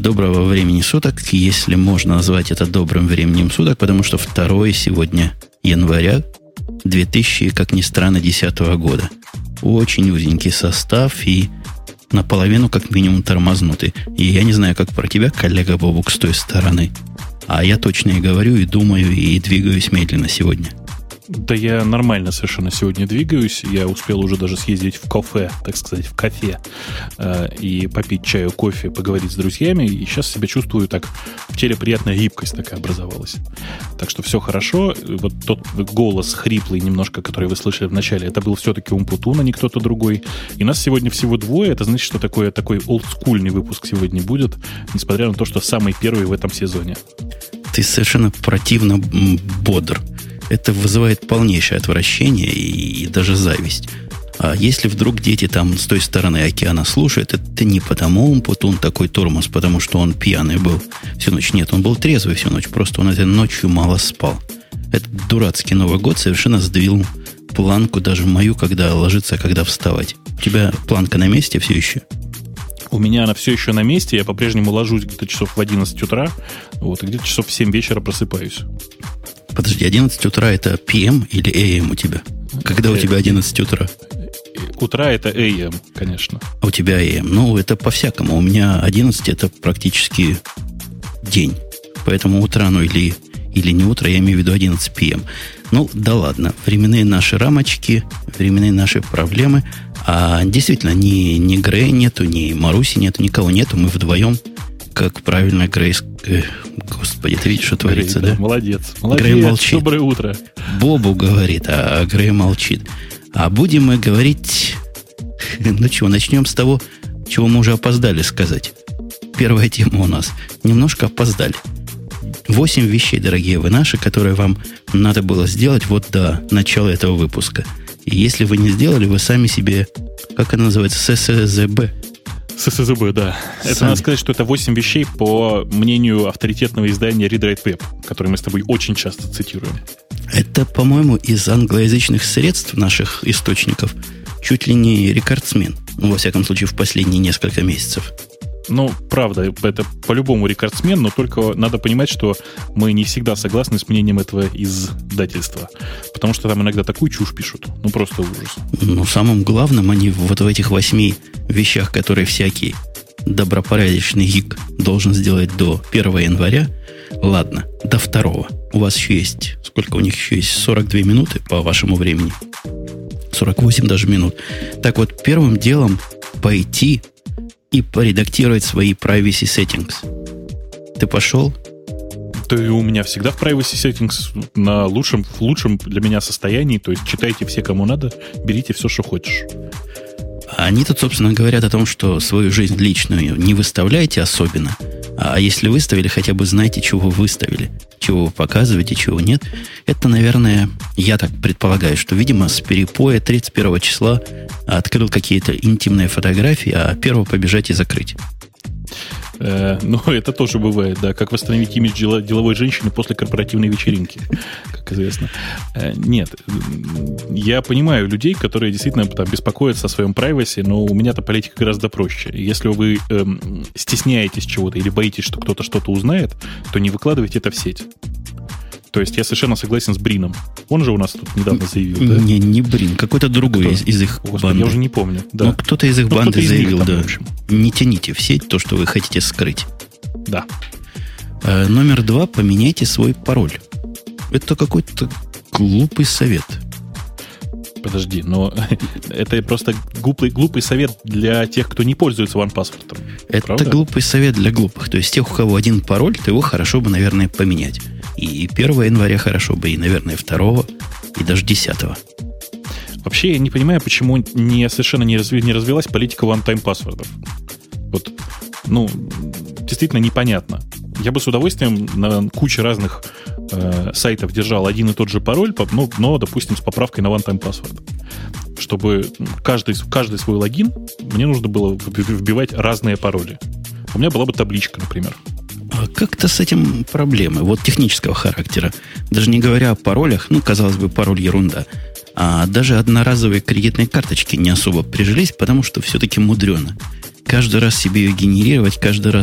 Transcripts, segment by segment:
Доброго времени суток, если можно назвать это добрым временем суток, потому что 2 сегодня января 2000, как ни странно, 10 года. Очень узенький состав и наполовину как минимум тормознутый. И я не знаю, как про тебя, коллега Бобук, с той стороны. А я точно и говорю, и думаю, и двигаюсь медленно сегодня. Да я нормально совершенно сегодня двигаюсь. Я успел уже даже съездить в кафе, так сказать, в кафе, и попить чаю, кофе, поговорить с друзьями. И сейчас себя чувствую так, в теле приятная гибкость такая образовалась. Так что все хорошо. Вот тот голос хриплый немножко, который вы слышали в начале, это был все-таки Умпутун, а не кто-то другой. И нас сегодня всего 2. Это значит, что такой олдскульный выпуск сегодня будет, несмотря на то, что самый первый в этом сезоне. Ты совершенно противно бодр. Это вызывает полнейшее отвращение и даже зависть. А если вдруг дети там с той стороны океана слушают, это не потому Умпутун такой тормоз, потому что он пьяный был всю ночь. Нет, он был трезвый всю ночь, просто он этой ночью мало спал. Этот дурацкий Новый год совершенно сдвинул планку даже мою, когда ложиться, когда вставать. У тебя планка на месте все еще? У меня она все еще на месте, я по-прежнему ложусь где-то часов в 11 утра, и где-то часов в 7 вечера просыпаюсь. Подожди, 11 утра это PM или AM у тебя? Когда у тебя 11 утра? Утра это AM, конечно. А у тебя AM? Ну, это по-всякому. У меня 11 это практически день. Поэтому утро, или не утро, я имею в виду 11 PM. Ну, да ладно. Временные наши рамочки, временные наши проблемы. А действительно, ни Грея нету, ни Маруси нету, никого нету. Мы вдвоем, как правильно Грейс... Господи, ты видишь, что творится, Грей, да? Молодец. Грей молчит. Доброе утро. Бобу говорит, а Грей молчит. А будем мы говорить... Ну чего, начнем с того, чего мы уже опоздали сказать. Первая тема у нас. Немножко опоздали. 8 вещей, дорогие вы наши, которые вам надо было сделать вот до начала этого выпуска. И если вы не сделали, вы сами себе... Как она называется? ССЗБ. ССЗБ, да. Это надо сказать, что это 8 вещей по мнению авторитетного издания Read Write Web, которое мы с тобой очень часто цитируем. Это, по-моему, из англоязычных средств наших источников чуть ли не рекордсмен. Ну, во всяком случае, в последние несколько месяцев. Ну, правда, это по-любому рекордсмен, но только надо понимать, что мы не всегда согласны с мнением этого издательства. Потому что там иногда такую чушь пишут. Ну, просто ужас. Ну, самым главным они вот в этих 8 вещах, которые всякий добропорядочный гик должен сделать до 1 января. Ладно, до 2. У вас еще есть... Сколько у них еще есть? 42 минуты по вашему времени. 48 даже минут. Так вот, первым делом пойти и поредактировать свои privacy settings. Ты пошел? Да и у меня всегда в privacy settings на лучшем для меня состоянии. То есть читайте все, кому надо, берите все, что хочешь. Они тут, собственно, говорят о том, что свою жизнь личную не выставляйте особенно. А если выставили, хотя бы знайте, чего вы выставили. Чего вы показываете, чего нет. Это, наверное, я так предполагаю, что, видимо, с перепоя 31 числа открыл какие-то интимные фотографии, а 1 побежать и закрыть. Ну, это тоже бывает, да. Как восстановить имидж деловой женщины после корпоративной вечеринки, как известно. Нет, я понимаю людей, которые действительно там беспокоятся о своем privacy, но у меня-то политика гораздо проще. Если вы стесняетесь чего-то или боитесь, что кто-то что-то узнает, то не выкладывайте это в сеть. То есть я совершенно согласен с Брином. Он же у нас тут недавно заявил, да? Не Брин, какой-то другой из их банды. Я уже не помню. Да. Ну, кто-то из их банды заявил, там, да. Не тяните в сеть то, что вы хотите скрыть. Да. Номер 2. Поменяйте свой пароль. Это какой-то глупый совет. Подожди, но это просто глупый совет для тех, кто не пользуется OnePassword. Это правда? Глупый совет для глупых. То есть тех, у кого один пароль, то его хорошо бы, наверное, поменять. И 1 января хорошо бы, и, наверное, 2, и даже 10. Вообще, я не понимаю, почему совершенно не развилась политика one-time паспортов. Вот, действительно непонятно. Я бы с удовольствием на куче разных сайтов держал один и тот же пароль, но, допустим, с поправкой на one-time password. Чтобы каждый свой логин мне нужно было вбивать разные пароли. У меня была бы табличка, например. А как-то с этим проблемы, вот технического характера. Даже не говоря о паролях, казалось бы, пароль ерунда. А даже одноразовые кредитные карточки не особо прижились, потому что все-таки мудрено. Каждый раз себе ее генерировать, каждый раз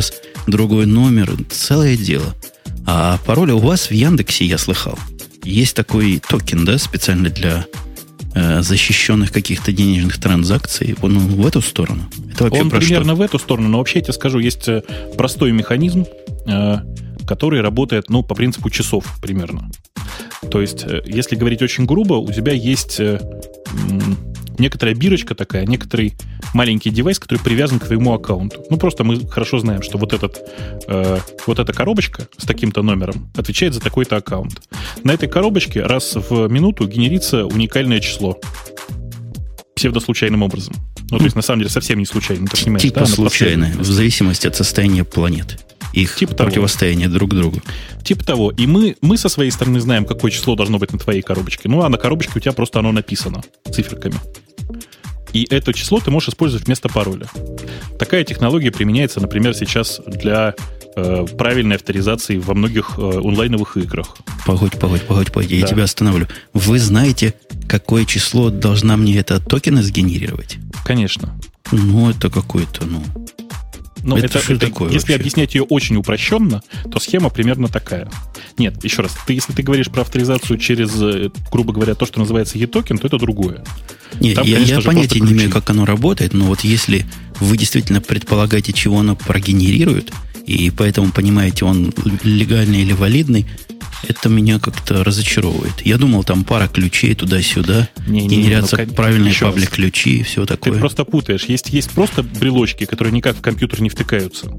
другой номер, целое дело. А пароли у вас в Яндексе, я слыхал, есть такой токен, да, специально для защищенных каких-то денежных транзакций. Он в эту сторону? Это вообще он про примерно что? в эту сторону, но вообще я тебе скажу, есть простой механизм, который работает, по принципу часов примерно. То есть, если говорить очень грубо, у тебя есть некоторая бирочка такая, некоторый маленький девайс, который привязан к твоему аккаунту. Просто мы хорошо знаем, что вот эта коробочка с таким-то номером отвечает за такой-то аккаунт. На этой коробочке раз в минуту генерится уникальное число. Псевдослучайным образом. То есть, на самом деле, совсем не случайно. Ты понимаешь, типа случайное, в зависимости от состояния планет. Их типа противостояние друг другу. Типа того. И мы со своей стороны знаем, какое число должно быть на твоей коробочке. А на коробочке у тебя просто оно написано циферками. И это число ты можешь использовать вместо пароля. Такая технология применяется, например, сейчас для правильной авторизации во многих онлайновых играх. Погодь, я тебя остановлю. Вы знаете, какое число должна мне эта токена сгенерировать? Конечно. Это какое-то, это что такое если вообще? Объяснять ее очень упрощенно, то схема примерно такая. Нет, еще раз, если ты говоришь про авторизацию через, грубо говоря, то, что называется e-токен, то это другое. Нет, там, я понятия не имею, как оно работает, но если вы действительно предполагаете, чего оно прогенерирует, и поэтому понимаете, он легальный или валидный, это меня как-то разочаровывает. Я думал, там пара ключей туда-сюда, генерятся правильные паблик-ключи и все такое. Ты просто путаешь. Есть просто брелочки, которые никак в компьютер не втыкаются.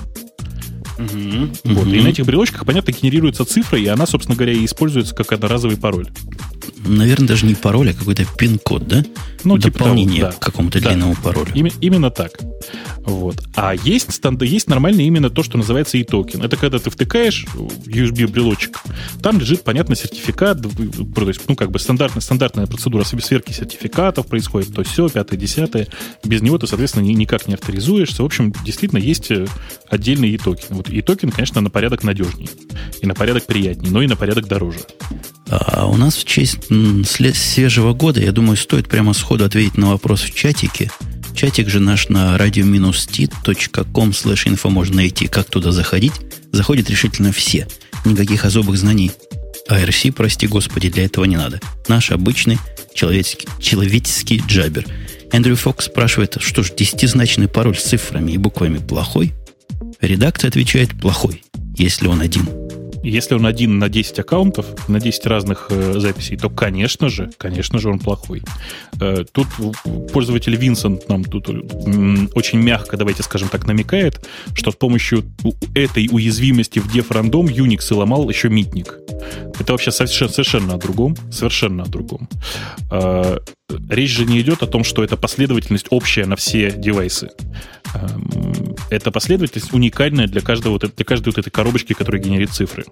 И на этих брелочках, понятно, генерируется цифра, и она, собственно говоря, и используется как одноразовый пароль. Наверное, даже не пароль, а какой-то пин-код, да? Дополнение типа к какому-то длинному паролю. Именно так. А есть нормальный именно то, что называется e-токен. Это когда ты втыкаешь USB-брелочек, там лежит, понятно, сертификат, то есть, стандартная процедура сверки сертификатов происходит, то все, 5-10. Без него ты, соответственно, никак не авторизуешься. В общем, действительно, есть отдельный e-токен. E-токен, конечно, на порядок надежнее, и на порядок приятнее, но и на порядок дороже. А у нас в честь свежего года, я думаю, стоит прямо сходу ответить на вопрос в чатике. Чатик же наш на radio-t.com/info можно найти, как туда заходить. Заходят решительно все. Никаких особых знаний IRC, прости господи, для этого не надо. Наш обычный человеческий джабер. Эндрю Фокс спрашивает, что ж, 10-значный пароль с цифрами и буквами плохой? Редакция отвечает, плохой, если он один. Если он один на 10 аккаунтов, на 10 разных записей, то, конечно же, он плохой. Тут пользователь Винсент нам тут очень мягко, давайте скажем так, намекает, что с помощью этой уязвимости в def-random Unix и ломал еще митник. Это вообще совершенно о другом. Совершенно о другом. Речь же не идет о том, что это последовательность общая на все девайсы. Это последовательность уникальная для каждой вот этой коробочки, которая генерит цифры.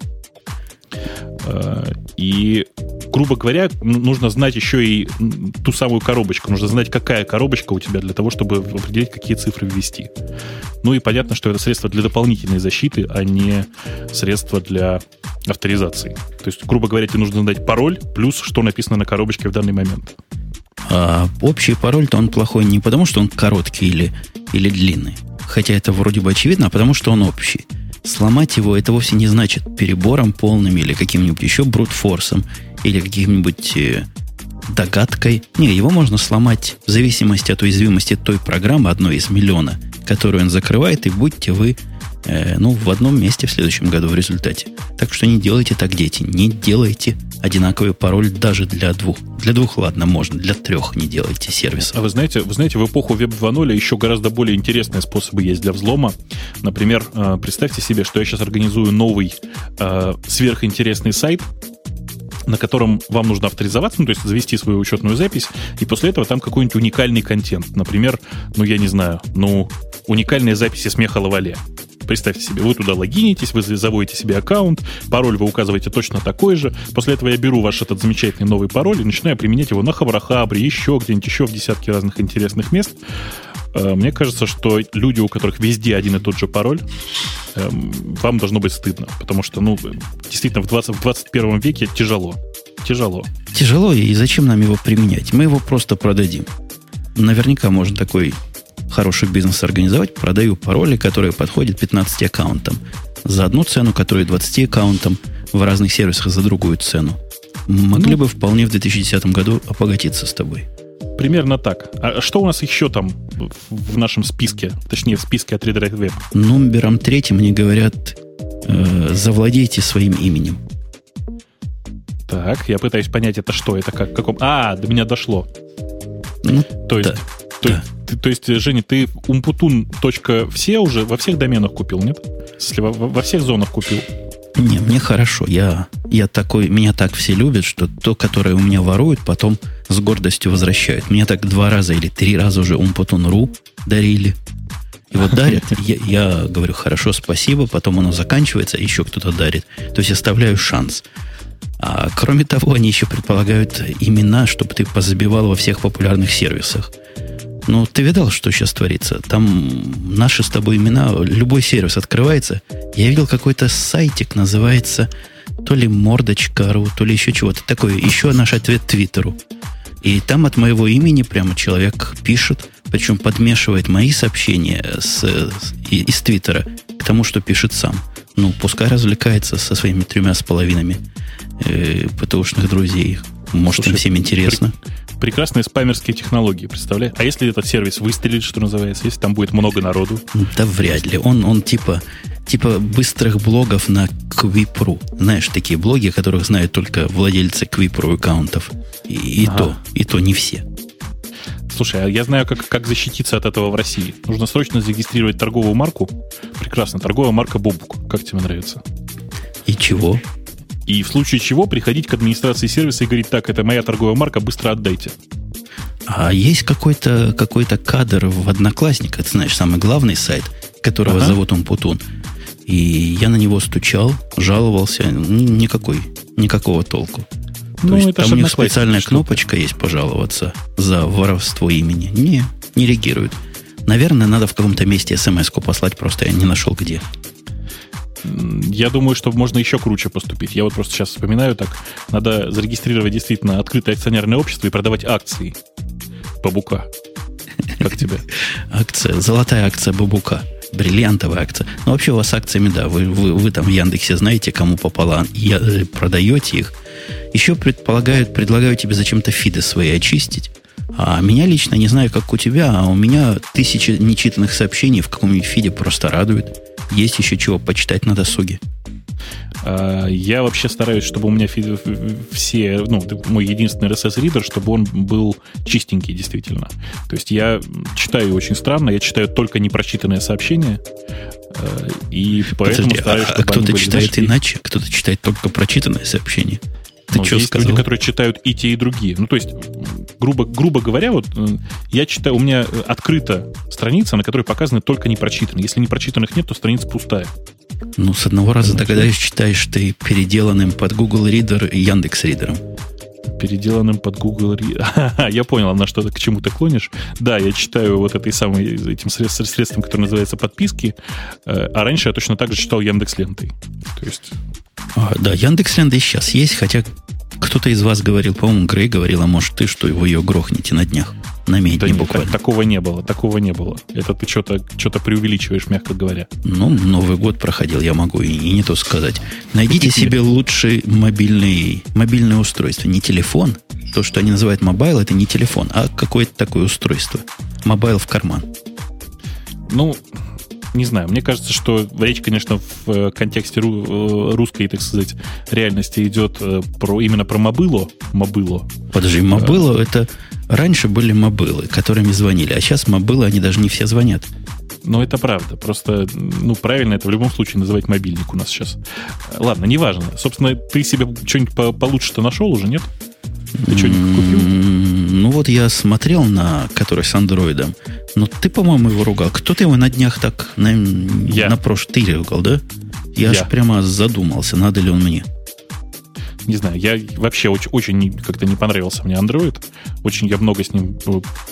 И, грубо говоря, нужно знать еще и ту самую коробочку. Нужно знать, какая коробочка у тебя для того, чтобы определить, какие цифры ввести. И понятно, что это средство для дополнительной защиты, а не средство для авторизации. То есть, грубо говоря, тебе нужно знать пароль плюс что написано на коробочке в данный момент. А общий пароль-то он плохой не потому, что он короткий или длинный. Хотя это вроде бы очевидно, а потому что он общий. Сломать его это вовсе не значит перебором полным или каким-нибудь еще брутфорсом или каким-нибудь догадкой. Не, его можно сломать в зависимости от уязвимости той программы, одной из миллиона, которую он закрывает, и будьте вы в одном месте в следующем году в результате. Так что не делайте так, дети. Не делайте одинаковый пароль даже для двух. Для двух, ладно, можно. Для трех не делайте сервисов. А вы знаете, в эпоху Web 2.0 еще гораздо более интересные способы есть для взлома. Например, представьте себе, что я сейчас организую новый сверхинтересный сайт, на котором вам нужно авторизоваться, то есть завести свою учетную запись, и после этого там какой-нибудь уникальный контент. Например, уникальные записи смеха Лавале. Представьте себе, вы туда логинитесь, вы заводите себе аккаунт, пароль вы указываете точно такой же. После этого я беру ваш этот замечательный новый пароль и начинаю применять его на Хабрахабре, еще где-нибудь, еще в десятки разных интересных мест. Мне кажется, что люди, у которых везде один и тот же пароль, вам должно быть стыдно. Потому что, действительно, в 21 веке тяжело. Тяжело, и зачем нам его применять? Мы его просто продадим. Наверняка можно такой хороший бизнес организовать, продаю пароли, которые подходят 15 аккаунтам. За одну цену, которую 20 аккаунтам в разных сервисах за другую цену. Могли бы вполне в 2010 году обогатиться с тобой. Примерно так. А что у нас еще там в нашем списке? Точнее, в списке от Redirect Web? Номером 3 мне говорят, завладейте своим именем. Так, я пытаюсь понять, это что? Это как каком... до меня дошло. Ну, то есть, Женя, ты umputun.все уже во всех доменах купил, нет? Если во всех зонах купил? Не, мне хорошо. Я такой, меня так все любят, что то, которое у меня воруют, потом с гордостью возвращают. Мне так 2 раза или 3 раза уже umputun.ru дарили. И вот дарят, я говорю, хорошо, спасибо, потом оно заканчивается, еще кто-то дарит. То есть оставляю шанс. А кроме того, они еще предполагают имена, чтобы ты позабивал во всех популярных сервисах. Ну, ты видал, что сейчас творится? Там наши с тобой имена, любой сервис открывается. Я видел какой-то сайтик, называется то ли мордочка.ру, то ли еще чего-то такое. Еще наш ответ Твиттеру. И там от моего имени прямо человек пишет, причем подмешивает мои сообщения из Твиттера к тому, что пишет сам. Ну, пускай развлекается со своими 3,5 ПТУшных друзей. Может, им всем интересно. Прекрасные спамерские технологии, представляешь? А если этот сервис выстрелит, что называется, если там будет много народу? Да вряд ли. Он типа быстрых блогов на Quip.ru. Знаешь, такие блоги, которых знают только владельцы Quip.ru аккаунтов. И то не все. Слушай, а я знаю, как защититься от этого в России. Нужно срочно зарегистрировать торговую марку. Прекрасно, торговая марка Бобук. Как тебе нравится? И чего? И в случае чего приходить к администрации сервиса и говорить, так, это моя торговая марка, быстро отдайте. А есть какой-то кадр в Одноклассниках, ты знаешь, самый главный сайт, которого зовут umputun. И я на него стучал, жаловался, никакого толку. То есть там у них специальная кнопочка есть пожаловаться за воровство имени. Не реагируют. Наверное, надо в каком-то месте смс-ку послать, просто я не нашел где. Я думаю, что можно еще круче поступить. Я вот просто сейчас вспоминаю так. Надо зарегистрировать действительно открытое акционерное общество и продавать акции Бобука. Как тебе? Акция, золотая акция Бобука. Бриллиантовая акция. Ну, вообще у вас с акциями, да. Вы там в Яндексе знаете, кому попало. Продаете их. Еще предлагаю тебе зачем-то фиды свои очистить. А меня лично, не знаю, как у тебя, а у меня 1000 нечитанных сообщений в каком-нибудь фиде просто радует. Есть еще чего почитать на досуге. Я вообще стараюсь, чтобы у меня все, мой единственный RSS-ридер, чтобы он был чистенький, действительно. То есть я читаю очень странно, я читаю только непрочитанные сообщения, и поэтому стараюсь, чтобы кто-то читает иначе, кто-то читает только прочитанные сообщения. Ты что есть сказал? Люди, которые читают и те, и другие. Ну, то есть, грубо говоря, вот я читаю, у меня открыта страница, на которой показаны только непрочитанные. Если непрочитанных нет, то страница пустая. Ну, с одного раза догадаюсь, читаешь ты переделанным под Google Reader и Яндекс Ридером. Переделанным под Google Reader. Я понял, на что ты к чему ты клонишь. Да, я читаю вот этим средством, которое называется подписки. А раньше я точно так же читал Яндекс.Лентой. То есть... Да, Яндекс.Лента и сейчас есть, хотя кто-то из вас говорил, по-моему, Грей говорил, а может ты, что вы ее грохнете на днях. На медне буквально. Такого не было. Это ты что-то преувеличиваешь, мягко говоря. Ну, Новый год проходил, я могу и не то сказать. Найдите себе лучшее мобильное устройство. Не телефон. То, что они называют мобайл, это не телефон, а какое-то такое устройство. Мобайл в карман. Ну, не знаю, мне кажется, что речь, конечно, в контексте русской, так сказать, реальности идет именно про мобыло. Подожди, мобыло это... Раньше были мобылы, которыми звонили, а сейчас мобылы, они даже не все звонят. Ну, это правда. Просто, правильно это в любом случае называть мобильник у нас сейчас. Ладно, неважно. Собственно, ты себе что-нибудь получше-то нашел уже, нет? Ты что-нибудь купил? Ну, вот я смотрел на который с андроидом. Но ты, по-моему, его ругал. Кто-то его на днях так... На прошлый... Ты ругал, да? Я аж прямо задумался, надо ли он мне. Не знаю, я вообще очень как-то не понравился мне Android. Очень я много с ним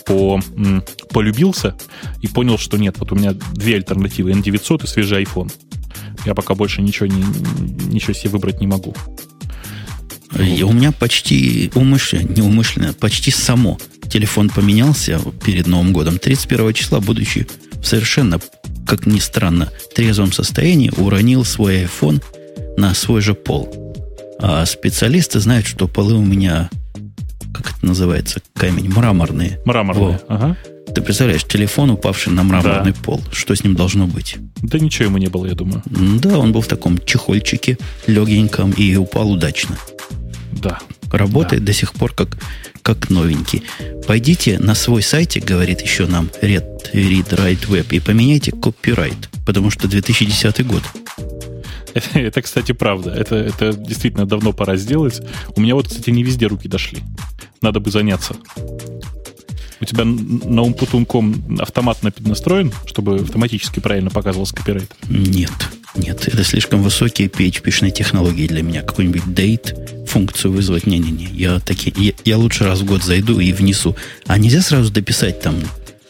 полюбился и понял, что нет. Вот у меня 2 альтернативы. N900 и свежий iPhone. Я пока больше ничего себе выбрать не могу. И у меня почти неумышленно, почти само телефон поменялся перед Новым годом. 31 числа, будучи в совершенно, как ни странно, трезвом состоянии, уронил свой iPhone на свой же пол. А специалисты знают, что полы у меня, как это называется, камень, мраморные. Мраморные, ага. Ты представляешь, телефон, упавший на мраморный пол. Что с ним должно быть? Да ничего ему не было, я думаю. Да, он был в таком чехольчике, легеньком, и упал удачно. Да. Работает до сих пор как новенький. Пойдите на свой сайтик, говорит еще нам Read Write Web, и поменяйте копирайт, потому что 2010 год. Это, кстати, правда. Это действительно давно пора сделать. У меня вот, кстати, не везде руки дошли. Надо бы заняться. У тебя на umputum.com автомат настроен, чтобы автоматически правильно показывался копирайт? Нет. Это слишком высокие PHP-шные технологии для меня. Какой-нибудь date функцию вызвать. Не-не-не. Я лучше раз в год зайду и внесу. А нельзя сразу дописать там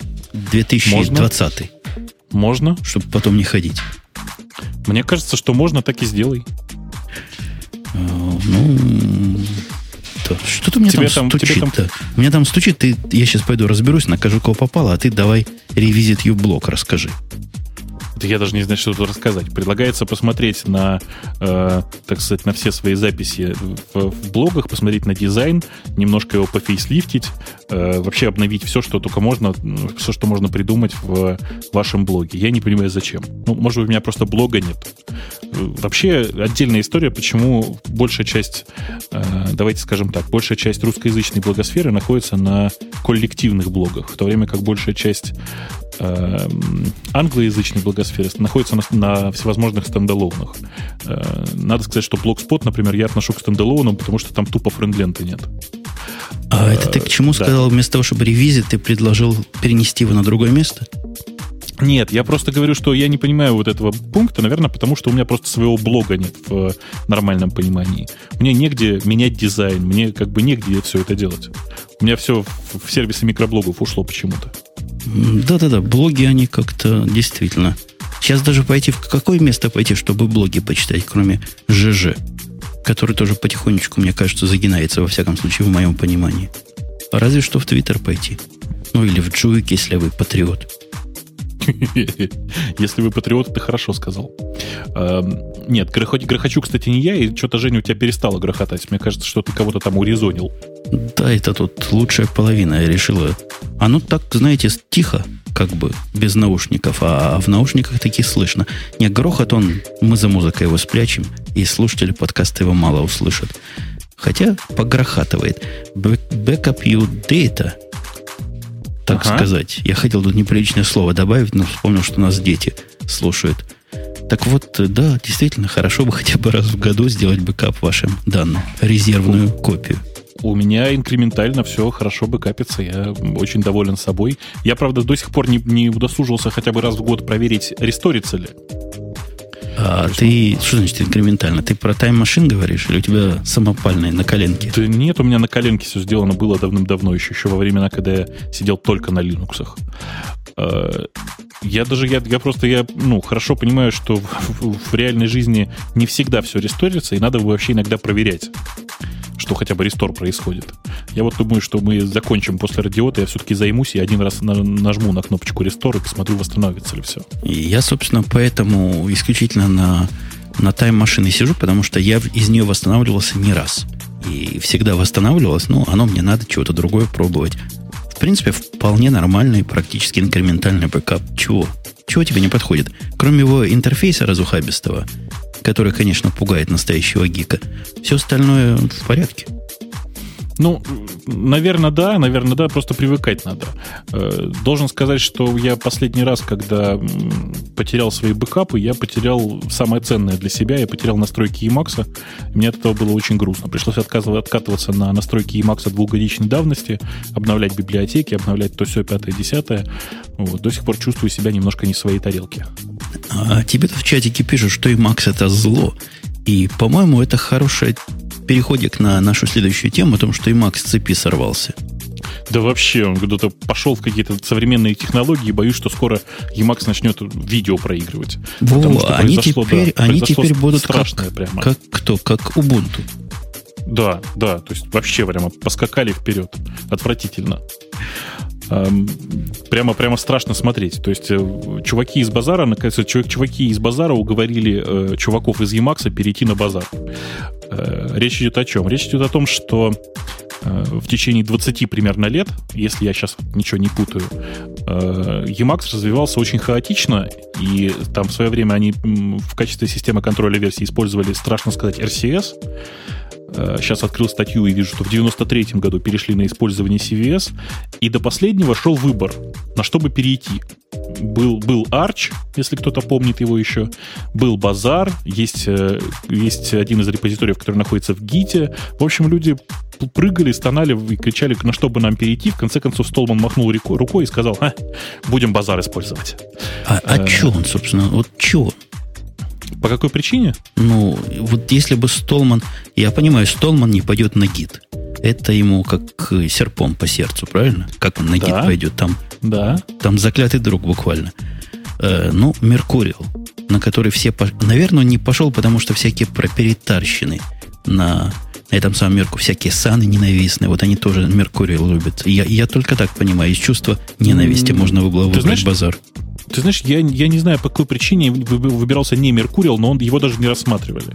2020? Можно. Чтобы потом не ходить. Мне кажется, что можно, так и сделай. Что-то у меня там стучит. У меня там стучит, я сейчас пойду разберусь, накажу, кого попало, а ты давай ревизит uBlock расскажи. Да я даже не знаю, что тут рассказать. Предлагается посмотреть на, так сказать, на все свои записи в блогах, посмотреть на дизайн, немножко его пофейслифтить, вообще обновить все, что только можно, все, что можно придумать в вашем блоге. Я не понимаю, зачем. Может быть, у меня просто блога нет. Вообще, отдельная история, почему большая часть, давайте скажем так, большая часть русскоязычной блогосферы находится на коллективных блогах, в то время как большая часть англоязычной блогосферы находится на всевозможных стендалонах. Надо сказать, что Blogspot, например, я отношу к стендалонам, потому что там тупо френдленты нет. А это ты к чему сказал? Вместо того, чтобы ревизит, ты предложил перенести его на другое место? Нет, я просто говорю, что я не понимаю вот этого пункта, наверное, потому что у меня просто своего блога нет в нормальном понимании. Мне негде менять дизайн, мне как бы негде все это делать. У меня все в сервисы микроблогов ушло почему-то. Да-да-да, блоги, они как-то действительно... Сейчас даже в какое место пойти, чтобы блоги почитать, кроме ЖЖ, который тоже потихонечку, мне кажется, загинается, во всяком случае, в моем понимании. Разве что в Твиттер пойти. Или в Джуик, если вы патриот. Если вы патриот, ты хорошо сказал. Нет, грохочу, кстати, не я, и что-то, Женя, у тебя перестало грохотать. Мне кажется, что ты кого-то там урезонил. Да, это тут лучшая половина. Я решила... Оно так, знаете, тихо, как бы, без наушников, а в наушниках таки слышно. Не, грохот мы за музыкой его спрячем, и слушатели подкаста его мало услышат. Хотя погрохатывает. Backup your data... Так сказать. Я хотел тут неприличное слово добавить, но вспомнил, что нас дети слушают. Так вот, да, действительно, хорошо бы хотя бы раз в году сделать бэкап вашим данным. Резервную копию. У меня инкрементально все хорошо бэкапится. Я очень доволен собой. Я, правда, до сих пор не удосужился хотя бы раз в год проверить, ресторится ли. А ты, что значит инкрементально? Ты про Time Machine говоришь? Или у тебя самопальные на коленке? Да нет, у меня на коленке все сделано было давным-давно, еще во времена, когда я сидел только на Linux. Я хорошо понимаю, что в реальной жизни не всегда все ресторится, и надо вообще иногда проверять, что хотя бы рестор происходит. Я вот думаю, что мы закончим после радиота, я все-таки займусь и один раз нажму на кнопочку рестор и посмотрю, восстановится ли все. И я, собственно, поэтому исключительно на Time Machine сижу, потому что я из нее восстанавливался не раз. И всегда восстанавливалось, но оно мне надо чего-то другое пробовать. В принципе, вполне нормальный, практически инкрементальный бэкап. Чего тебе не подходит? Кроме его интерфейса разухабистого, который, конечно, пугает настоящего гика, все остальное в порядке. Наверное, да, просто привыкать надо. Должен сказать, что я последний раз, когда потерял свои бэкапы, я потерял самое ценное для себя, я потерял настройки Emacs. Мне от этого было очень грустно. Пришлось откатываться на настройки Emacs двухгодичной давности, обновлять библиотеки, обновлять то все, 5-10. Вот. До сих пор чувствую себя немножко не в своей тарелке. А тебе-то в чатике пишут, что Emacs это зло. И, по-моему, это хорошее переходик на нашу следующую тему о том, что Emacs с цепи сорвался. Да вообще, он куда-то пошел в какие-то современные технологии, боюсь, что скоро Emacs начнет видео проигрывать. Они теперь будут страшное прямо. Как Ubuntu. Да, то есть вообще прямо поскакали вперед. Отвратительно. Прямо страшно смотреть. То есть чуваки из базара уговорили чуваков из Emacs перейти на базар. Речь идет о чем? Речь идет о том, что в течение 20 примерно лет, если я сейчас ничего не путаю, Emacs развивался очень хаотично, и там в свое время они в качестве системы контроля версий использовали, страшно сказать, RCS. Сейчас открыл статью и вижу, что в 93-м году перешли на использование CVS, и до последнего шел выбор, на что бы перейти. Был Arch, если кто-то помнит его еще, был Bazaar, есть один из репозиториев, который находится в Git. В общем, люди прыгали, стонали и кричали, на что бы нам перейти. В конце концов, Столман махнул рукой и сказал: будем Bazaar использовать. А что он, собственно, вот что? По какой причине? Ну, вот если бы Столман... Я понимаю, Столман не пойдет на гид. Это ему как серпом по сердцу, правильно? Как он на гид пойдет? Там заклятый друг буквально. Меркуриал, на который все... Наверное, он не пошел, потому что всякие проприетарщины на этом самом Мерку, всякие саны ненавистные, вот они тоже Меркуриал любят. Я только так понимаю, из чувства ненависти можно было выбрать базар. Ты знаешь, я не знаю, по какой причине выбирался не Меркуриал, но его даже не рассматривали.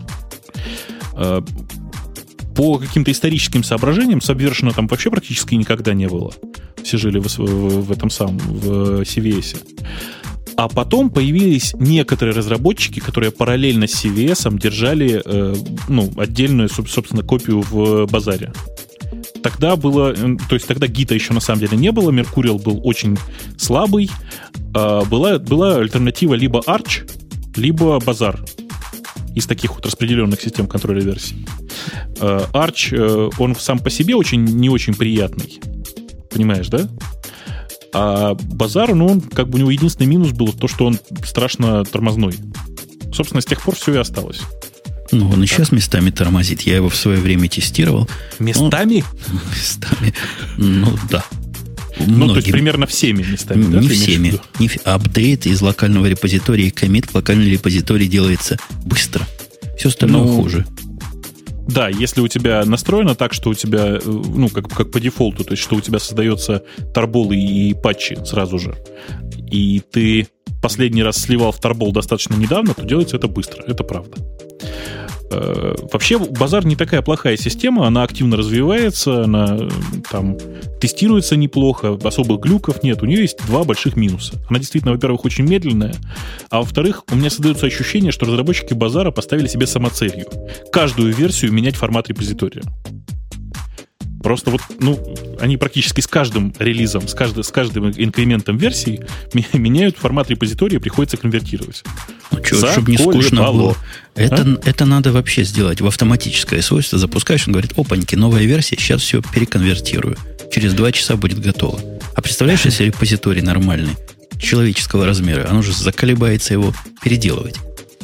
По каким-то историческим соображениям Subversion там вообще практически никогда не было. Все жили в этом самом, в CVS. А потом появились некоторые разработчики, которые параллельно с CVS держали отдельную, собственно, копию в базаре. Тогда гита еще на самом деле не было, Меркуриал был очень слабый. Была альтернатива либо Arch, либо Bazaar из таких вот распределенных систем контроля версий. Arch, он сам по себе не очень приятный. Понимаешь, да? А Bazaar, у него единственный минус был то, что он страшно тормозной. Собственно, с тех пор все и осталось. Он и сейчас местами тормозит. Я его в свое время тестировал. Местами? Местами. Да. То есть примерно всеми местами, да? Не всеми. Апдейт из локального репозитория и коммит к локальному репозиторию делается быстро. Все остальное хуже. Да, если у тебя настроено так, что у тебя, как по дефолту, то есть что у тебя создается тарболы и патчи сразу же, и ты последний раз сливал в тарбол достаточно недавно, то делается это быстро. Это правда. Вообще, Bazaar не такая плохая система, она активно развивается, она там тестируется неплохо, особых глюков нет. У нее есть два больших минуса. Она действительно, во-первых, очень медленная, а во-вторых, у меня создается ощущение, что разработчики Bazaar поставили себе самоцелью каждую версию менять формат репозитория. Просто они практически с каждым релизом, с каждым инкрементом версий меняют формат репозитория, приходится конвертировать. Чтобы не скучно было. Это надо вообще сделать в автоматическое свойство. Запускаешь, он говорит: опаньки, новая версия, сейчас все переконвертирую. Через 2 часа будет готово. А представляешь, если репозиторий нормальный, человеческого размера, оно же заколебается его переделывать.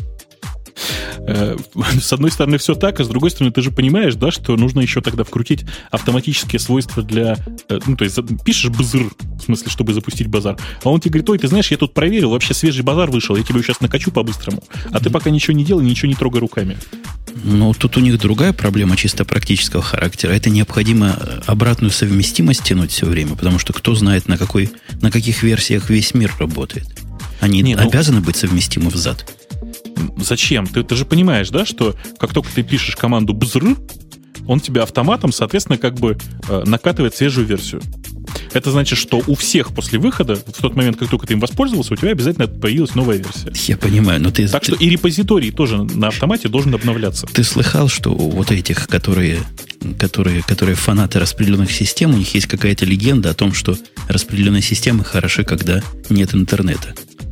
С одной стороны, все так, а с другой стороны, ты же понимаешь, да, что нужно еще тогда вкрутить автоматические свойства для... то есть пишешь бзр, в смысле, чтобы запустить базар, а он тебе говорит: ой, ты знаешь, я тут проверил, вообще свежий базар вышел, я тебе его сейчас накачу по-быстрому, а ты пока ничего не делай, ничего не трогай руками. Тут у них другая проблема чисто практического характера. Это необходимо обратную совместимость тянуть все время, потому что кто знает, на каких версиях весь мир работает. Они обязаны быть совместимы взад. Зачем? Ты же понимаешь, да, что как только ты пишешь команду бзр, он тебе автоматом, соответственно, накатывает свежую версию. Это значит, что у всех после выхода, в тот момент, как только ты им воспользовался, у тебя обязательно появилась новая версия. Я понимаю, но Так что и репозиторий тоже на автомате должен обновляться. Ты слыхал, что у вот этих, которые фанаты распределенных систем, у них есть какая-то легенда о том, что распределенные системы хороши, когда нет интернета.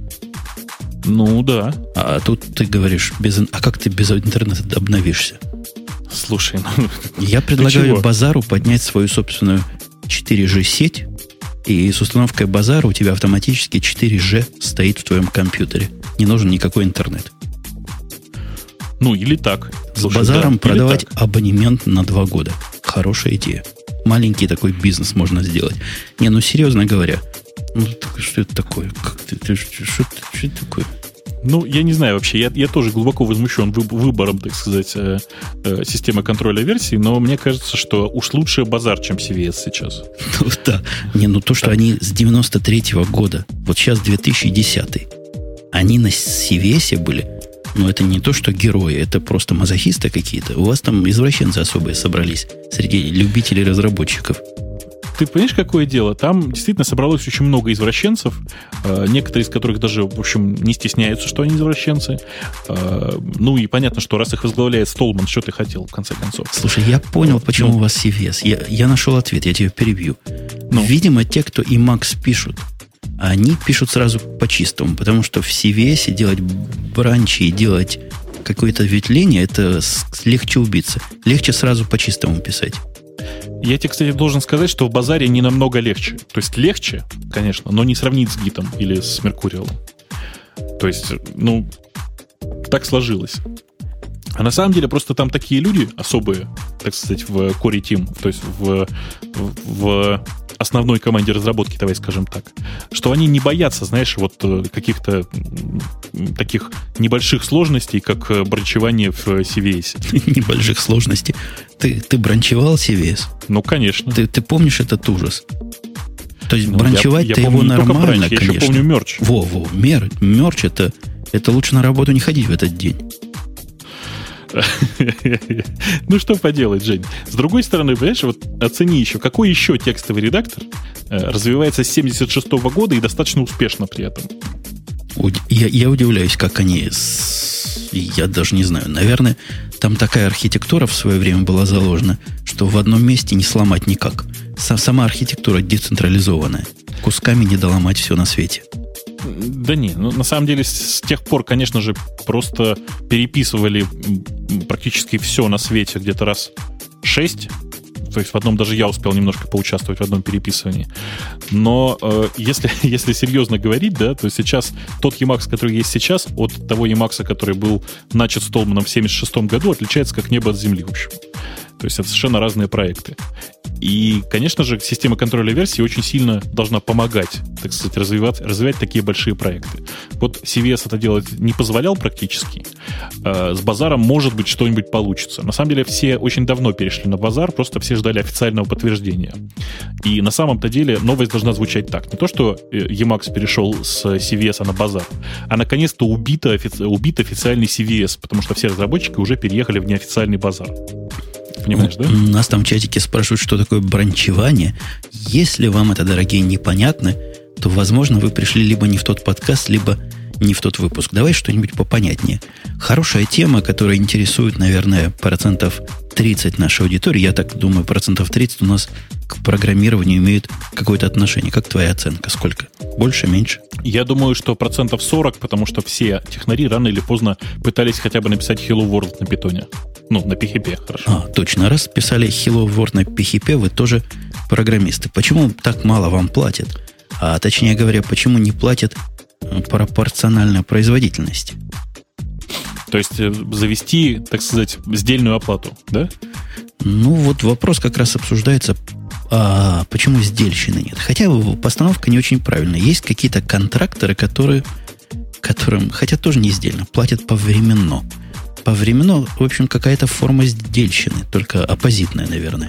Да. А тут ты говоришь, а как ты без интернета обновишься? Слушай, я предлагаю Базару поднять свою собственную 4G-сеть, и с установкой Базара у тебя автоматически 4G стоит в твоем компьютере. Не нужен никакой интернет. Или так. С Базаром продавать абонемент на 2 года. Хорошая идея. Маленький такой бизнес можно сделать. Серьезно говоря, что это такое? Что это такое? Ну, я не знаю вообще, я тоже глубоко возмущен выбором, так сказать, системы контроля версий, но мне кажется, что уж лучше базар, чем CVS сейчас. Ну, да. То, что они с 93-го года, вот сейчас 2010-й, они на CVS были, это не то, что герои, это просто мазохисты какие-то. У вас там извращенцы особые собрались среди любителей разработчиков. Ты понимаешь, какое дело? Там действительно собралось очень много извращенцев, некоторые из которых даже, в общем, не стесняются, что они извращенцы. Ну и понятно, что раз их возглавляет Столман, что ты хотел, в конце концов? Слушай, я понял, почему у вас CVS. Я нашел ответ, я тебя перебью. Видимо, те, кто Emacs пишут, они пишут сразу по-чистому, потому что в CVS делать бранчи и делать какое-то ветвление, это легче убиться. Легче сразу по-чистому писать. Я тебе, кстати, должен сказать, что в базаре не намного легче. То есть легче, конечно, но не сравнить с гитом или с Меркуриалом. То есть, так сложилось. А на самом деле просто там такие люди особые, так сказать, в Core Team, то есть в основной команде разработки, давай скажем так, что они не боятся, знаешь, вот каких-то таких небольших сложностей, как бранчевание в CVS. Небольших сложностей. Ты бранчевал CVS? Ну, конечно. Ты помнишь этот ужас? То есть бранчевать-то его нормально, конечно. Я еще помню мерч. Мерч это лучше на работу не ходить в этот день. Ну, что поделать, Жень. С другой стороны, понимаешь, вот оцени еще, какой еще текстовый редактор развивается с 76-го года и достаточно успешно при этом. Я удивляюсь, как они... Я даже не знаю. Наверное, там такая архитектура в свое время была заложена, что в одном месте не сломать никак. Сама архитектура децентрализованная. Кусками не доломать все на свете. Да не, на самом деле с тех пор, конечно же, просто переписывали практически все на свете где-то раз 6. То есть в одном даже я успел немножко поучаствовать в одном переписывании. Но если серьезно говорить, да, то сейчас тот Emacs, который есть сейчас, от того Emacs, который был начат Столманом в 1976 году, отличается как небо от земли, в общем. То есть это совершенно разные проекты. И, конечно же, система контроля версий очень сильно должна помогать, так сказать, развивать такие большие проекты. Вот CVS это делать не позволял практически. С базаром, может быть, что-нибудь получится. На самом деле, все очень давно перешли на базар, просто все ждали официального подтверждения. И на самом-то деле новость должна звучать так. Не то, что Emacs перешел с CVS на базар, а наконец-то убит официальный CVS, потому что все разработчики уже переехали в неофициальный базар. Понимаешь, да? Нас там в чатике спрашивают, что такое бранчевание. Если вам это, дорогие, непонятно, то, возможно, вы пришли либо не в тот подкаст, либо не в тот выпуск. Давай что-нибудь попонятнее. Хорошая тема, которая интересует, наверное, 30% нашей аудитории. Я так думаю, 30% у нас к программированию имеют какое-то отношение. Как твоя оценка? Сколько? Больше, меньше? Я думаю, что 40%, потому что все технари рано или поздно пытались хотя бы написать Hello World на питоне. На PHP, хорошо. Точно. Раз писали Hello World на PHP, вы тоже программисты. Почему так мало вам платят? А точнее говоря, почему не платят пропорционально производительности? То есть завести, так сказать, сдельную оплату, да? Вот вопрос как раз обсуждается. А почему сдельщины нет? Хотя постановка не очень правильная. Есть какие-то контракторы, которым, хотя тоже не сдельно, платят повременно. Повременно, в общем, какая-то форма сдельщины, только оппозитная, наверное.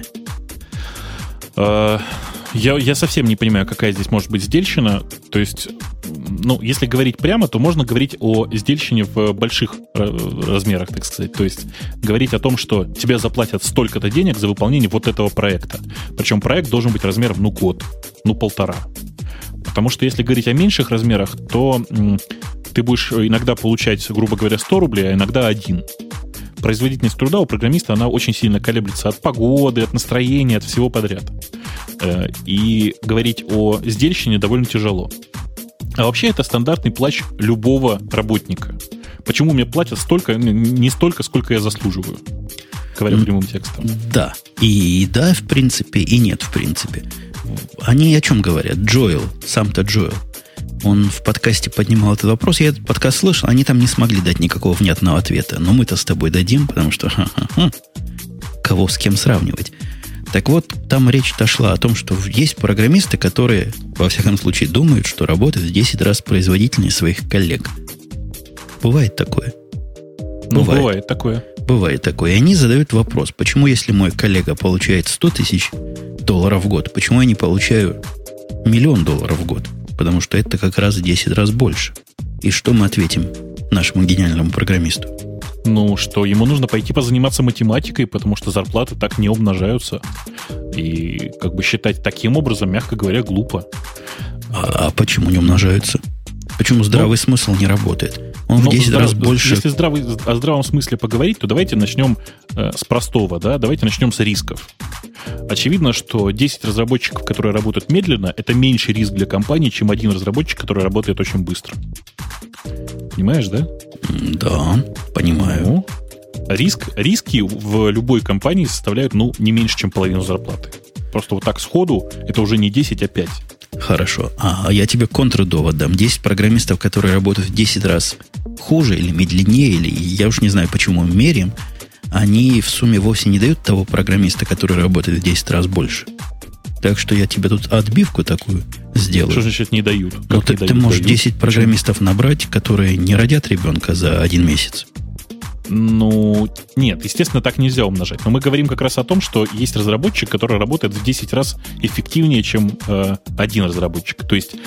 Я совсем не понимаю, какая здесь может быть сдельщина. То есть, если говорить прямо, то можно говорить о сдельщине в больших размерах, так сказать. То есть говорить о том, что тебе заплатят столько-то денег за выполнение вот этого проекта. Причем проект должен быть размером, год, 1,5. Потому что если говорить о меньших размерах, то ты будешь иногда получать, грубо говоря, 100 рублей, а иногда 1. Производительность труда у программиста, она очень сильно колеблется от погоды, от настроения, от всего подряд. И говорить о сдельщине довольно тяжело. А вообще это стандартный плач любого работника. Почему мне платят столько, не столько, сколько я заслуживаю? Говоря прямым текстом. Да. И да, в принципе, и нет, в принципе. Они о чем говорят? Джоэл, сам-то Джоэл. Он в подкасте поднимал этот вопрос. Я этот подкаст слышал, они там не смогли дать никакого внятного ответа. Но мы-то с тобой дадим, потому что кого с кем сравнивать. Так вот, там речь-то шла о том, что есть программисты, которые, во всяком случае, думают, что работают в 10 раз производительнее своих коллег. бывает такое? Бывает такое. Бывает такое. И они задают вопрос, почему, если мой коллега получает $100,000 в год, почему я не получаю $1 миллион в год? Потому что это как раз в 10 раз больше. И что мы ответим нашему гениальному программисту? Ну, что ему нужно пойти позаниматься математикой, потому что зарплаты так не умножаются. И как бы считать таким образом, мягко говоря, глупо. А почему не умножаются? Почему здравый смысл не работает? Он в 10 раз больше... Если о здравом смысле поговорить, то давайте начнем с простого, да? Давайте начнем с рисков. Очевидно, что 10 разработчиков, которые работают медленно, это меньший риск для компании, чем один разработчик, который работает очень быстро. Понимаешь, да? Да, понимаю. Риски в любой компании составляют, не меньше, чем половину зарплаты. Просто вот так сходу это уже не 10, а 5. Хорошо. А я тебе контрдовод дам. 10 программистов, которые работают в 10 раз хуже или медленнее, или я уж не знаю, почему мы меряем, они в сумме вовсе не дают того программиста, который работает в 10 раз больше. Так что я тебе тут отбивку такую сделаю. Что значит не дают? Ну, ты можешь 10 программистов набрать, которые не родят ребенка за 1 месяц. Ну, нет, естественно, так нельзя умножать. Но мы говорим как раз о том, что есть разработчик, который работает в 10 раз эффективнее, чем один разработчик. То есть,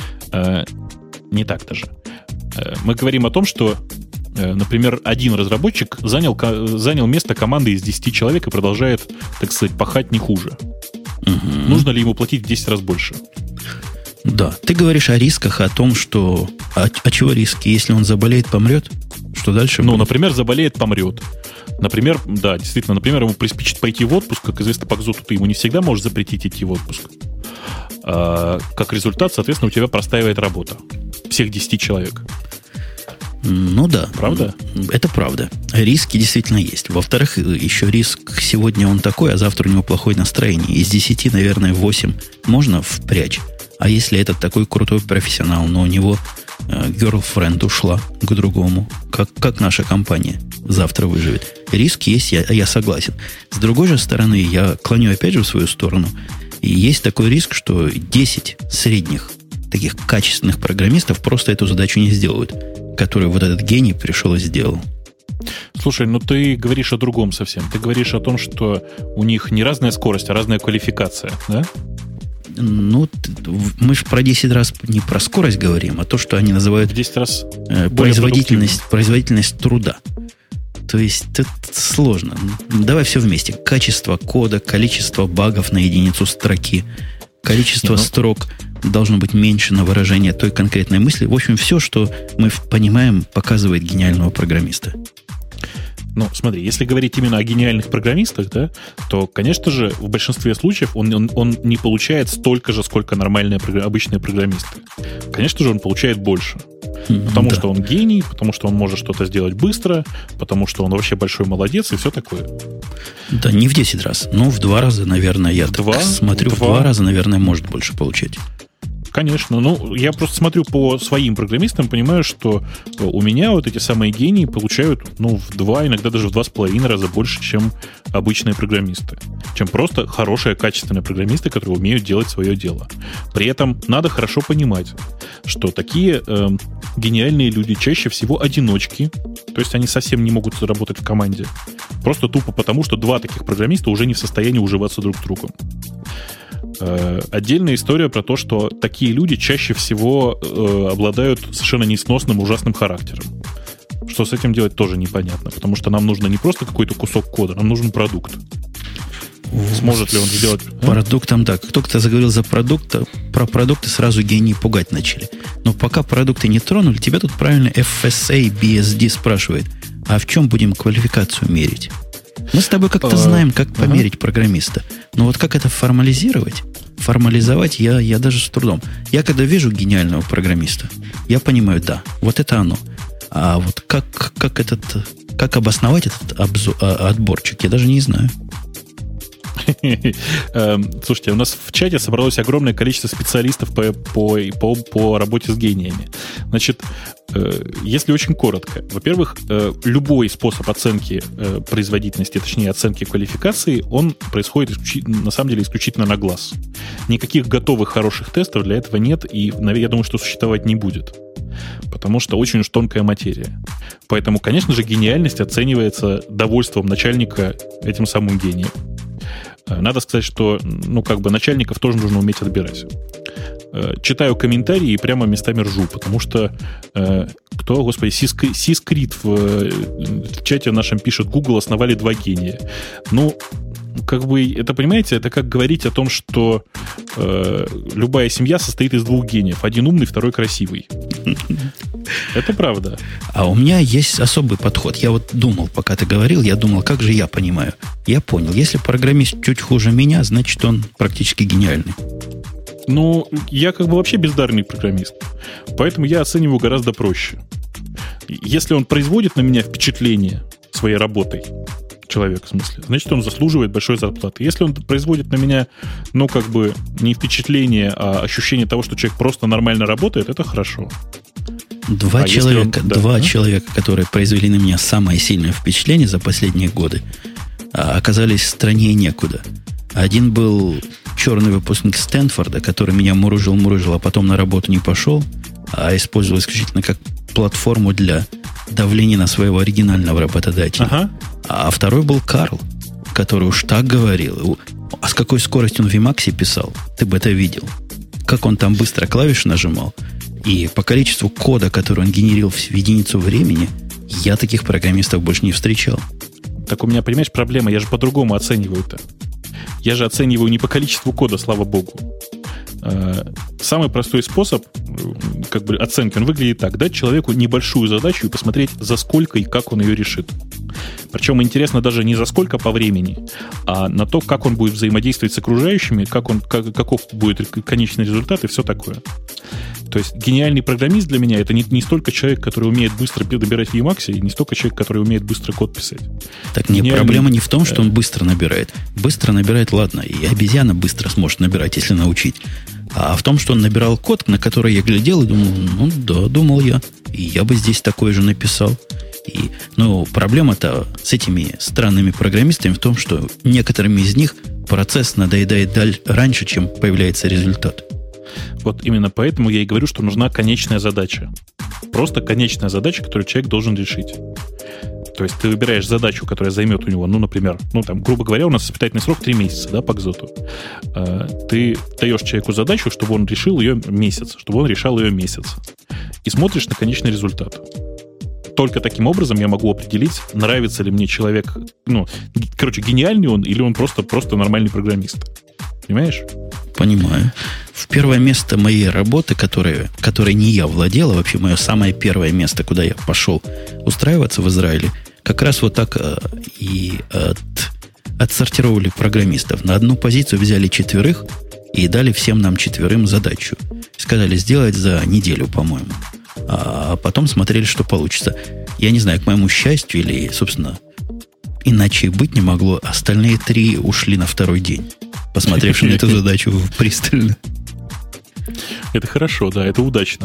не так даже. Мы говорим о том, что, например, один разработчик занял место команды из 10 человек и продолжает, так сказать, пахать не хуже. Угу. Нужно ли ему платить в 10 раз больше? Да. Ты говоришь о рисках, о том, что... А чего риски? Если он заболеет, помрет? Что дальше будет? Например, заболеет, помрет. Например, да, действительно, например, ему приспичит пойти в отпуск, как известно по ГЗОТу, ты ему не всегда можешь запретить идти в отпуск. Как результат, соответственно, у тебя простаивает работа. Всех 10 человек. Ну да. Правда? Это правда. Риски действительно есть. Во-вторых, еще риск сегодня он такой, а завтра у него плохое настроение. Из 10, наверное, 8 можно впрячь. А если этот такой крутой профессионал, но у него girlfriend ушла к другому, как наша компания завтра выживет? Риск есть, я согласен. С другой же стороны, я клоню опять же в свою сторону. И есть такой риск, что 10 средних таких качественных программистов просто эту задачу не сделают, которую вот этот гений пришел и сделал. Слушай, ты говоришь о другом совсем. Ты говоришь о том, что у них не разная скорость, а разная квалификация, да? Мы же про 10 раз не про скорость говорим, а то, что они называют 10 раз производительность труда. То есть это сложно. Давай все вместе. Качество кода, количество багов на единицу строки, количество строк должно быть меньше на выражение той конкретной мысли. В общем, все, что мы понимаем, показывает гениального программиста. Смотри, если говорить именно о гениальных программистах, да, то, конечно же, в большинстве случаев он не получает столько же, сколько нормальные обычные программисты. Конечно же, он получает больше. Потому что он гений, потому что он может что-то сделать быстро, потому что он вообще большой молодец и все такое. Да, не в 10 раз, но в 2 раза, наверное, я так смотрю, в 2 раза, наверное, может больше получать. Конечно. Я просто смотрю по своим программистам, понимаю, что у меня вот эти самые гении получают, в 2, иногда даже в 2,5 раза больше, чем обычные программисты. Чем просто хорошие, качественные программисты, которые умеют делать свое дело. При этом надо хорошо понимать, что такие гениальные люди чаще всего одиночки, то есть они совсем не могут работать в команде. Просто тупо потому, что 2 таких программиста уже не в состоянии уживаться друг с другом. Отдельная история про то, что такие люди чаще всего обладают совершенно несносным, ужасным характером. Что с этим делать, тоже непонятно, потому что нам нужно не просто какой-то кусок кода, нам нужен продукт. Сможет ли он сделать... Продуктом, да. Кто-то заговорил про продукты сразу гении пугать начали. Но пока продукты не тронули, тебя тут правильно FSA, BSD спрашивает, а в чем будем квалификацию мерить? Мы с тобой как-то знаем, как померить программиста. Но вот как это формализовать я даже с трудом. Я когда вижу гениального программиста, я понимаю, да, вот это оно. А вот как обосновать этот отборчик, я даже не знаю. Слушайте, у нас в чате собралось огромное количество специалистов по работе с гениями. Значит, если очень коротко, во-первых, любой способ оценки производительности, точнее оценки квалификации, он происходит на самом деле исключительно на глаз. Никаких готовых хороших тестов для этого нет, и я думаю, что существовать не будет. потому что очень уж тонкая материя. Поэтому, конечно же, гениальность оценивается довольством начальника этим самым гением. Надо сказать, что начальников тоже нужно уметь отбирать. Читаю комментарии и прямо местами ржу, потому что Сискрит в чате нашем пишет: Google основали 2 гения. Это, понимаете, это как говорить о том, что любая семья состоит из 2 гениев. Один умный, второй красивый. Это правда. А у меня есть особый подход. Я вот думал, пока ты говорил, как же я понимаю. Я понял, если программист чуть хуже меня, значит, он практически гениальный. Я вообще бездарный программист. Поэтому я оцениваю гораздо проще. Если он производит на меня впечатление своей работой, человек, в смысле, значит, он заслуживает большой зарплаты. Если он производит на меня, не впечатление, а ощущение того, что человек просто нормально работает, это хорошо. Два человека, которые произвели на меня самое сильное впечатление за последние годы, оказались страннее некуда. Один был черный выпускник Стэнфорда, который меня мурыжил, а потом на работу не пошел, а использовал исключительно как платформу для давления на своего оригинального работодателя. Ага. А второй был Карл, который уж так говорил. А с какой скоростью он в Emacs писал? Ты бы это видел. Как он там быстро клавиши нажимал. И по количеству кода, который он генерил в единицу времени, я таких программистов больше не встречал. Так у меня, понимаешь, проблема. Я же по-другому оцениваю это. Я же оцениваю не по количеству кода, слава богу. Самый простой способ оценки, он выглядит так: дать человеку небольшую задачу и посмотреть, за сколько и как он ее решит. Причем интересно даже не за сколько по времени, а на то, как он будет взаимодействовать с окружающими, каков будет конечный результат и все такое. То есть гениальный программист для меня — это не столько человек, который умеет быстро набирать в Emacs, и не столько человек, который умеет быстро код писать. Так проблема не в том, что он быстро набирает. Быстро набирает, ладно, и обезьяна быстро сможет набирать, если научить. А в том, что он набирал код, на который я глядел и думал, думал я, и я бы здесь такой же написал. Проблема-то с этими странными программистами в том, что некоторым из них процесс надоедает раньше, чем появляется результат. Вот именно поэтому я и говорю, что нужна конечная задача. Просто конечная задача, которую человек должен решить. То есть ты выбираешь задачу, которая займет у него, например, грубо говоря, у нас испытательный срок 3 месяца, да, по Кзоту. Ты даешь человеку задачу, чтобы он решил ее месяц, чтобы он решал ее месяц. И смотришь на конечный результат. Только таким образом я могу определить, нравится ли мне человек, гениальный он или он просто нормальный программист. Понимаешь? Понимаю. В первое место моей работы, которой не я владел, а вообще мое самое первое место, куда я пошел устраиваться в Израиле, как раз вот так и отсортировали программистов. На одну позицию взяли 4 и дали всем нам 4 задачу. Сказали сделать за неделю, по-моему. А потом смотрели, что получится. Я не знаю, к моему счастью или, собственно, иначе и быть не могло, остальные 3 ушли на второй день, посмотревши на эту задачу пристально. Это хорошо, да, это удачно.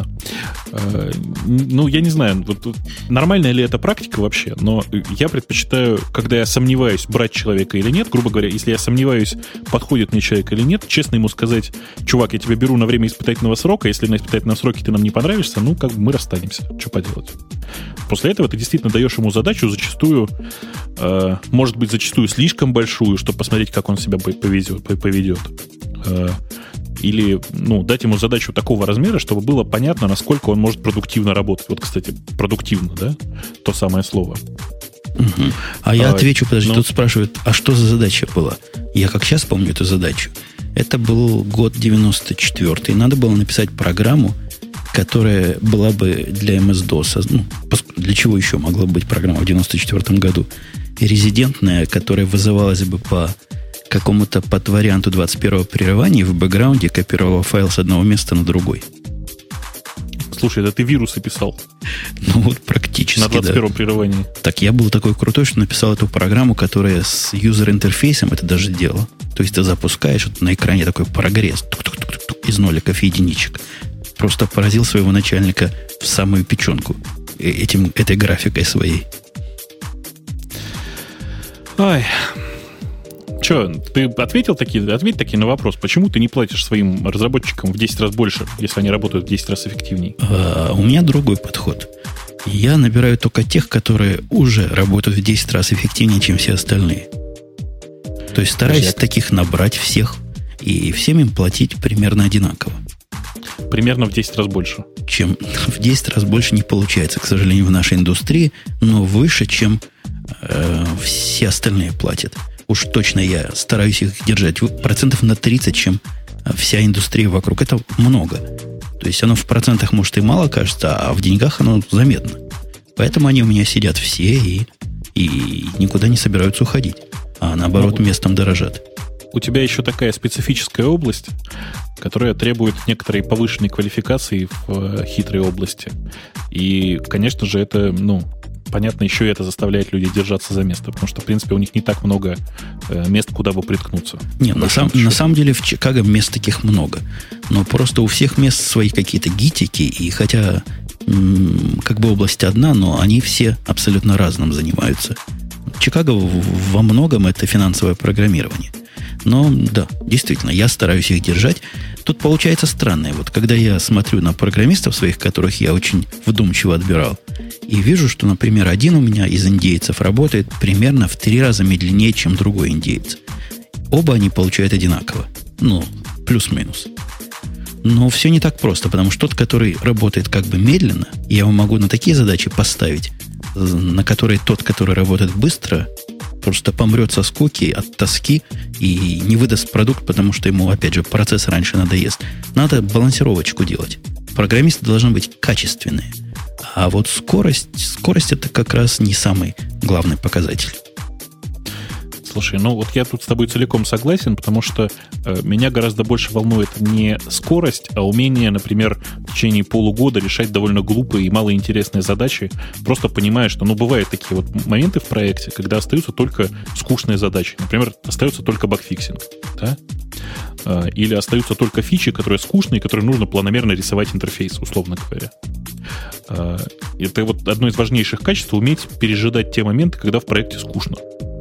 Я не знаю, нормальная ли это практика вообще, но я предпочитаю, когда я сомневаюсь, брать человека или нет, грубо говоря, если я сомневаюсь, подходит мне человек или нет, честно ему сказать: чувак, я тебя беру на время испытательного срока, если на испытательном сроке ты нам не понравишься, мы расстанемся, что поделать. После этого ты действительно даешь ему задачу, зачастую, может быть, слишком большую, чтобы посмотреть, как он себя поведет. Или дать ему задачу такого размера, чтобы было понятно, насколько он может продуктивно работать. Вот, кстати, продуктивно, да? То самое слово. Угу. Я отвечу, подожди, тут спрашивают, а что за задача была? Я как сейчас помню эту задачу. Это был год 94-й. Надо было написать программу, которая была бы для MS-DOS. Для чего еще могла быть программа в 94-м году? Резидентная, которая вызывалась бы по какому-то подварианту 21-го прерывания и в бэкграунде копировала файл с одного места на другой. Слушай, да ты вирусы писал. Практически, на 21-м прерывании. Так я был такой крутой, что написал эту программу, которая с юзер-интерфейсом это даже делала. То есть ты запускаешь на экране такой прогресс из ноликов и единичек. Просто поразил своего начальника в самую печенку этой графикой своей. Ой. Че, ты ответь таки на вопрос, почему ты не платишь своим разработчикам в 10 раз больше, если они работают в 10 раз эффективнее? У меня другой подход. Я набираю только тех, которые уже работают в 10 раз эффективнее, чем все остальные. То есть стараюсь таких набрать всех и всем им платить примерно одинаково. Примерно в 10 раз больше. Чем в 10 раз больше не получается, к сожалению, в нашей индустрии, но выше, чем все остальные платят. Уж точно я стараюсь их держать процентов на 30, чем вся индустрия вокруг. Это много. То есть оно в процентах, может, и мало кажется, а в деньгах оно заметно. Поэтому они у меня сидят все и никуда не собираются уходить. А наоборот, местом дорожат. У тебя еще такая специфическая область, которая требует некоторой повышенной квалификации в хитрой области. И, конечно же, это, понятно, еще и это заставляет людей держаться за место, потому что, в принципе, у них не так много мест, куда бы приткнуться. Нет, на самом деле в Чикаго мест таких много. Но просто у всех мест свои какие-то гитики, и хотя как бы область одна, но они все абсолютно разным занимаются. Чикаго во многом это финансовое программирование. Но да, действительно, я стараюсь их держать. Тут получается странное. Вот когда я смотрю на программистов своих, которых я очень вдумчиво отбирал, и вижу, что, например, один у меня из индейцев работает примерно в 3 раза медленнее, чем другой индеец. Оба они получают одинаково. Плюс-минус. Но все не так просто, потому что тот, который работает как бы медленно, я его могу на такие задачи поставить, на которые тот, который работает быстро, просто помрет со скуки, от тоски и не выдаст продукт, потому что ему, опять же, процесс раньше надоест. Надо балансировочку делать. Программисты должны быть качественные. А вот скорость это как раз не самый главный показатель. Слушай, вот я тут с тобой целиком согласен, потому что меня гораздо больше волнует не скорость, а умение, например, в течение полугода решать довольно глупые и малоинтересные задачи, просто понимая, что, бывают такие вот моменты в проекте, когда остаются только скучные задачи. Например, остается только багфиксинг, да? Или остаются только фичи, которые скучные, которые нужно планомерно рисовать интерфейс, условно говоря. Это вот одно из важнейших качеств — уметь пережидать те моменты, когда в проекте скучно.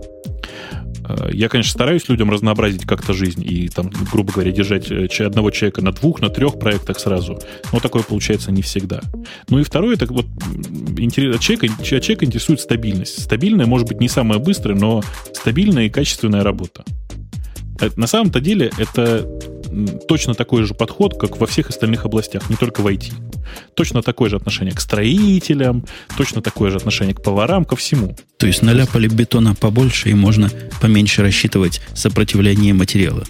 Я, конечно, стараюсь людям разнообразить как-то жизнь и, там, грубо говоря, держать одного человека на 2, на 3 проектах сразу. Но такое получается не всегда. И второе, это вот человека интересует стабильность. Стабильная, может быть, не самая быстрая, но стабильная и качественная работа. На самом-то деле это точно такой же подход, как во всех остальных областях, не только в IT. Точно такое же отношение к строителям, точно такое же отношение к поварам, ко всему. То есть наляпали бетона побольше, и можно поменьше рассчитывать сопротивление материала.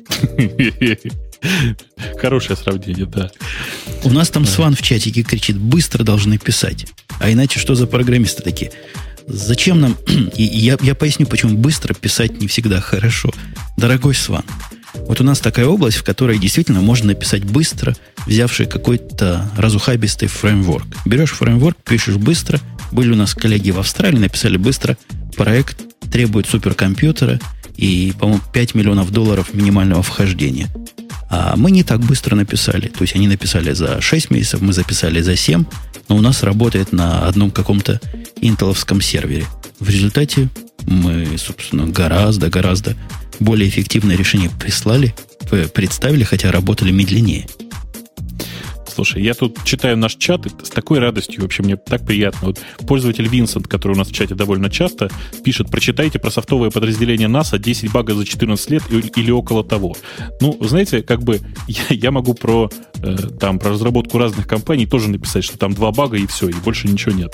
Хорошее сравнение, да. У нас там Сван в чатике кричит: быстро должны писать. А иначе что за программисты такие? Зачем нам... Я поясню, почему быстро писать не всегда хорошо. Дорогой Сван, вот у нас такая область, в которой действительно можно написать быстро, взявший какой-то разухабистый фреймворк. Берешь фреймворк, пишешь быстро. Были у нас коллеги в Австралии, написали быстро. Проект требует суперкомпьютера и, по-моему, $5 миллионов минимального вхождения. А мы не так быстро написали. То есть они написали за 6 месяцев, мы записали за 7, но у нас работает на одном каком-то интеловском сервере. В результате мы, собственно, гораздо более эффективное решение представили, хотя работали медленнее. Слушай, я тут читаю наш чат, и с такой радостью, вообще мне так приятно. Вот пользователь Винсент, который у нас в чате довольно часто, пишет: прочитайте про софтовое подразделение НАСА 10 багов за 14 лет или около того. Знаете, как бы я могу про разработку разных компаний тоже написать, что там 2 бага и все, и больше ничего нет.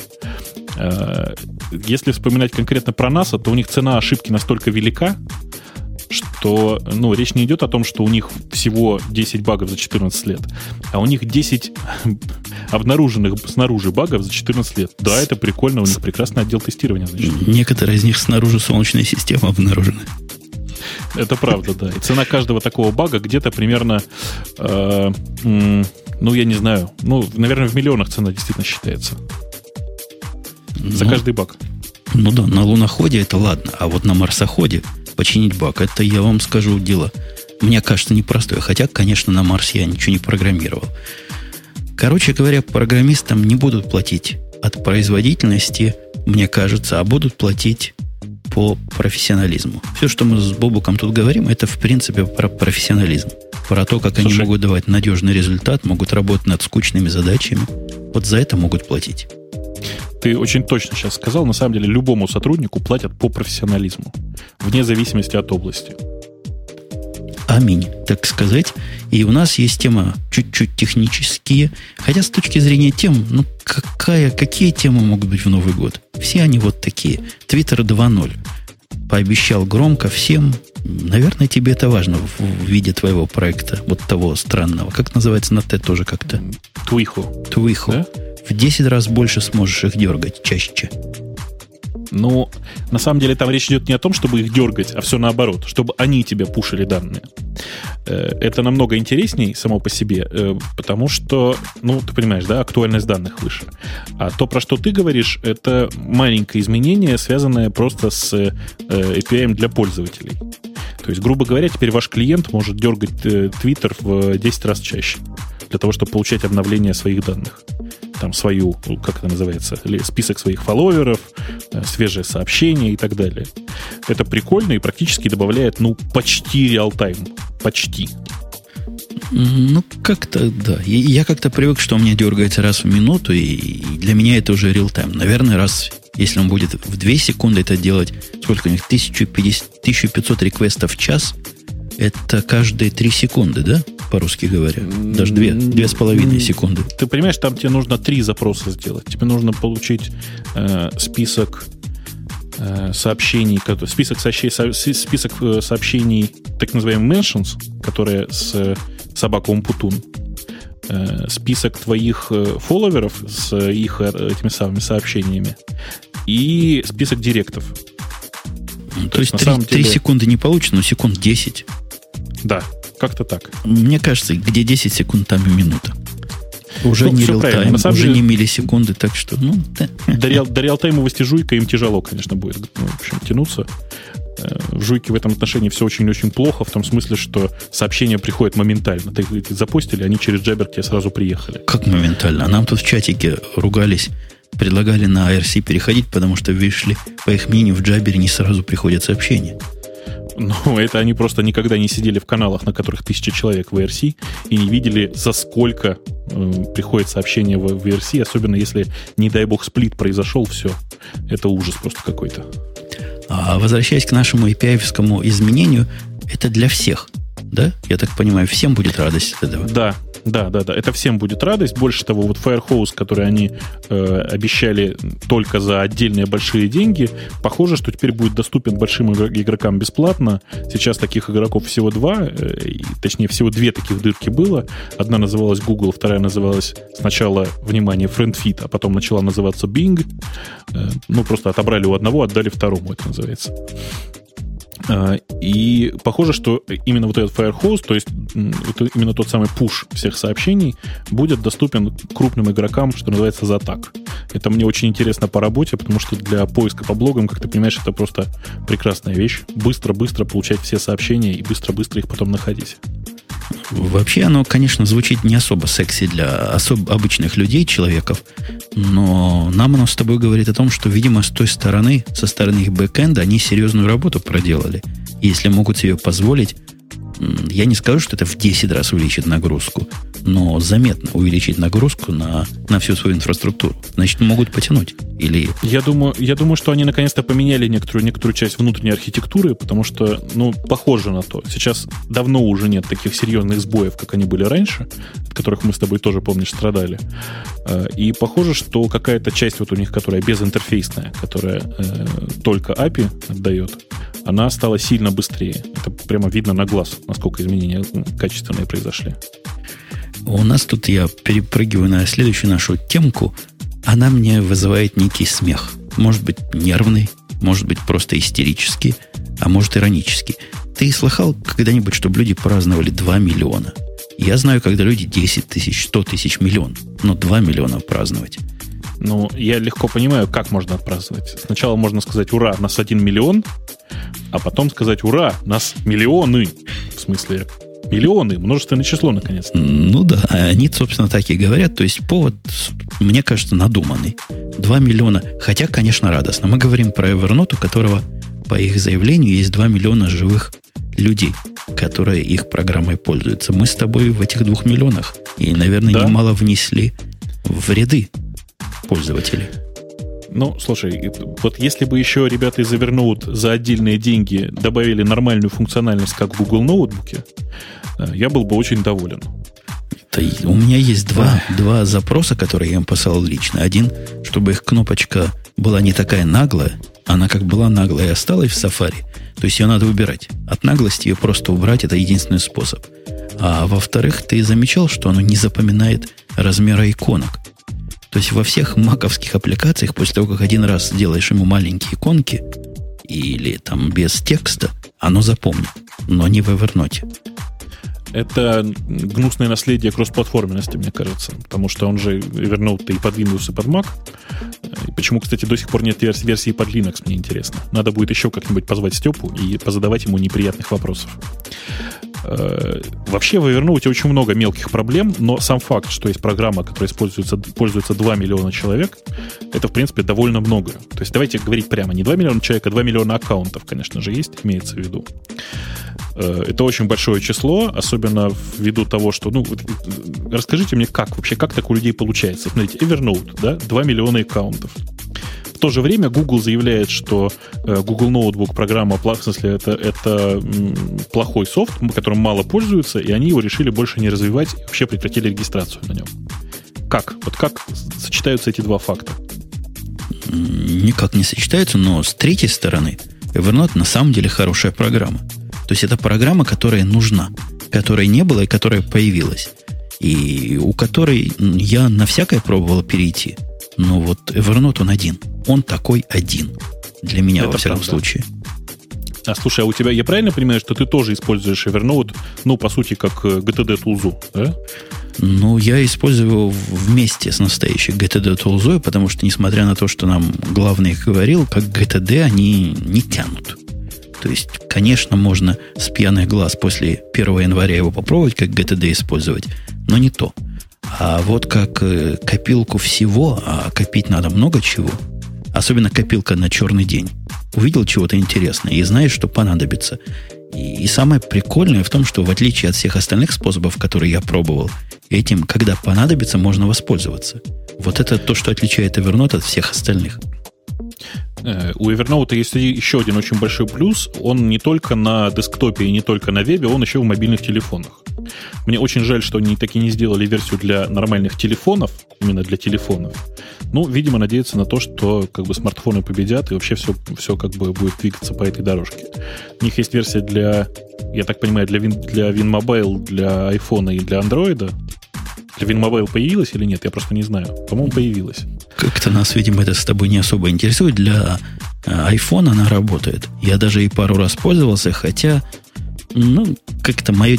Если вспоминать конкретно про НАСА, то у них цена ошибки настолько велика, что речь не идет о том, что у них всего 10 багов за 14 лет, а у них 10 обнаруженных снаружи багов за 14 лет. Да, это прикольно, у них прекрасный отдел тестирования. Значит. Некоторые из них снаружи Солнечной системы обнаружены. Это правда, да. И цена каждого такого бага где-то примерно, я не знаю, наверное, в миллионах цена действительно считается. За каждый баг. Да, на луноходе это ладно, а вот на марсоходе починить баг, это, я вам скажу, дело, мне кажется, непростое. Хотя, конечно, на Марсе я ничего не программировал. Короче говоря, программистам не будут платить от производительности, мне кажется, а будут платить по профессионализму. Все, что мы с Бобуком тут говорим, это, в принципе, про профессионализм. Про то, как они могут давать надежный результат, могут работать над скучными задачами. Вот за это могут платить. Ты очень точно сейчас сказал. На самом деле, любому сотруднику платят по профессионализму. Вне зависимости от области. Аминь, так сказать. И у нас есть тема чуть-чуть технические. Хотя с точки зрения тем, ну какие темы могут быть в Новый год? Все они вот такие. Twitter 2.0. Пообещал громко всем. Наверное, тебе это важно в виде твоего проекта, вот того странного. Как называется на Т тоже как-то? Твихо. Да? В 10 раз больше сможешь их дергать чаще. Ну, на самом деле там речь идет не о том, чтобы их дергать, а все наоборот, чтобы они тебе пушили данные. Это намного интересней само по себе, потому что, ну, ты понимаешь, да, актуальность данных выше. А то, про что ты говоришь, это маленькое изменение, связанное просто с API для пользователей. То есть, грубо говоря, теперь ваш клиент может дергать Twitter в 10 раз чаще для того, чтобы получать обновление своих данных. Там свою, как это называется, список своих фолловеров, свежие сообщения и так далее. Это прикольно и практически добавляет, ну, почти реал-тайм. Почти. Ну, как-то, да. Я как-то привык, что у меня дергается раз в минуту, и для меня это уже реал-тайм. Наверное, раз, если он будет в 2 секунды это делать, сколько у них, 1500 реквестов в час, это каждые 3 секунды, да? По-русски говоря. Даже 2,5 секунды. Ты понимаешь, там тебе нужно 3 запроса сделать. Тебе нужно получить список сообщений, список сообщений, так называемых mentions, которые с собакой Умпутун, список твоих фолловеров с их этими самыми сообщениями и список директов. То есть 3 секунды не получится, но секунд 10. Да, как-то так. Мне кажется, где 10 секунд, там и минута. Уже не реал-тайм, уже не миллисекунды, так что, ну, да. До реал-таймовости жуйка им тяжело, конечно, будет, в общем, тянуться. В жуйке в этом отношении все очень-очень плохо, в том смысле, что сообщения приходят моментально. Ты запостили, они через Jabber тебе сразу приехали. Как моментально? А нам тут в чатике ругались, предлагали на IRC переходить, потому что, видишь ли, по их мнению, в Jabber не сразу приходят сообщения. Ну, это они просто никогда не сидели в каналах, на которых 1000 человек в IRC, и не видели, за сколько приходит сообщение в IRC, особенно если, не дай бог, сплит произошел, все. Это ужас просто какой-то. А возвращаясь к нашему API-овскому изменению, это для всех, да? Я так понимаю, всем будет радость от этого. Да. Это всем будет радость. Больше того, вот Firehose, который они обещали только за отдельные большие деньги, похоже, что теперь будет доступен большим игрокам бесплатно. Сейчас таких игроков всего 2, точнее, всего 2 таких дырки было. Одна называлась Google, вторая называлась сначала, внимание, FriendFeed, а потом начала называться Bing. Ну, просто отобрали у одного, отдали второму, это называется. И похоже, что именно вот этот Firehose, то есть именно тот самый пуш всех сообщений, будет доступен крупным игрокам, что называется, за так. Это мне очень интересно по работе, потому что для поиска по блогам, как ты понимаешь, это просто прекрасная вещь. Быстро-быстро получать все сообщения и быстро-быстро их потом находить. Вообще оно, конечно, звучит не особо секси для обычных людей, человеков, но нам оно с тобой говорит о том, что, видимо, с той стороны, со стороны их бэкэнда, они серьезную работу проделали. И если могут себе позволить, я не скажу, что это в 10 раз увеличит нагрузку, но заметно увеличить нагрузку на всю свою инфраструктуру. Значит, могут потянуть. Или... Я думаю, что они наконец-то поменяли некоторую часть внутренней архитектуры, потому что, ну, похоже на то. Сейчас давно уже нет таких серьезных сбоев, как они были раньше, от которых мы с тобой тоже, помнишь, страдали. И похоже, что какая-то часть вот у них, которая безинтерфейсная, которая только API отдает, она стала сильно быстрее. Это прямо видно на глаз, насколько изменения качественные произошли. У нас тут, я перепрыгиваю на следующую нашу темку, она мне вызывает некий смех. Может быть, нервный, может быть, просто истерический, а может, иронический. Ты слыхал когда-нибудь, чтобы люди праздновали 2 миллиона? Я знаю, когда люди 10 тысяч, 100 тысяч, миллион, но 2 миллиона праздновать. Ну, я легко понимаю, как можно отпраздновать. Сначала можно сказать «Ура, нас 1 миллион», а потом сказать «Ура, нас миллионы». В смысле, миллионы, множественное число, наконец. Ну да, они, собственно, так и говорят. То есть повод, мне кажется, надуманный. 2 миллиона. Хотя, конечно, радостно. Мы говорим про Evernote, у которого по их заявлению, есть 2 миллиона живых людей, которые их программой пользуются. Мы с тобой в этих 2 миллионах. И, наверное, немало внесли в ряды пользователей. Ну, слушай, вот если бы еще ребята из Evernote за отдельные деньги добавили нормальную функциональность, как в Google ноутбуке, я был бы очень доволен. У меня есть два запроса, которые я им посылал лично. Один, чтобы их кнопочка была не такая наглая, она как была наглая и осталась в Safari. То есть ее надо убирать. От наглости ее просто убрать, это единственный способ. А во-вторых, ты замечал, что оно не запоминает размера иконок. То есть во всех маковских аппликациях, после того, как один раз сделаешь ему маленькие иконки, или там без текста, оно запомнит, но не в Evernote. Это гнусное наследие кроссплатформенности, мне кажется. Потому что он же Evernote и под Windows, и под Mac. И почему, кстати, до сих пор нет версии под Linux, мне интересно. Надо будет еще как-нибудь позвать Степу и позадавать ему неприятных вопросов. Вообще в Evernote очень много мелких проблем, но сам факт, что есть программа, которая пользуется 2 миллиона человек, это, в принципе, довольно много. То есть давайте говорить прямо, не 2 миллиона человек, а 2 миллиона аккаунтов, конечно же, есть, имеется в виду. Это очень большое число, особенно ввиду того, что... расскажите мне, как так у людей получается. Смотрите, Evernote, да, 2 миллиона аккаунтов. В то же время Google заявляет, что Google Notebook программа, в смысле, это плохой софт, которым мало пользуются, и они его решили больше не развивать и вообще прекратили регистрацию на нем. Как? Вот как сочетаются эти два факта? Никак не сочетаются, но с третьей стороны Evernote на самом деле хорошая программа. То есть это программа, которая нужна, которой не было и которая появилась. И у которой я на всякое пробовал перейти. Но вот Evernote он один. Он такой один. Для меня, это во всяком случае. Слушай, а у тебя, я правильно понимаю, что ты тоже используешь Evernote, по сути, как GTD Toolz, да? Я использую его вместе с настоящей GTD Toolz, потому что, несмотря на то, что нам главный говорил, как GTD они не тянут. То есть, конечно, можно с пьяных глаз после 1 января его попробовать, как GTD использовать, но не то. А вот как копилку всего, а копить надо много чего, особенно копилка на черный день. Увидел чего-то интересное и знаешь, что понадобится. И самое прикольное в том, что в отличие от всех остальных способов, которые я пробовал, этим, когда понадобится, можно воспользоваться. Вот это то, что отличает Evernote от всех остальных. У Evernote есть еще один очень большой плюс. Он не только на десктопе и не только на вебе, он еще в мобильных телефонах. Мне очень жаль, что они так и не сделали версию для нормальных телефонов, именно для телефонов. Видимо, надеются на то, что смартфоны победят и вообще все будет двигаться по этой дорожке. У них есть версия для, я так понимаю, для WinMobile, для iPhone и для Android. Для WinMobile появилась или нет? Я просто не знаю. По-моему, появилась. Как-то нас, видимо, это с тобой не особо интересует. Для iPhone она работает. Я даже и пару раз пользовался, хотя как-то мое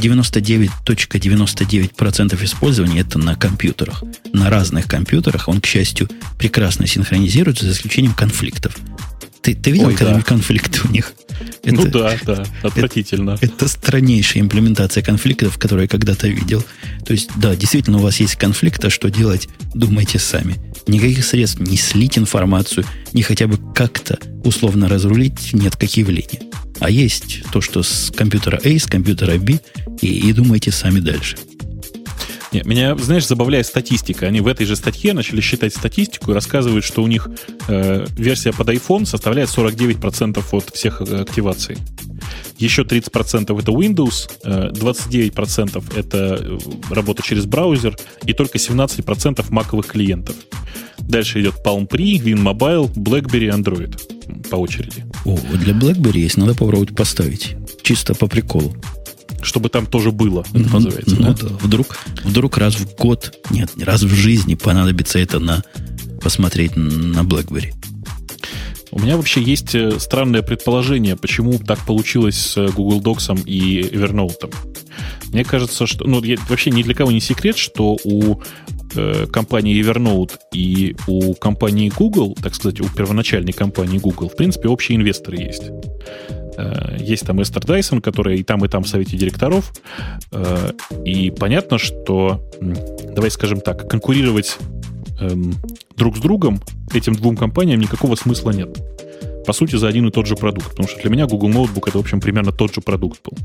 99.99% использования это на компьютерах. На разных компьютерах. Он, к счастью, прекрасно синхронизируется, за исключением конфликтов. Ты видел когда-нибудь конфликты у них? Да, отвратительно. Это страннейшая имплементация конфликтов, которую я когда-то видел. То есть, да, действительно, у вас есть конфликт, а что делать, думайте сами. Никаких средств не слить информацию, ни хотя бы как-то условно разрулить нет как явления. А есть то, что с компьютера A, с компьютера B, и думайте сами дальше. Меня, забавляет статистика. Они в этой же статье начали считать статистику и рассказывают, что у них версия под iPhone составляет 49% от всех активаций. Еще 30% это Windows, 29% это работа через браузер и только 17% маковых клиентов. Дальше идет Palm Pre, WinMobile, BlackBerry, Android по очереди. Для BlackBerry есть, надо попробовать поставить. Чисто по приколу. Чтобы там тоже было, это называется. Да. Вдруг раз в год, нет, раз в жизни понадобится это посмотреть на BlackBerry. У меня вообще есть странное предположение, почему так получилось с Google Docs и Evernote. Мне кажется, что... вообще ни для кого не секрет, что у компании Evernote и у компании Google, так сказать, у первоначальной компании Google, в принципе, общие инвесторы есть. Есть там Эстер Дайсон, которая и там в совете директоров. И понятно, что, давай скажем так, конкурировать друг с другом этим двум компаниям никакого смысла нет. по сути, за один и тот же продукт. Потому что для меня Google Notebook — это, в общем, примерно тот же продукт был.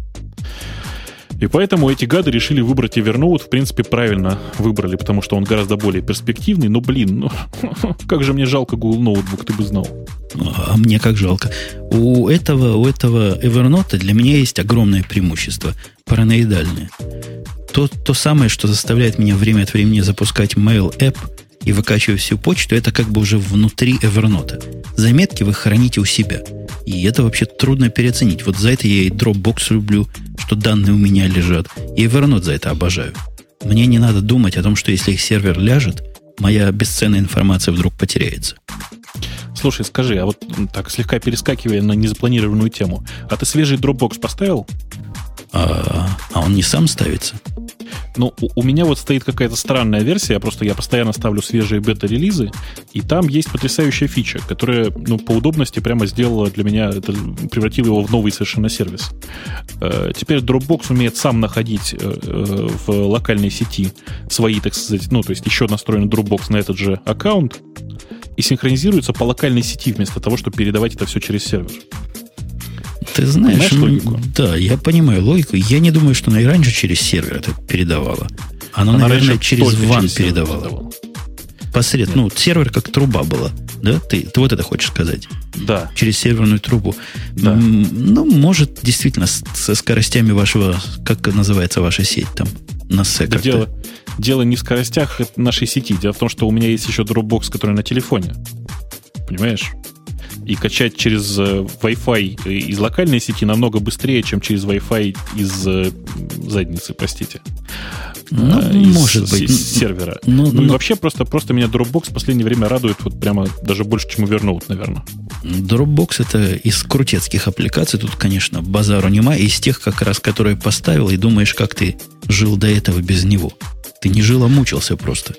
И поэтому эти гады решили выбрать Evernote. В принципе, правильно выбрали, потому что он гораздо более перспективный. Но, как же мне жалко Google Notebook, ты бы знал. А мне как жалко. У этого Evernote для меня есть огромное преимущество. Параноидальное. То самое, что заставляет меня время от времени запускать Mail App и выкачивать всю почту, это как бы уже внутри Evernote. Заметки вы храните у себя. И это вообще трудно переоценить. Вот за это я и Dropbox люблю, что данные у меня лежат. И Evernote за это обожаю. Мне не надо думать о том, что если их сервер ляжет, моя бесценная информация вдруг потеряется. Слушай, скажи, а вот так, слегка перескакивая на незапланированную тему, а ты свежий Dropbox поставил? А он не сам ставится? Ну, у меня вот стоит какая-то странная версия, я постоянно ставлю свежие бета-релизы, и там есть потрясающая фича, которая, по удобности прямо сделала для меня, превратила его в новый совершенно сервис. Теперь Dropbox умеет сам находить в локальной сети свои, так сказать, то есть еще настроен Dropbox на этот же аккаунт и синхронизируется по локальной сети вместо того, чтобы передавать это все через сервер. Ты знаешь, логику? Да, я понимаю логику. Я не думаю, что она и раньше через сервер это передавала. Она наверное, через WAN передавала. Сервер как труба была. Да? Ты вот это хочешь сказать? Да. Через серверную трубу. Да. Может, действительно, со скоростями вашего, как называется ваша сеть там, на сек. Дело не в скоростях нашей сети. Дело в том, что у меня есть еще Dropbox, который на телефоне. Понимаешь? И качать через Wi-Fi из локальной сети намного быстрее, чем через Wi-Fi из задницы, простите. Может быть. Из сервера. И вообще просто меня Dropbox в последнее время радует вот прямо даже больше, чем Evernote, наверное. Dropbox — это из крутецких аппликаций. Тут, конечно, базару нема. Из тех, как раз, которые поставил, и думаешь, как ты жил до этого без него. Ты не жил, а мучился просто.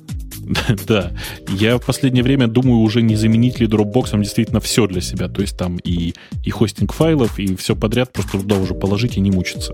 Да, я в последнее время думаю, уже не заменить ли Dropbox действительно все для себя. То есть там и хостинг файлов, и все подряд просто туда уже положить и не мучиться.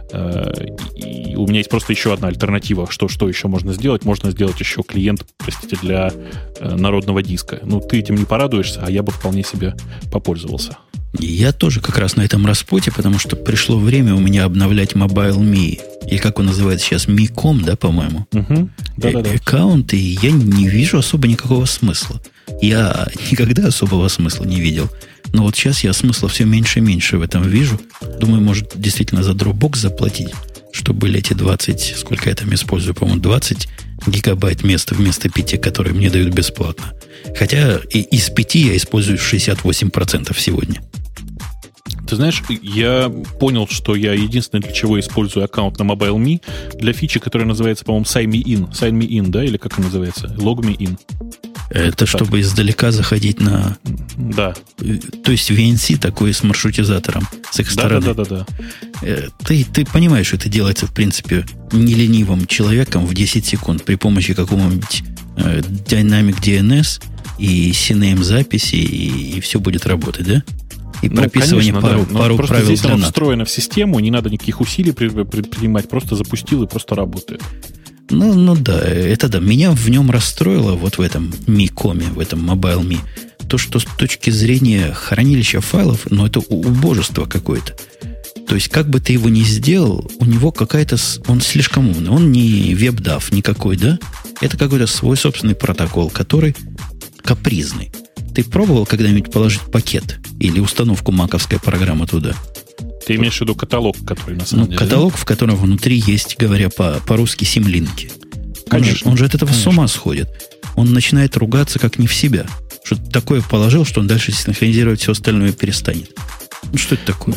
И у меня есть просто еще одна альтернатива. Что еще можно сделать? Можно сделать еще клиент, для народного диска. Ты этим не порадуешься, а я бы вполне себе попользовался. Я тоже как раз на этом распуте, потому что пришло время у меня обновлять MobileMe. И как он называется сейчас? Mi.com, да, по-моему? Угу. Да-да-да. Аккаунт, и я не вижу особо никакого смысла. Я никогда особого смысла не видел. Но вот сейчас я смысла все меньше и меньше в этом вижу. Думаю, может, действительно за Dropbox заплатить, чтобы были эти 20, сколько я там использую, по-моему, 20 гигабайт места вместо 5, которые мне дают бесплатно. Хотя из 5 я использую 68% сегодня. Ты знаешь, я понял, что я единственное, для чего использую аккаунт на MobileMe, для фичи, которая называется, по-моему, Sign Me In, да, или как она называется? Log Me In. Это чтобы издалека заходить на... Да. То есть VNC такой с маршрутизатором с их стороны. Да. Ты понимаешь, что это делается, в принципе, не ленивым человеком в 10 секунд при помощи какого-нибудь Dynamic DNS и CNAME записи, и все будет работать, да? И прописывание конечно, пару правил здесь для оно NAT. встроено в систему, не надо никаких усилий предпринимать, просто запустил и просто работает. Да, это да. Меня в нем расстроило вот в этом Mi.com, в этом MobileMe, то, что с точки зрения хранилища файлов, это убожество какое-то. То есть, как бы ты его ни сделал, у него какая-то... Он слишком умный. Он не WebDAV никакой, да? Это какой-то свой собственный протокол, который капризный. Ты пробовал когда-нибудь положить пакет или установку маковской программы туда? Ты имеешь в виду каталог, который на самом деле... Каталог, в котором внутри есть, говоря по-русски, симлинки. Конечно. Он же от этого с ума сходит. Он начинает ругаться как не в себя. Что-то такое положил, что он дальше синхронизировать все остальное перестанет. Что это такое?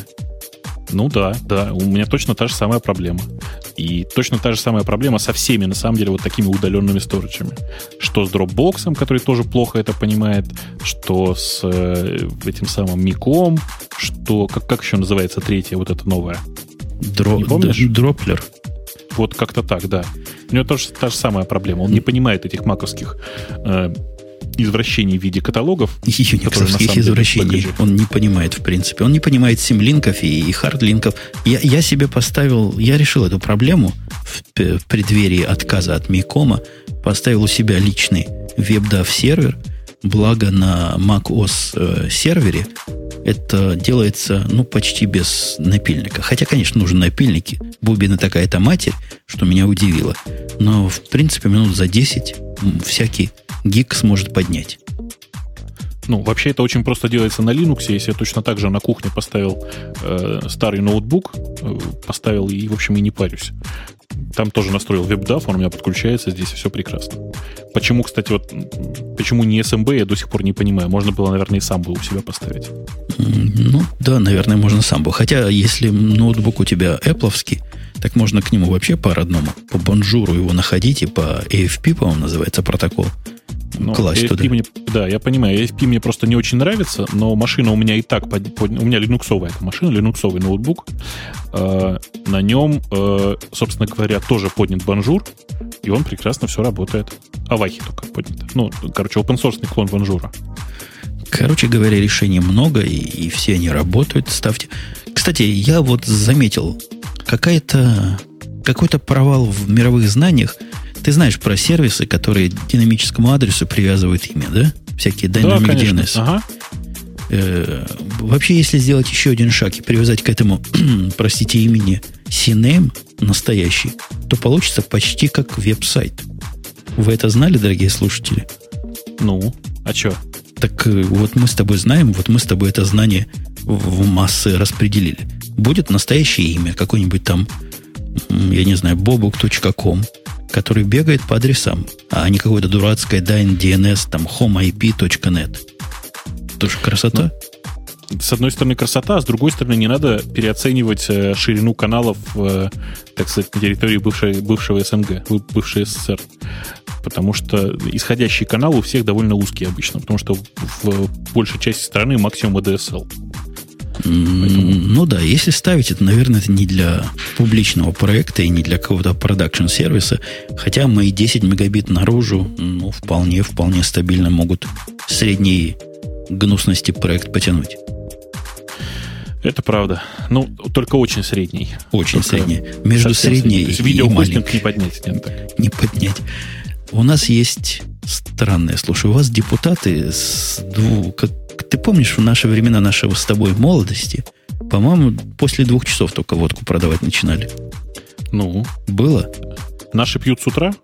Да. У меня точно та же самая проблема. И точно та же самая проблема со всеми, на самом деле, вот такими удаленными сториджами. Что с Dropbox, который тоже плохо это понимает, что с этим самым Миком, что... Как еще называется третья вот эта новая? Дроплер. Вот как-то так, да. У него тоже та же самая проблема. Он не понимает этих маковских извращений в виде каталогов. Юниксовских извращений он не понимает, в принципе. Он не понимает симлинков и хардлинков. Я себе поставил, я решил эту проблему в преддверии отказа от Микома, поставил у себя личный WebDAV сервер, Благо на macOS сервере это делается, почти без напильника. Хотя, конечно, нужны напильники. Бубина такая-то матерь, что меня удивило. Но, в принципе, минут за 10 всякий гик сможет поднять. Вообще это очень просто делается на Linux. Если я точно так же на кухне поставил старый ноутбук, поставил и, в общем, и не парюсь. Там тоже настроил WebDAV, он у меня подключается, здесь все прекрасно. Почему, кстати, почему не SMB, я до сих пор не понимаю. Можно было, наверное, и сам бы у себя поставить. Да, наверное, можно сам бы. Хотя, если ноутбук у тебя Apple'овский, так можно к нему вообще по-родному, по бонжуру его находить, и по AFP, по-моему, называется протокол. Класть AFP туда. Да, я понимаю. AFP мне просто не очень нравится, но машина у меня и так... У меня линуксовая машина, линуксовый ноутбук. На нем, собственно говоря, тоже поднят бонжур, и он прекрасно все работает. Авахи только поднят. Open-source клон бонжура. Короче говоря, решений много, и все они работают. Ставьте. Кстати, я заметил какой-то провал в мировых знаниях. Ты знаешь про сервисы, которые к динамическому адресу привязывают имя, да? Всякие Dynamic DNS. Ага. Вообще, если сделать еще один шаг и привязать к этому, имени CNAME настоящий, то получится почти как веб-сайт. Вы это знали, дорогие слушатели? А что? Так мы с тобой знаем, мы с тобой это знание в массы распределили. Будет настоящее имя, какое-нибудь там, я не знаю, bobuk.com, который бегает по адресам, а не какое-то дурацкое DNS, там, homeip.net. Тоже красота. С одной стороны красота, а с другой стороны не надо переоценивать ширину каналов, так сказать, на территории бывшего СНГ, бывшей СССР. Потому что исходящие каналы у всех довольно узкие обычно, потому что в большей части страны максимум ADSL. Поэтому... да, если ставить это, наверное, это не для публичного проекта и не для какого-то продакшн-сервиса, хотя мои 10 мегабит наружу, вполне стабильно могут средней гнусности проект потянуть. Это правда. Только очень средний. Очень средний. Между средней и видеохостинг не поднять. Не поднять. У нас есть странное, слушай, у вас депутаты ты помнишь, в наши времена нашего с тобой молодости, по-моему, после 2 часов только водку продавать начинали. Было? Наши пьют с утра?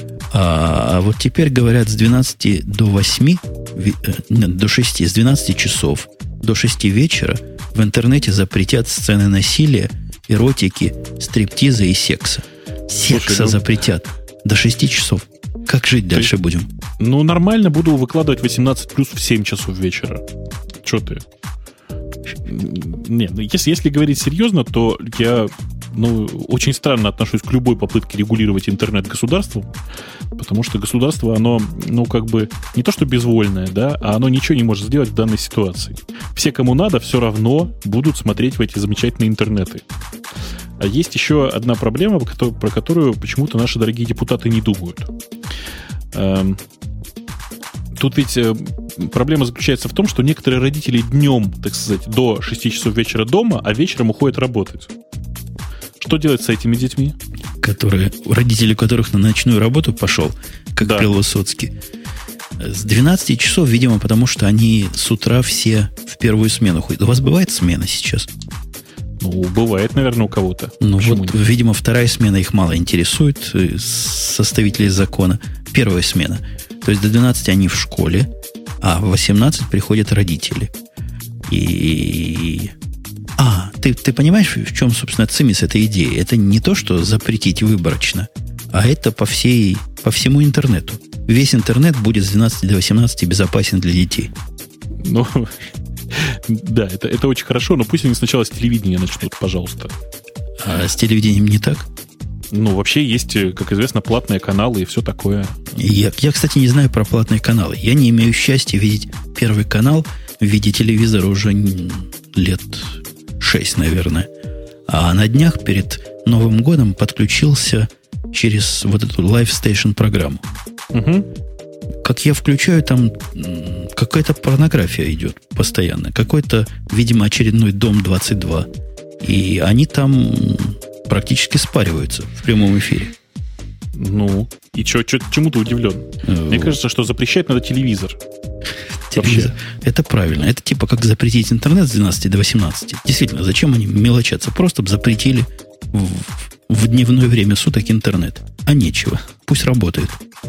А вот теперь говорят с 12 до 8, до 6, с 12 часов до 6 вечера в интернете запретят сцены насилия, эротики, стриптиза и секса. Секса запретят до 6 часов. Как жить дальше будем? Нормально буду выкладывать 18+ в 7 часов вечера. Че ты? Нет, если говорить серьезно, то я очень странно отношусь к любой попытке регулировать интернет государством, потому что государство, оно, не то что безвольное, да, а оно ничего не может сделать в данной ситуации. Все, кому надо, все равно будут смотреть в эти замечательные интернеты. А есть еще одна проблема, про которую почему-то наши дорогие депутаты не думают. Тут ведь проблема заключается в том, что некоторые родители днем, так сказать, до 6 часов вечера дома, а вечером уходят работать. Что делать с этими детьми? Родители которых на ночную работу пошел, как говорил Высоцкий. С 12 часов, видимо, потому что они с утра все в первую смену ходят. У вас бывает смена сейчас? Бывает, наверное, у кого-то. Видимо, вторая смена их мало интересует, составителей закона. Первая смена. То есть до 12 они в школе, а в 18 приходят родители. Ты понимаешь, в чем, собственно, цимис этой идеи? Это не то, что запретить выборочно, а это по всему интернету. Весь интернет будет с 12 до 18 безопасен для детей. Да, это очень хорошо, но пусть они сначала с телевидения начнут, пожалуйста. А с телевидением не так? Вообще есть, как известно, платные каналы и все такое. Я, кстати, не знаю про платные каналы. Я не имею счастья видеть Первый канал в виде телевизора уже лет 6, наверное. А на днях перед Новым годом подключился через вот эту Live Station программу. Угу. Как я включаю, там какая-то порнография идет постоянно. Какой-то, видимо, очередной Дом-22. И они там практически спариваются в прямом эфире. И чему ты удивлен? Мне кажется, что запрещать надо телевизор. телевизор. Это правильно. Это типа как запретить интернет с 12 до 18. Действительно, зачем они мелочатся? Просто бы запретили в дневное время суток интернет. А нечего. Пусть работает.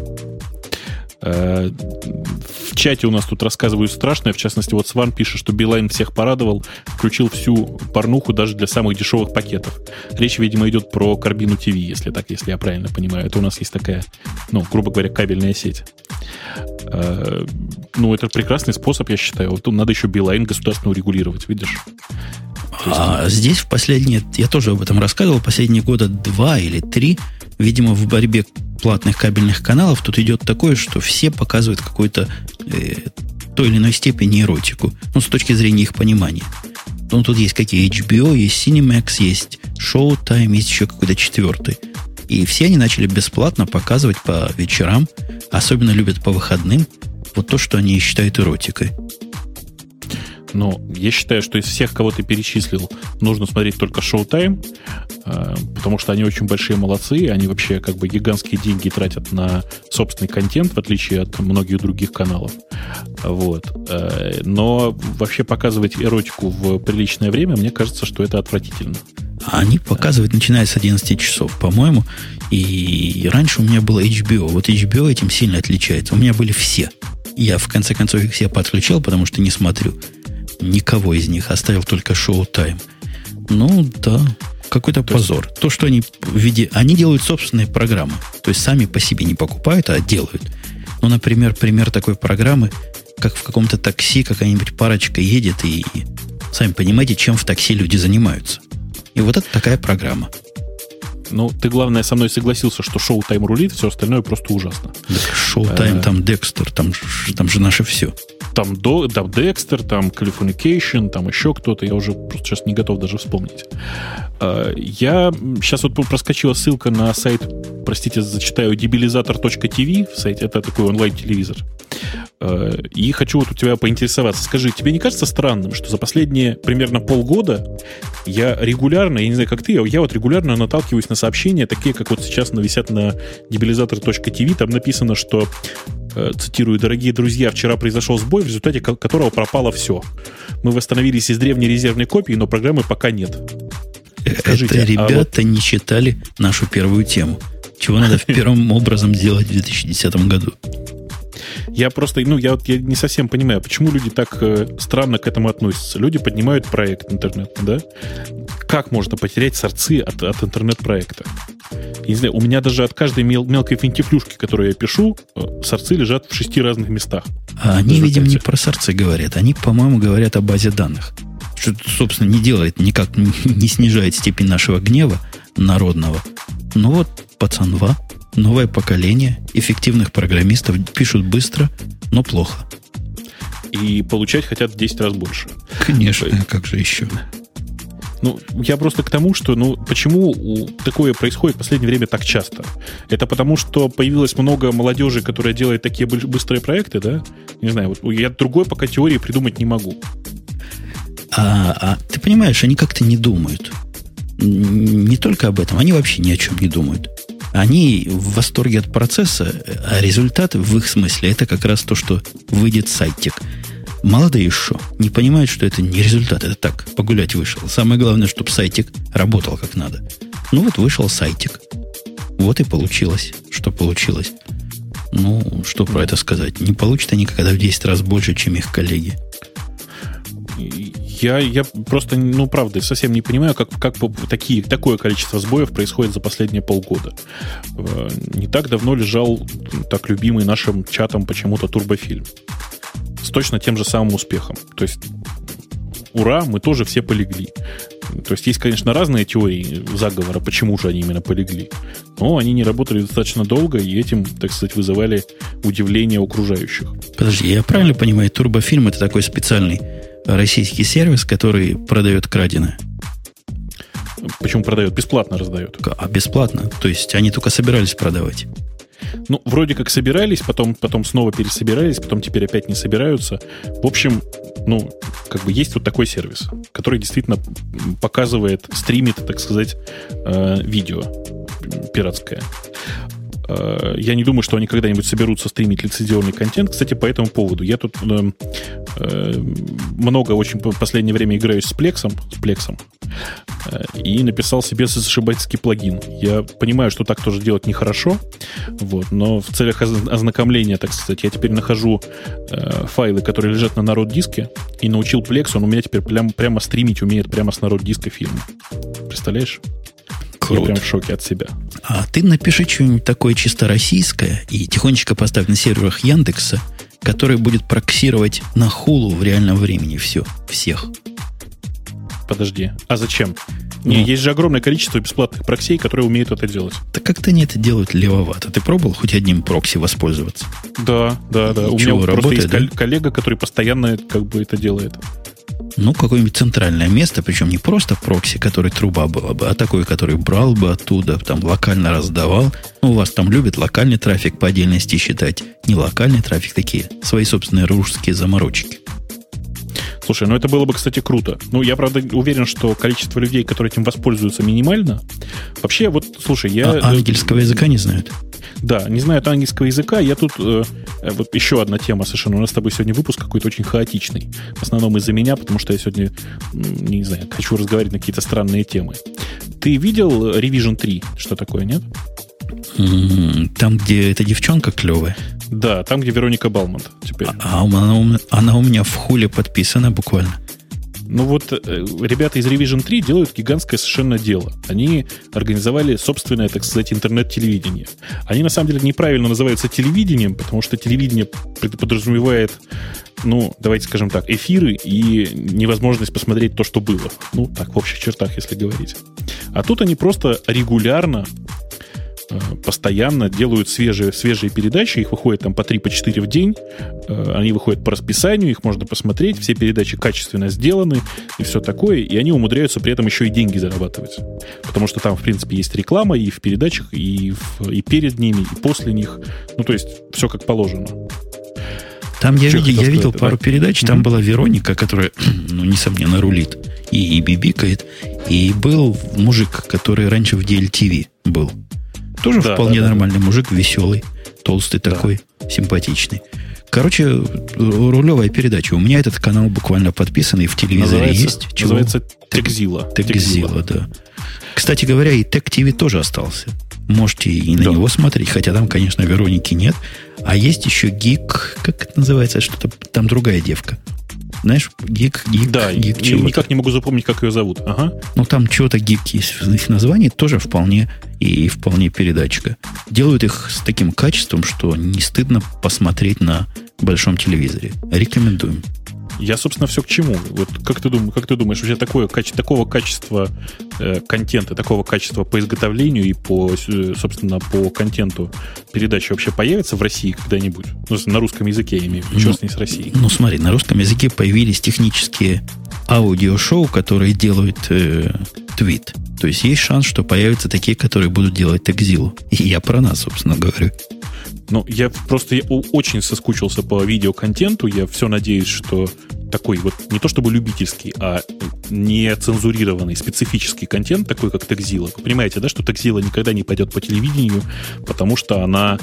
В чате у нас тут рассказывают страшное. В частности, вот Сван пишет, что Билайн всех порадовал, включил всю порнуху даже для самых дешевых пакетов. Речь, видимо, идет про Карбину ТВ, если я правильно понимаю. Это у нас есть такая, грубо говоря, кабельная сеть. Это прекрасный способ, я считаю. Вот тут надо еще Билайн государственно урегулировать, видишь? Здесь в последние, я тоже об этом рассказывал, последние года 2 или 3, видимо, в борьбе платных кабельных каналов тут идет такое, что все показывают какую-то той или иной степени эротику. С точки зрения их понимания. Тут есть какие HBO, есть Cinemax, есть Showtime, есть еще какой-то четвертый. И все они начали бесплатно показывать по вечерам, особенно любят по выходным, вот то, что они считают эротикой. Но я считаю, что из всех, кого ты перечислил, нужно смотреть только Showtime, потому что они очень большие молодцы, они вообще как бы гигантские деньги тратят на собственный контент, в отличие от многих других каналов. Вот. Но вообще показывать эротику в приличное время, мне кажется, что это отвратительно. Они показывают, начиная с 11 часов, по-моему, и раньше у меня было HBO. Вот HBO этим сильно отличается. У меня были все. Я, в конце концов, их все подключал, потому что не смотрю никого из них, оставил только Showtime. Да, какой-то позор. То, что они они делают собственные программы. То есть сами по себе не покупают, а делают. Например, пример такой программы, как в каком-то такси какая-нибудь парочка едет, и сами понимаете, чем в такси люди занимаются. И вот это такая программа. Ты, главное, со мной согласился, что Showtime рулит, все остальное просто ужасно. Showtime, там Dexter, там же наше все. Там Dexter, там Californication, там еще кто-то. Я уже просто сейчас не готов даже вспомнить. Сейчас вот проскочила ссылка на сайт, простите, зачитаю, debilizator.tv, сайт, это такой онлайн-телевизор. И хочу вот у тебя поинтересоваться. Скажи, тебе не кажется странным, что за последние примерно полгода я регулярно, я не знаю, как ты, я вот регулярно наталкиваюсь на сообщения, такие, как вот сейчас висят на debilizator.tv, там написано, что, цитирую, «Дорогие друзья, вчера произошел сбой, в результате которого пропало все. Мы восстановились из древней резервной копии, но программы пока нет». Скажите, это ребята не читали нашу первую тему. Чего надо первым образом сделать в 2010 году? Я просто, я не совсем понимаю, почему люди так странно к этому относятся. Люди поднимают проект интернетный, да? Как можно потерять сорцы от интернет-проекта? Я не знаю, у меня даже от каждой мелкой финтифлюшки, которую я пишу, сорцы лежат в 6 разных местах. А они, видимо, не про сорцы говорят. Они, по-моему, говорят о базе данных. Что, собственно, не делает, никак не снижает степень нашего гнева народного. пацанва, новое поколение эффективных программистов пишут быстро, но плохо. И получать хотят в 10 раз больше. Конечно, как же еще? Я просто к тому, что, почему такое происходит в последнее время так часто? Это потому, что появилось много молодежи, которая делает такие быстрые проекты, да? Не знаю, я другой пока теории придумать не могу. Ты понимаешь, они как-то не думают. Не только об этом, они вообще ни о чем не думают. Они в восторге от процесса, а результат в их смысле это как раз то, что выйдет сайтик. Молодые еще не понимают, что это не результат, это так, погулять вышел. Самое главное, чтобы сайтик работал как надо. Вышел сайтик. Вот и получилось, что получилось. Что про это сказать? Не получат они никогда в 10 раз больше, чем их коллеги. Я просто, правда, совсем не понимаю, как такое количество сбоев происходит за последние полгода. Не так давно лежал так любимый нашим чатом почему-то турбофильм. С точно тем же самым успехом. То есть, ура, мы тоже все полегли. То есть, конечно, разные теории заговора, почему же они именно полегли. Но они не работали достаточно долго, и этим, так сказать, вызывали удивление окружающих. Подожди, я правильно понимаю, турбофильм — это такой специальный российский сервис, который продает краденое? Почему продает? Бесплатно раздает. А бесплатно? То есть они только собирались продавать? Вроде как собирались, потом снова пересобирались, потом теперь опять не собираются. В общем, есть вот такой сервис, который действительно показывает, стримит, так сказать, видео пиратское. Я не думаю, что они когда-нибудь соберутся стримить лицензионный контент. Кстати, по этому поводу. Я тут много очень в последнее время играюсь с Плексом, и написал себе зашибательский плагин. Я понимаю, что так тоже делать нехорошо, вот, но в целях ознакомления, так сказать, я теперь нахожу файлы, которые лежат на народ-диске, и научил Plex, он у меня теперь прямо стримить умеет прямо с народ-диска фильмы. Представляешь? Круто. Я прям в шоке от себя. А ты напиши что-нибудь такое чисто российское и тихонечко поставь на серверах Яндекса, который будет проксировать на Хулу в реальном времени всех. Подожди, а зачем? Есть же огромное количество бесплатных проксей, которые умеют это делать. Да как-то они это делают левовато. Ты пробовал хоть одним прокси воспользоваться? Да. У меня вот просто есть коллега, который постоянно как бы это делает. Ну, какое-нибудь центральное место, причем не просто прокси, который труба была бы, а такой, который брал бы оттуда, там локально раздавал. Ну, у вас там любят локальный трафик по отдельности считать, не локальный трафик, такие свои собственные русские заморочки. Слушай, ну это было бы, кстати, круто. Ну, я, правда, уверен, что количество людей, которые этим воспользуются, минимально. Вообще, вот, слушай, я... А ангельского языка не знают? Да, не знают ангельского языка. Я тут... вот еще одна тема совершенно. У нас с тобой сегодня выпуск какой-то очень хаотичный. В основном из-за меня, потому что я сегодня, не знаю, хочу разговаривать на какие-то странные темы. Ты видел Revision 3? Что такое, нет? Там, где эта девчонка клевая? Да, там, где Вероника Балмонт теперь. Она у меня в хуле подписана буквально. Ну вот, ребята из Revision 3 делают гигантское совершенно дело. Они организовали собственное, так сказать, интернет-телевидение. Они, на самом деле, неправильно называются телевидением, потому что телевидение подразумевает, ну, давайте скажем так, эфиры и невозможность посмотреть то, что было. Ну, так, в общих чертах, если говорить. А тут они просто регулярно, постоянно делают свежие передачи, их выходит там по 3-4 в день, они выходят по расписанию, их можно посмотреть, все передачи качественно сделаны и все такое, и они умудряются при этом еще и деньги зарабатывать, потому что там, в принципе, есть реклама и в передачах, и перед ними, и после них, ну, то есть все как положено. Там я видел пару передач, там была Вероника, которая, ну, несомненно, рулит и бибикает, и был мужик, который раньше в DLTV был. Тоже вполне нормальный мужик, веселый, толстый такой, симпатичный. Короче, рулевая передача. У меня этот канал буквально подписан, и в телевизоре есть. Называется Techzilla. Techzilla, да. Кстати говоря, и Tech TV тоже остался. Можете и на него смотреть, хотя там, конечно, Вероники нет. А есть еще Geek, как это называется, что-то там другая девка. Знаешь, гик да, чего-то. Никак не могу запомнить, как ее зовут. Ага. Ну, там чего-то гик есть в их названии, тоже вполне передачка. Делают их с таким качеством, что не стыдно посмотреть на большом телевизоре. Рекомендуем. Я, собственно, все к чему. Вот как ты думаешь, вообще такого качества контента, такого качества по изготовлению и собственно, по контенту передачи вообще появится в России когда-нибудь? Ну, на русском языке, я имею в виду, что с ней с Россией. Ну, смотри, на русском языке появились технические аудиошоу, которые делают твит. То есть есть шанс, что появятся такие, которые будут делать Techzilla. И я про нас, собственно, говорю. Ну, я очень соскучился по видеоконтенту. Я все надеюсь, что такой вот не то чтобы любительский, а не цензурированный специфический контент, такой как Techzilla. Вы понимаете, да, что Techzilla никогда не пойдет по телевидению, потому что она,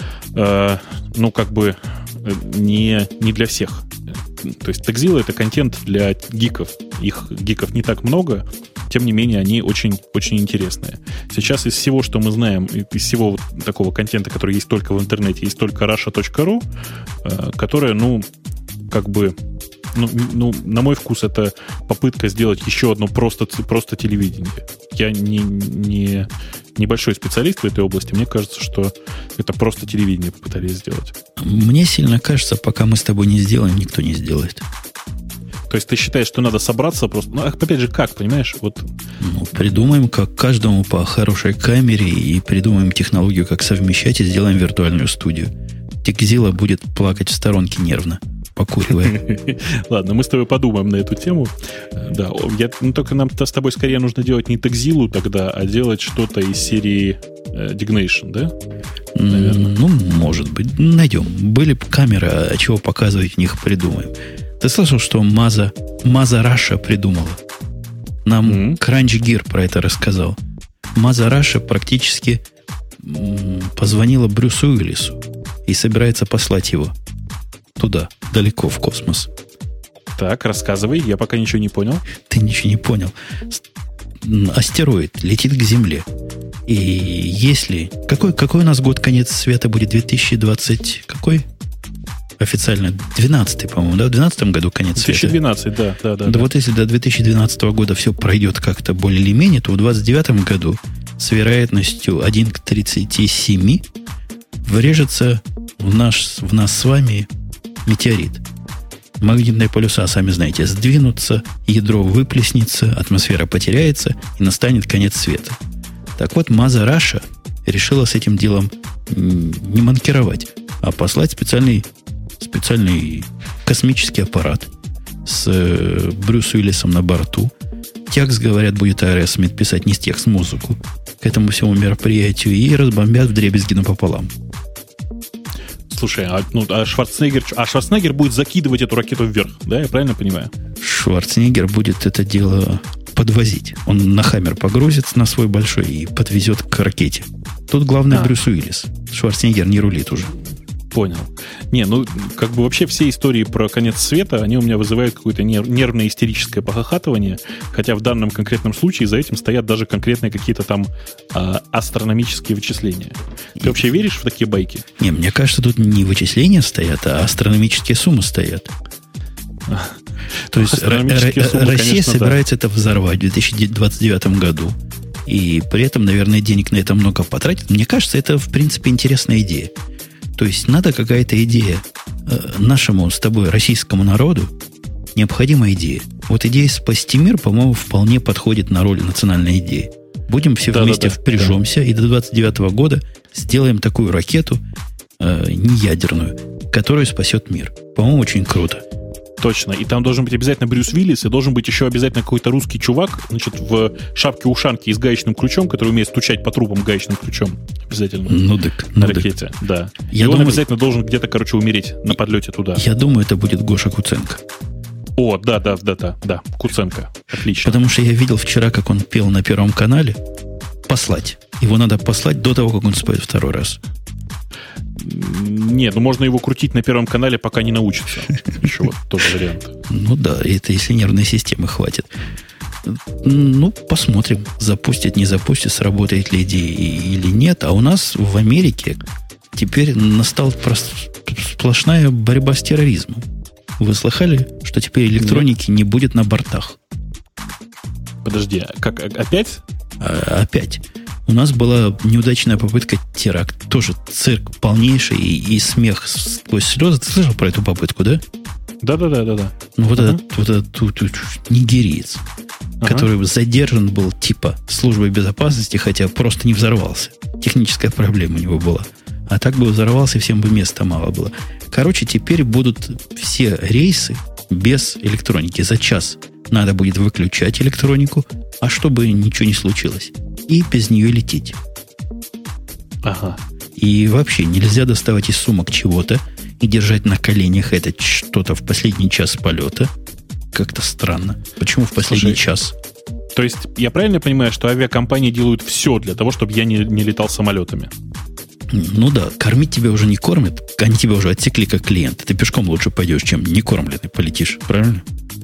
ну, как бы не для всех. То есть Techzilla — это контент для гиков. Их гиков не так много, тем не менее, они очень, очень интересные. Сейчас из всего, что мы знаем, из всего вот такого контента, который есть только в интернете, есть только Russia.ru, которая, ну, как бы, ну, на мой вкус, это попытка сделать еще одно просто телевидение. Я не небольшой специалист в этой области. Мне кажется, что это просто телевидение попытались сделать. Мне сильно кажется, пока мы с тобой не сделаем, никто не сделает. То есть ты считаешь, что надо собраться просто... Ну, опять же, как, понимаешь? Вот. Ну, придумаем, как каждому по хорошей камере, и придумаем технологию, как совмещать, и сделаем виртуальную студию. Techzilla будет плакать в сторонке нервно, покуривая. Ладно, мы с тобой подумаем на эту тему. Да, только нам с тобой скорее нужно делать не Techzilla тогда, а делать что-то из серии Dignation, да? Наверное. Ну, может быть. Найдем. Были камеры, а чего показывать в них придумаем. Ты слышал, что Маза Раша придумала? Нам Crunch Gear про это рассказал. Маза Раша практически позвонила Брюсу Уиллису и собирается послать его туда, далеко в космос. Так, рассказывай, я пока ничего не понял. Ты ничего не понял. Астероид летит к Земле. И если... Какой у нас год конец света будет? 2020... Какой? Официально 12-й, по-моему, да? В 2012 году конец 2012, света. 2012, да. Вот если до 2012 года все пройдет как-то более или менее, то в 2029 году с вероятностью 1 к 37 врежется в нас с вами метеорит. Магнитные полюса, сами знаете, сдвинутся, ядро выплеснется, атмосфера потеряется, и настанет конец света. Так вот, Mother Russia решила с этим делом не манкировать, а послать специальный космический аппарат с Брюсом Уиллисом на борту. Текст, говорят, будет Аэросмит писать, не текст, музыку к этому всему мероприятию, и разбомбят вдребезги напополам. Слушай, а Шварценеггер будет закидывать эту ракету вверх, да, я правильно понимаю? Шварценеггер будет это дело подвозить. Он на Хаммер погрузится на свой большой и подвезет к ракете. Тут главное Брюс Уиллис. Шварценеггер не рулит уже. Понял. Как бы вообще все истории про конец света, они у меня вызывают какое-то нервное истерическое похохатывание, хотя в данном конкретном случае за этим стоят даже конкретные какие-то там астрономические вычисления. Ты вообще веришь в такие байки? Не, мне кажется, тут не вычисления стоят, а астрономические суммы стоят. То есть Россия собирается это взорвать в 2029 году. И при этом, наверное, денег на это много потратит. Мне кажется, это, в принципе, интересная идея. То есть надо какая-то идея нашему с тобой российскому народу, необходимая идея. Вот идея спасти мир, по-моему, вполне подходит на роль национальной идеи. Будем все вместе впряжемся и до 29 года сделаем такую ракету неядерную, которая спасет мир. По-моему, очень круто. Точно. И там должен быть обязательно Брюс Уиллис, и должен быть еще обязательно какой-то русский чувак, значит, в шапке-ушанке и с гаечным ключом, который умеет стучать по трубам гаечным ключом. Обязательно. На ракете. Да. И он обязательно должен где-то, умереть на подлете туда. Я думаю, это будет Гоша Куценко. О, да, Куценко. Отлично. Потому что я видел вчера, как он пел на Первом канале. Послать. Его надо послать до того, как он споет второй раз. Нет, можно его крутить на Первом канале, пока не научится. Еще вот тоже вариант. Это если нервной системы хватит. Посмотрим, запустят, не запустят, сработает ли идея или нет. А у нас в Америке теперь настала сплошная борьба с терроризмом. Вы слыхали, что теперь электроники не будет на бортах? Подожди, как опять? Опять. У нас была неудачная попытка теракт. Тоже цирк полнейший и смех сквозь слезы. Ты слышал про эту попытку, да? Да. Вот этот нигериец, который задержан был типа службой безопасности, хотя просто не взорвался. Техническая проблема у него была. А так бы взорвался, и всем бы места мало было. Короче, теперь будут все рейсы без электроники. За час надо будет выключать электронику, а чтобы ничего не случилось. И без нее лететь. Ага. И вообще нельзя доставать из сумок чего-то и держать на коленях это что-то в последний час полета. Как-то странно. Почему в последний час? То есть я правильно понимаю, что авиакомпании делают все для того, чтобы я не летал самолетами? Кормить тебя уже не кормят. Они тебя уже отсекли как клиента. Ты пешком лучше пойдешь, чем не кормленный полетишь. Правильно?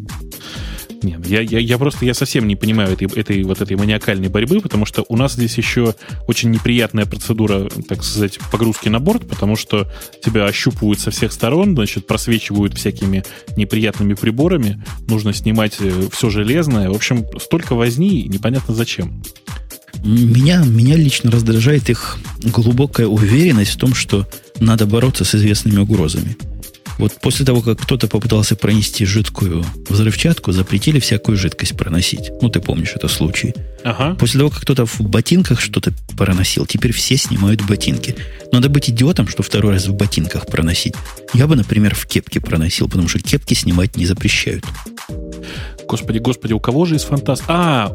Нет, я совсем не понимаю этой маниакальной борьбы, потому что у нас здесь еще очень неприятная процедура, так сказать, погрузки на борт, потому что тебя ощупывают со всех сторон, значит, просвечивают всякими неприятными приборами, нужно снимать все железное. В общем, столько возни, непонятно зачем. Меня лично раздражает их глубокая уверенность в том, что надо бороться с известными угрозами. Вот после того, как кто-то попытался пронести жидкую взрывчатку, запретили всякую жидкость проносить. Ты помнишь это случай. Ага. После того, как кто-то в ботинках что-то проносил, теперь все снимают ботинки. Надо быть идиотом, что второй раз в ботинках проносить. Я бы, например, в кепке проносил, потому что кепки снимать не запрещают. Господи, у кого же из фантастов?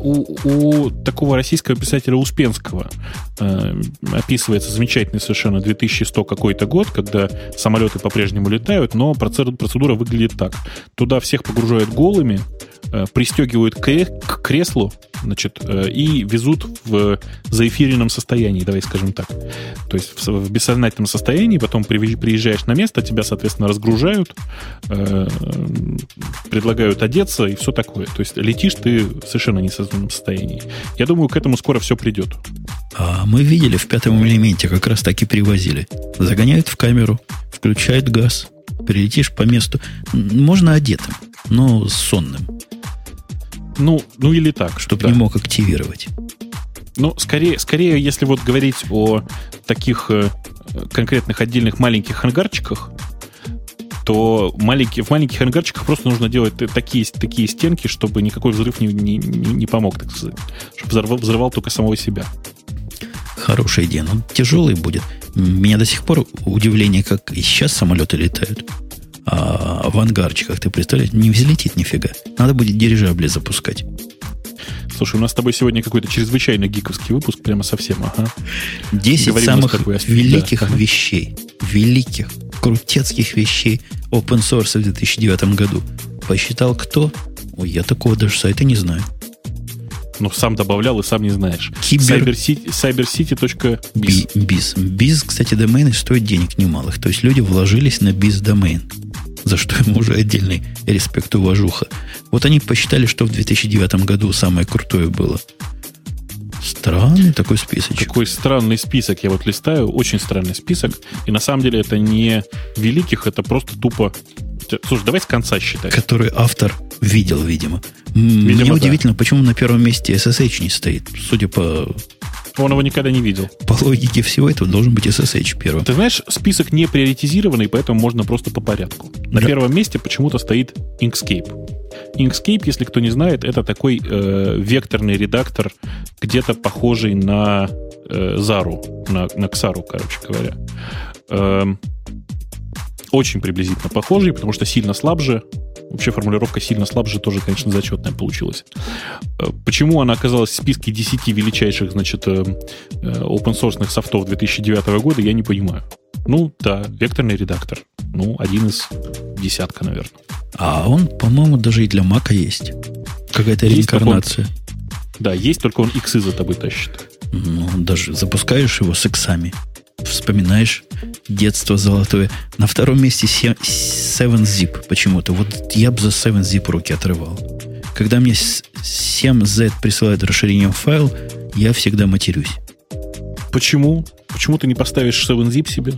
У такого российского писателя Успенского описывается замечательный совершенно 2100 какой-то год, когда самолеты по-прежнему летают, но процедура выглядит так. Туда всех погружают голыми, пристегивают к креслу, значит, и везут в заэфиренном состоянии, давай скажем так. То есть в бессознательном состоянии, потом приезжаешь на место, тебя, соответственно, разгружают, предлагают одеться и все такое. То есть летишь ты в совершенно несознательном состоянии. Я думаю, к этому скоро все придет. А мы видели в пятом элементе, как раз так и привозили. Загоняют в камеру, включают газ, прилетишь по месту. Можно одетым, но сонным. Ну или так. Чтобы не мог активировать. Ну, скорее, если вот говорить о таких конкретных отдельных маленьких ангарчиках, то в маленьких ангарчиках просто нужно делать такие стенки, чтобы никакой взрыв не помог, так сказать. Чтобы взрывал только самого себя. Хорошая идея. Но тяжелый будет. Меня до сих пор удивление, как и сейчас самолеты летают. А в ангарчиках, ты представляешь, не взлетит нифига. Надо будет дирижабли запускать. Слушай, у нас с тобой сегодня какой-то чрезвычайно гиковский выпуск, прямо совсем, ага. 10 Говорим самых великих вещей, великих, крутецких вещей open source в 2009 году. Посчитал кто? Ой, я такого даже сайта не знаю. Ну, сам добавлял и сам не знаешь. cybercity.biz. Biz, кстати, домены стоят денег немалых. То есть люди вложились на biz домен. За что ему уже отдельный респект, уважуха. Вот они посчитали, что в 2009 году самое крутое было. Странный такой списочек. Какой странный список. Я вот листаю. Очень странный список. И на самом деле это не великих, это просто тупо... Слушай, давай с конца считать. Который автор видел, видимо. Мне удивительно, почему на первом месте SSH не стоит. Судя по... Он его никогда не видел. По логике всего этого должен быть SSH первым. Ты знаешь, список не приоритизированный, поэтому можно просто по порядку. На первом месте почему-то стоит Inkscape. Inkscape, если кто не знает, это такой векторный редактор, где-то похожий на Зару, на Xaru, короче говоря. Очень приблизительно похожий, потому что сильно слабже. Вообще формулировка «сильно слабже» тоже, конечно, зачетная получилась. Почему она оказалась в списке 10 величайших, значит, open-source софтов 2009 года, я не понимаю. Ну, да, векторный редактор. Ну, один из десятка, наверное. А он, по-моему, даже и для Мака есть. Какая-то реинкарнация. Да, есть, только он иксы за тобой тащит. Ну, даже запускаешь его с иксами. Вспоминаешь детство золотое. На втором месте 7zip почему-то. Вот я бы за 7zip руки отрывал. Когда мне 7z присылает расширением файл, я всегда матерюсь. Почему? Почему ты не поставишь 7zip себе?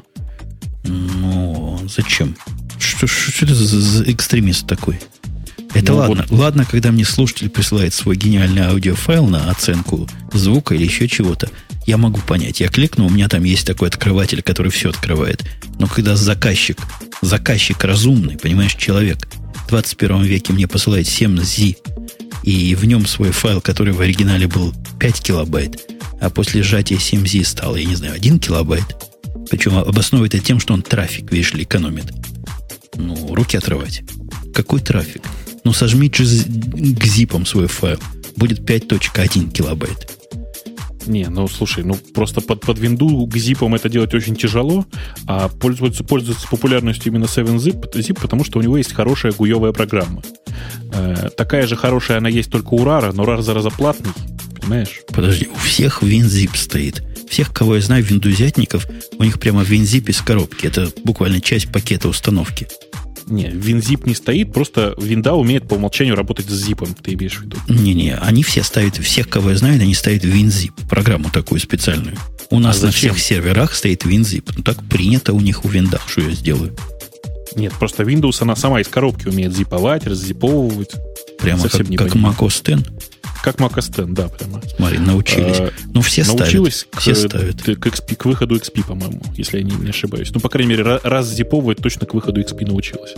Ну, зачем? Что это за экстремист такой? Это ладно. Вот. Ладно, когда мне слушатель присылает свой гениальный аудиофайл на оценку звука или еще чего-то, я могу понять. Я кликну, у меня там есть такой открыватель, который все открывает. Но когда заказчик разумный, понимаешь, человек в 21 веке мне посылает 7z, и в нем свой файл, который в оригинале был 5 килобайт, а после сжатия 7z стало, я не знаю, 1 килобайт, причем обосновывает это тем, что он трафик, видишь ли, экономит. Ну, руки отрывать. Какой трафик? Ну, сожми к зипам свой файл. Будет 5.1 килобайт. Не, ну, слушай, ну, просто под винду к зипам это делать очень тяжело, а пользуется популярностью именно 7zip, потому что у него есть хорошая гуевая программа. Такая же хорошая она есть только у RAR, но RAR зараза платный, понимаешь? Подожди, у всех WinZip стоит. Всех, кого я знаю, виндузятников, у них прямо WinZip из коробки. Это буквально часть пакета установки. Не, WinZip не стоит, просто винда умеет по умолчанию работать с зипом, ты имеешь в виду? Не-не, они все ставят, всех, кого я знаю, они ставят WinZip, программу такую специальную. У нас на всех серверах стоит WinZip. Ну, так принято у них у виндах, что я сделаю. Нет, просто Windows, она сама из коробки умеет зиповать, раззиповывать. Прямо как Mac OS X? Как Mac OS X, да, прямо. Смотри, научились. Ну, все ставят. Все ставят. К выходу XP, по-моему, если я не ошибаюсь. Ну, по крайней мере, раз зиповывать точно к выходу XP научилась.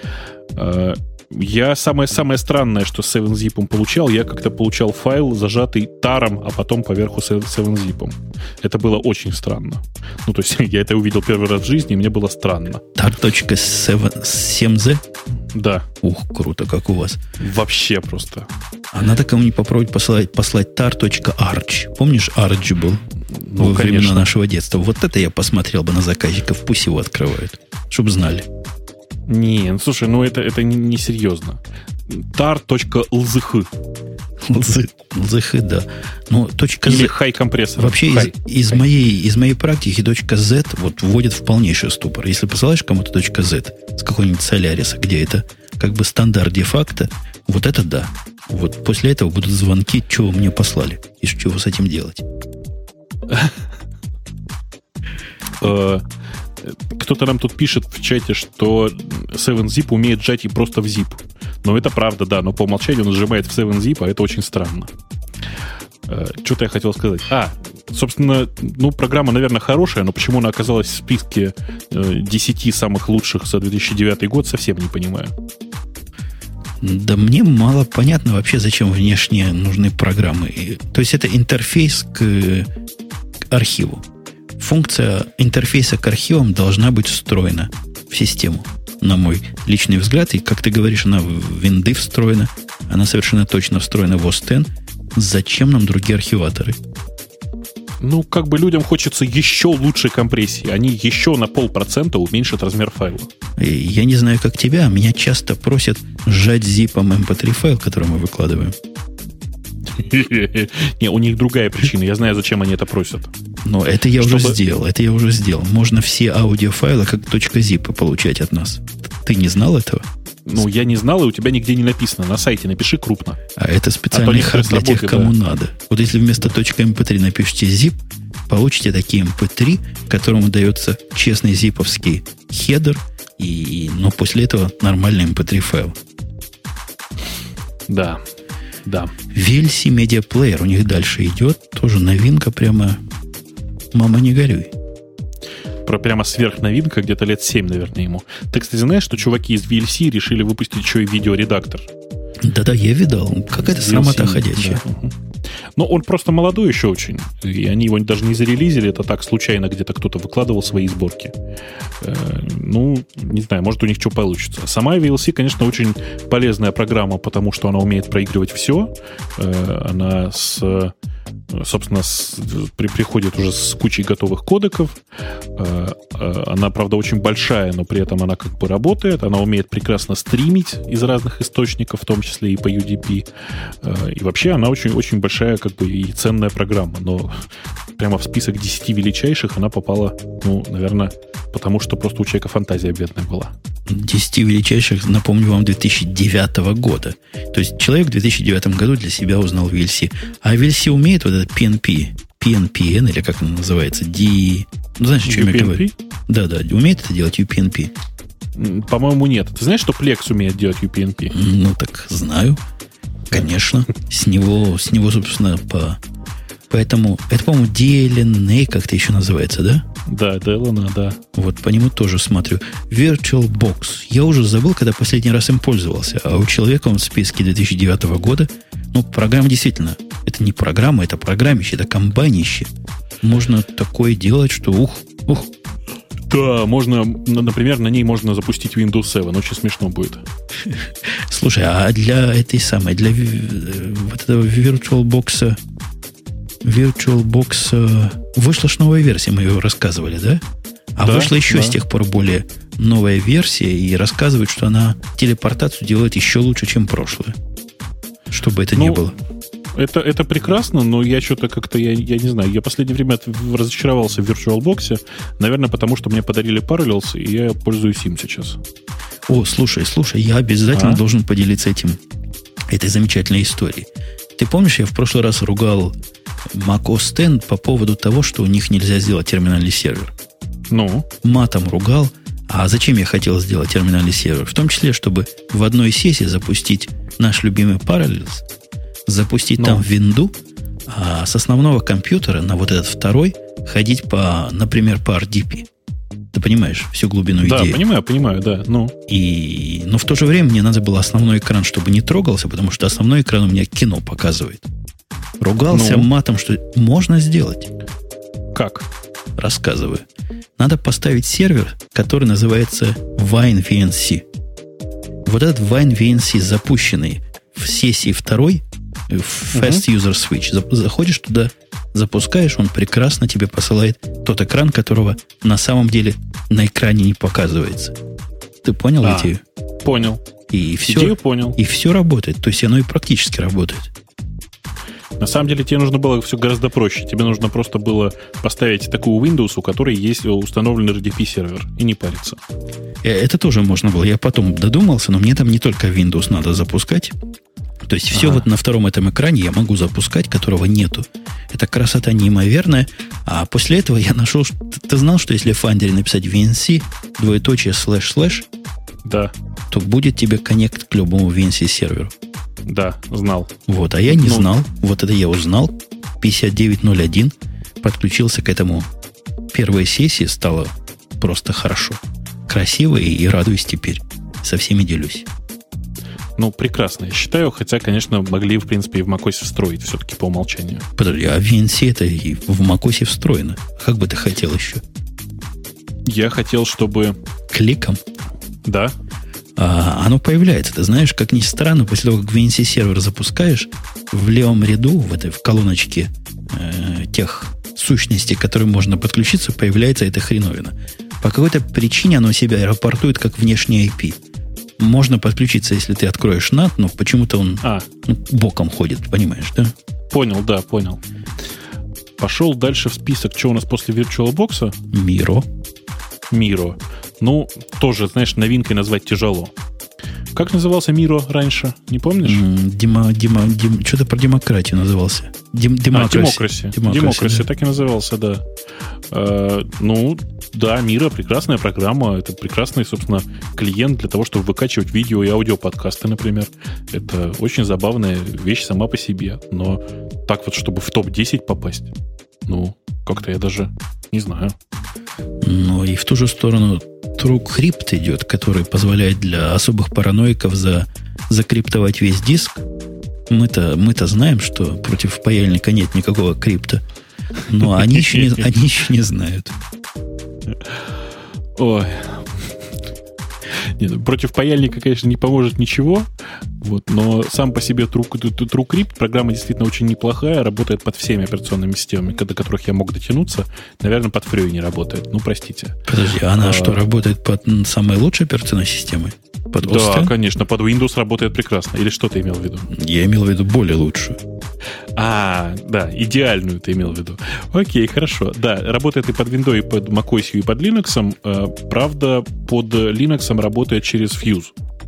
Я самое странное, что с 7zip получал, я как-то получал файл, зажатый таром, а потом поверху 7zip. Это было очень странно. Ну, то есть я это увидел первый раз в жизни, и мне было странно. Tar.7z? Да. Ух, круто, как у вас. Вообще просто. А надо кому-нибудь попробовать послать tar.arch. Помнишь, Arch был? Ну, во конечно. времена нашего детства. Вот это я посмотрел бы на заказчиков, пусть его открывают. Чтобы знали. Не, ну слушай, ну это не серьезно. tar.lzh. LZH, да. Но точка Или Z... high компрессор. Вообще из моей практики точка Z вот вводит в полнейший ступор. Если посылаешь кому-то точка Z с какой-нибудь Соляриса, где это как бы стандарт де-факто, вот это да. Вот после этого будут звонки, что вы мне послали и что с этим делать. Кто-то нам тут пишет в чате, что 7-zip умеет сжать и просто в zip. Но это правда, да, но по умолчанию он сжимает в 7-zip, а это очень странно. Что-то я хотел сказать. Собственно, программа, наверное, хорошая, но почему она оказалась в списке 10 самых лучших за 2009 год, совсем не понимаю. Да мне мало понятно вообще, зачем внешне нужны программы. То есть это интерфейс к архиву. Функция интерфейса к архивам должна быть встроена в систему, на мой личный взгляд. И, как ты говоришь, она в винды встроена. Она совершенно точно встроена в OS X. Зачем нам другие архиваторы? Как бы людям хочется еще лучшей компрессии. Они еще на 0,5% уменьшат размер файла. Я не знаю, как тебя, меня часто просят сжать зипом MP3 файл, который мы выкладываем. Не, у них другая причина. Я знаю, зачем они это просят. Но это я уже сделал. Можно все аудиофайлы как .zip получать от нас. Ты не знал этого? Я не знал, и у тебя нигде не написано. На сайте напиши крупно. А это специальный хак для тех, кому надо. Вот если вместо .mp3 напишите zip, получите такие mp3, которому дается честный зиповский хедер, но после этого нормальный mp3 файл. Да. VLC Media Player у них дальше идет. Тоже новинка прямо. Мама, не горюй. Прямо сверхновинка, где-то лет 7, наверное, ему. Ты, кстати, знаешь, что чуваки из VLC решили выпустить еще и видеоредактор? Да-да, я видал. Какая-то срамота ходячая. Да. Но он просто молодой еще очень. И они его даже не зарелизили. Это так случайно где-то кто-то выкладывал свои сборки. Не знаю, может у них что получится. Сама VLC, конечно, очень полезная программа, потому что она умеет проигрывать все. Она приходит уже с кучей готовых кодеков. Она, правда, очень большая, но при этом она как бы работает. Она умеет прекрасно стримить из разных источников, в том числе и по UDP. И вообще она очень-очень большая как бы и ценная программа. Но прямо в список 10 величайших она попала, наверное, потому что просто у человека фантазия бедная была. 10 величайших, напомню вам, 2009 года. То есть человек в 2009 году для себя узнал VLC. А VLC умеет вот это PNPN, или как оно называется? Знаешь, о чем я говорю? Да, умеет это делать UPnP? По-моему, нет. Ты знаешь, что Plex умеет делать UPnP? Так знаю. Конечно. С него, собственно, Поэтому это, по-моему, DLNA как-то еще называется, да? Да, DLNA, да. Вот по нему тоже смотрю. VirtualBox. Я уже забыл, когда последний раз им пользовался. А у человека он в списке 2009 года. Программа действительно, это не программа, это программище, это комбайнище. Можно такое делать, что ух. Да, можно, например, на ней можно запустить Windows 7. Очень смешно будет. Слушай, а для вот этого VirtualBox вышла ж новая версия, мы ее рассказывали, да? А да, вышла еще с тех пор более новая версия, и рассказывают, что она телепортацию делает еще лучше, чем прошлое. Чтобы это не было. Это прекрасно, но я что-то как-то, я не знаю, я в последнее время разочаровался в VirtualBox, наверное, потому что мне подарили Parallels, и я пользуюсь им сейчас. О, слушай, я обязательно должен поделиться этой замечательной историей. Ты помнишь, я в прошлый раз ругал macOS X по поводу того, что у них нельзя сделать терминальный сервер. Матом ругал. А зачем я хотел сделать терминальный сервер? В том числе, чтобы в одной сессии запустить наш любимый Parallels, запустить там винду, а с основного компьютера на вот этот второй ходить например, по RDP. Ты понимаешь всю глубину идеи? Да, понимаю, да. Но в то же время мне надо было основной экран, чтобы не трогался, потому что основной экран у меня кино показывает. Ругался матом, что можно сделать. Как? Рассказываю. Надо поставить сервер, который называется WineVNC. Вот этот WineVNC, запущенный в сессии второй, в Fast User Switch, заходишь туда, запускаешь, он прекрасно тебе посылает тот экран, которого на самом деле на экране не показывается. Ты понял идею? Понял. И все, идею понял. И все работает. То есть оно и практически работает. На самом деле тебе нужно было все гораздо проще. Тебе нужно просто было поставить такую Windows, у которой есть установленный RDP сервер, и не париться. Это тоже можно было. Я потом додумался, но мне там не только Windows надо запускать. То есть все вот на втором этом экране я могу запускать, которого нету. Это красота неимоверная. А после этого я нашел... Ты знал, что если в Finder написать VNC, // да, то будет тебе коннект к любому VNC серверу. Да, знал. Вот, а я не знал. Вот это я узнал. 5901 подключился к этому. Первой сессии стало просто хорошо. Красиво и радуюсь теперь. Со всеми делюсь. Ну, прекрасно, я считаю. Хотя, конечно, могли, в принципе, и в macOS встроить все-таки по умолчанию. Подожди, а VNC это и в macOS встроено. Как бы ты хотел еще? Я хотел, чтобы... Кликом? Да. Оно появляется. Ты знаешь, как ни странно, после того, как VNC сервер запускаешь, в левом ряду, в колоночке тех сущностей, к которым можно подключиться, появляется эта хреновина. По какой-то причине оно себя рапортует как внешний IP. Можно подключиться, если ты откроешь NAT, но почему-то он боком ходит, понимаешь, да? Понял, да, понял. Пошел дальше в список, что у нас после VirtualBox? Miro. Ну, тоже, знаешь, новинкой назвать тяжело. Как назывался Miro раньше? Не помнишь? Что-то про демократию назывался. Democracy, так и назывался, да. Ну, да, Miro прекрасная программа. Это прекрасный, собственно, клиент для того, чтобы выкачивать видео и аудиоподкасты, например. Это очень забавная вещь сама по себе. Но так вот, чтобы в топ-10 попасть, ну, как-то я даже не знаю. Ну, и в ту же сторону TrueCrypt идет, который позволяет для особых параноиков закриптовать весь диск. Мы-то знаем, что против паяльника нет никакого крипта. Но они еще не знают. Ой. Нет, против паяльника, конечно, не поможет ничего. Вот, но сам по себе TrueCrypt программа действительно очень неплохая, работает под всеми операционными системами, до которых я мог дотянуться. Наверное, под Free не работает. Ну, простите. Подожди, она что, работает под самой лучшей операционной системой? Под OS X? Да, конечно, под Windows работает прекрасно. Или что ты имел в виду? Я имел в виду более лучшую. Да, идеальную ты имел в виду. Окей, хорошо. Да, работает и под Windows, и под macOS, и под Linux. Правда, под Linux работает через Fuse.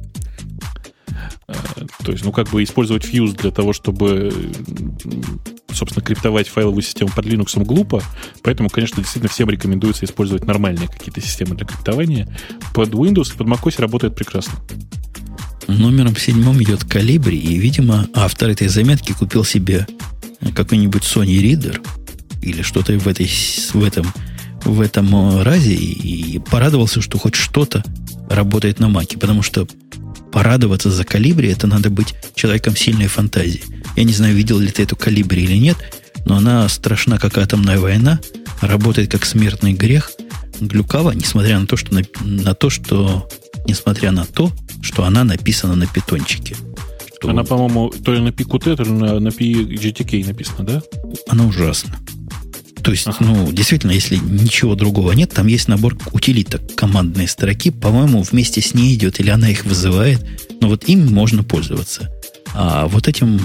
То есть, как бы использовать Fuse для того, чтобы, собственно, криптовать файловую систему под Linux глупо. Поэтому, конечно, действительно всем рекомендуется использовать нормальные какие-то системы для криптования. Под Windows и под macOS работает прекрасно. Номером 7 идет Calibri, и, видимо, автор этой заметки купил себе какой-нибудь Sony Reader или что-то в этом разе и порадовался, что хоть что-то работает на Маке, потому что порадоваться за Calibri, это надо быть человеком сильной фантазии. Я не знаю, видел ли ты эту Calibri или нет, но она страшна, как атомная война, работает как смертный грех, глюкава, несмотря на то, что она написана на питончике. Она, по-моему, то ли на PQT, то ли на PGTK написана, да? Она ужасна. То есть, действительно, если ничего другого нет, там есть набор утилиток командной строки, по-моему, вместе с ней идет, или она их вызывает, но вот им можно пользоваться. А вот этим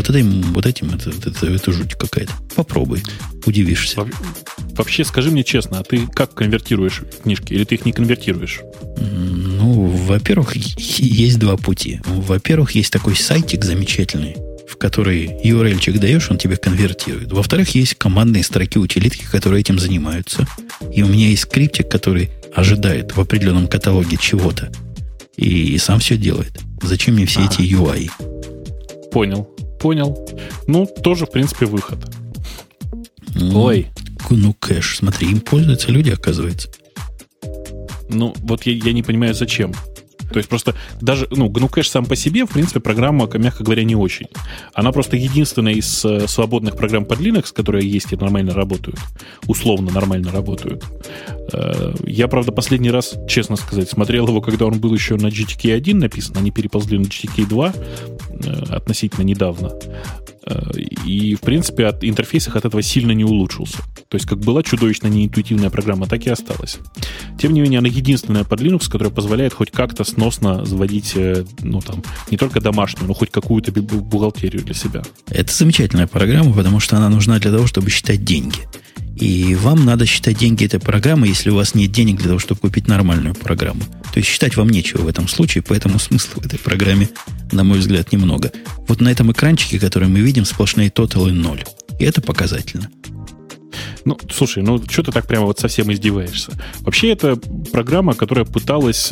это жуть какая-то. Попробуй, удивишься. Вообще, скажи мне честно, а ты как конвертируешь книжки, или ты их не конвертируешь? Во-первых, есть два пути. Во-первых, есть такой сайтик замечательный, в который URL-чик даешь, он тебе конвертирует. Во-вторых, есть командные строки утилитки, которые этим занимаются. И у меня есть скриптик, который ожидает в определенном каталоге чего-то. И сам все делает. Зачем мне все эти UI? Понял. Тоже, в принципе, выход. Ой. Кэш. Смотри, им пользуются люди, оказывается. Вот я не понимаю, зачем. То есть просто даже, GNU Cache сам по себе, в принципе, программа, мягко говоря, не очень. Она просто единственная из свободных программ под Linux, которые есть и нормально работают. Условно нормально работают. Я, правда, последний раз, честно сказать, смотрел его, когда он был еще на GTK 1 написан, они переползли на GTK 2. относительно недавно. И, в принципе, интерфейс их от этого сильно не улучшился. То есть, как была чудовищно неинтуитивная программа, так и осталась. Тем не менее, она единственная под Linux, которая позволяет хоть как-то сносно заводить, не только домашнюю, но хоть какую-то бухгалтерию для себя. Это замечательная программа, потому что она нужна для того, чтобы считать деньги. И вам надо считать деньги этой программы, если у вас нет денег для того, чтобы купить нормальную программу. То есть считать вам нечего в этом случае, поэтому смысла в этой программе, на мой взгляд, немного. Вот на этом экранчике, который мы видим, сплошные тоталы 0. И это показательно. Слушай, что ты так прямо вот совсем издеваешься? Вообще, это программа, которая пыталась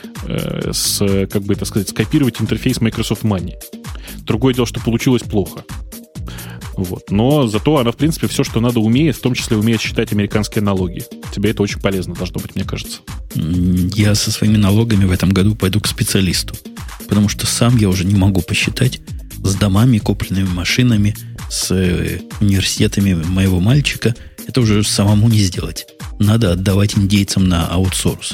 скопировать интерфейс Microsoft Money. Другое дело, что получилось плохо. Вот. Но зато она, в принципе, все, что надо, умеет, в том числе умеет считать американские налоги. Тебе это очень полезно должно быть, мне кажется. Я со своими налогами в этом году пойду к специалисту. Потому что сам я уже не могу посчитать с домами, купленными машинами, с университетами моего мальчика. Это уже самому не сделать. Надо отдавать индейцам на аутсорс.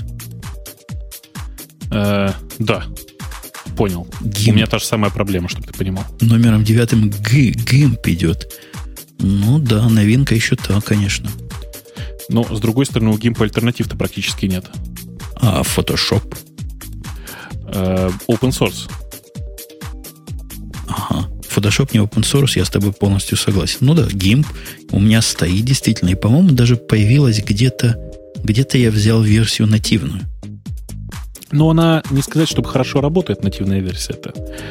Да. Понял. GIMP. У меня та же самая проблема, чтобы ты понимал. Номером 9 GIMP идет. Да, новинка еще та, конечно. Но, с другой стороны, у GIMP альтернатив-то практически нет. А Photoshop? Open source. Ага. Photoshop не open source, я с тобой полностью согласен. Да, GIMP у меня стоит действительно. И, по-моему, даже появилась где-то я взял версию нативную. Но она, не сказать, чтобы хорошо работает, нативная версия-то.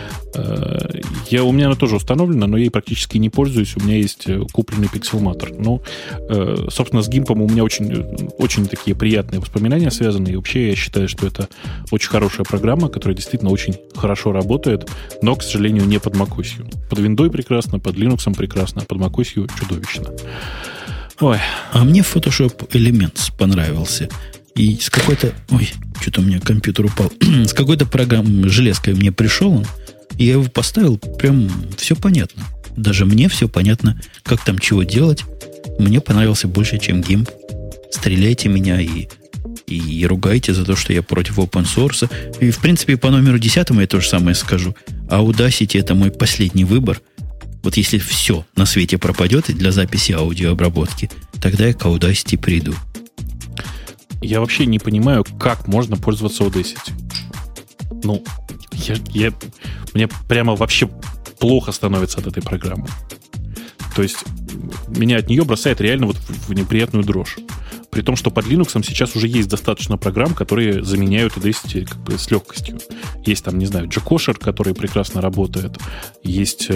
У меня она тоже установлена, но я ей практически не пользуюсь. У меня есть купленный пикселматор. Собственно, с GIMP у меня очень, очень такие приятные воспоминания связаны. И вообще я считаю, что это очень хорошая программа, которая действительно очень хорошо работает, но, к сожалению, не под macOS. Под Windows прекрасно, под Linux прекрасно, а под macOS чудовищно. Ой. А мне Photoshop Elements понравился. И с какой-то... Ой, что-то у меня компьютер упал. С какой-то программой железкой мне пришел он, и я его поставил, прям все понятно. Даже мне все понятно, как там чего делать. Мне понравился больше, чем GIMP. Стреляйте меня и ругайте за то, что я против open source. И, в принципе, по номеру 10 я то же самое скажу. Audacity — это мой последний выбор. Вот если все на свете пропадет для записи аудиообработки, тогда я к Audacity приду. Я вообще не понимаю, как можно пользоваться Audacity. Мне прямо вообще плохо становится от этой программы. То есть меня от нее бросает реально вот в неприятную дрожь. При том, что под Linux сейчас уже есть достаточно программ, которые заменяют Audacity как бы с легкостью. Есть там, не знаю, Jacosher, который прекрасно работает. Есть...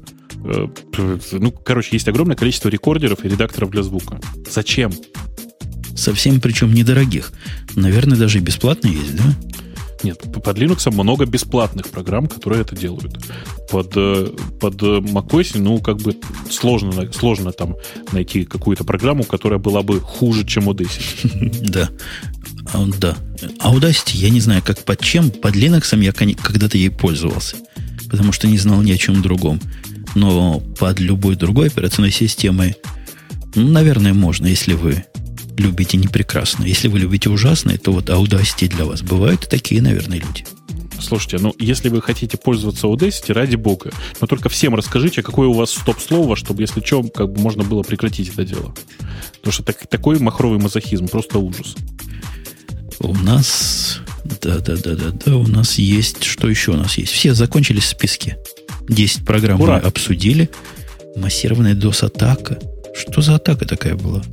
есть огромное количество рекордеров и редакторов для звука. Зачем? Совсем, причем недорогих. Наверное, даже и бесплатные есть, да? Нет, под Linux много бесплатных программ, которые это делают. Под macOS, сложно там найти какую-то программу, которая была бы хуже, чем Audacity. Да. Audacity, я не знаю, как под чем. Под Linux я когда-то ей пользовался, потому что не знал ни о чем другом. Но под любой другой операционной системой, наверное, можно, если вы любите не прекрасно. Если вы любите ужасное, то вот Audacity для вас. Бывают и такие, наверное, люди. Слушайте, если вы хотите пользоваться Audacity, ради бога, но только всем расскажите, какое у вас стоп-слово, чтобы, если что, можно было прекратить это дело. Потому что такой махровый мазохизм, просто ужас. У нас... Да, у нас есть... Что еще у нас есть? Все закончились списки. 10 программ мы обсудили. Массированная DOS-атака. Что за атака такая была?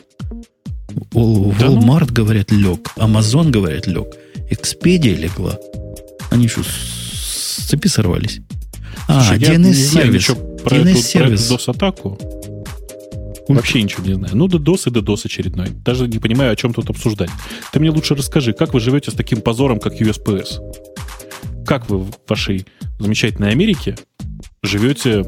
Walmart, говорят, лег. Amazon, говорят, лег. Expedia легла. Они что, с цепи сорвались? DNS-сервис. Про эту DOS-атаку вообще ничего не знаю. DDoS и DDoS очередной. Даже не понимаю, о чем тут обсуждать. Ты мне лучше расскажи, как вы живете с таким позором, как USPS? Как вы в вашей замечательной Америке живете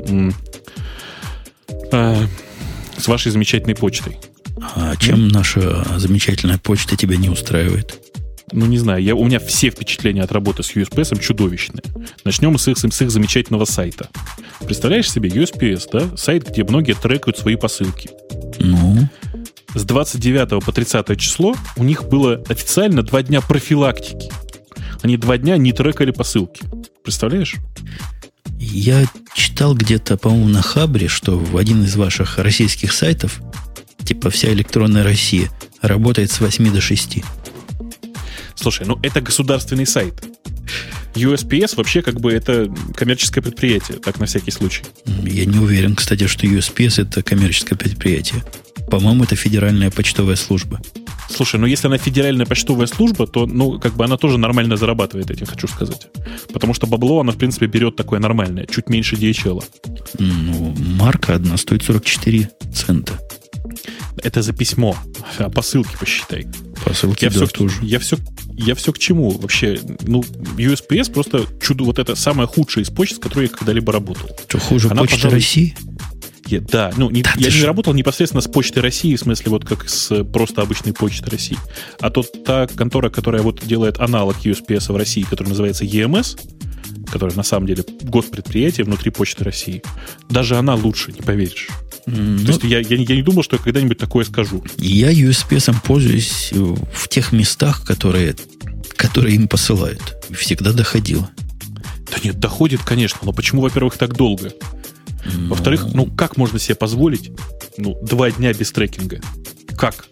с вашей замечательной почтой? А чем наша замечательная почта тебя не устраивает? Не знаю. У меня все впечатления от работы с USPS чудовищные. Начнем с их замечательного сайта. Представляешь себе USPS, да? Сайт, где многие трекают свои посылки. С 29 по 30 число у них было официально 2 дня профилактики. Они 2 дня не трекали посылки. Представляешь? Я читал где-то, по-моему, на Хабре, что в один из ваших российских сайтов, типа вся электронная Россия, работает с 8 до 6. Слушай, это государственный сайт. USPS вообще это коммерческое предприятие, так на всякий случай. Я не уверен, кстати, что USPS это коммерческое предприятие. По-моему, это федеральная почтовая служба. Слушай, если она федеральная почтовая служба, то, она тоже нормально зарабатывает, я тебе хочу сказать. Потому что бабло она, в принципе, берет такое нормальное, чуть меньше DHL. Марка одна стоит 44 цента. Это за письмо. А посылки посчитай. Посылки, тоже. Я все к чему? Вообще, USPS просто чудо, это самая худшая из почт, с которой я когда-либо работал. Что, хуже Почты России? Да, я не работал непосредственно с Почтой России, в смысле, как с просто обычной Почты России. А та контора, которая делает аналог USPS в России, которая называется EMS, которая на самом деле госпредприятие внутри Почты России, даже она лучше, не поверишь. То есть я не думал, что я когда-нибудь такое скажу. Я USPS пользуюсь в тех местах, которые им посылают. Всегда доходило. Да нет, доходит, конечно, но почему, во-первых, так долго? Во-вторых, как можно себе позволить 2 дня без трекинга? Как?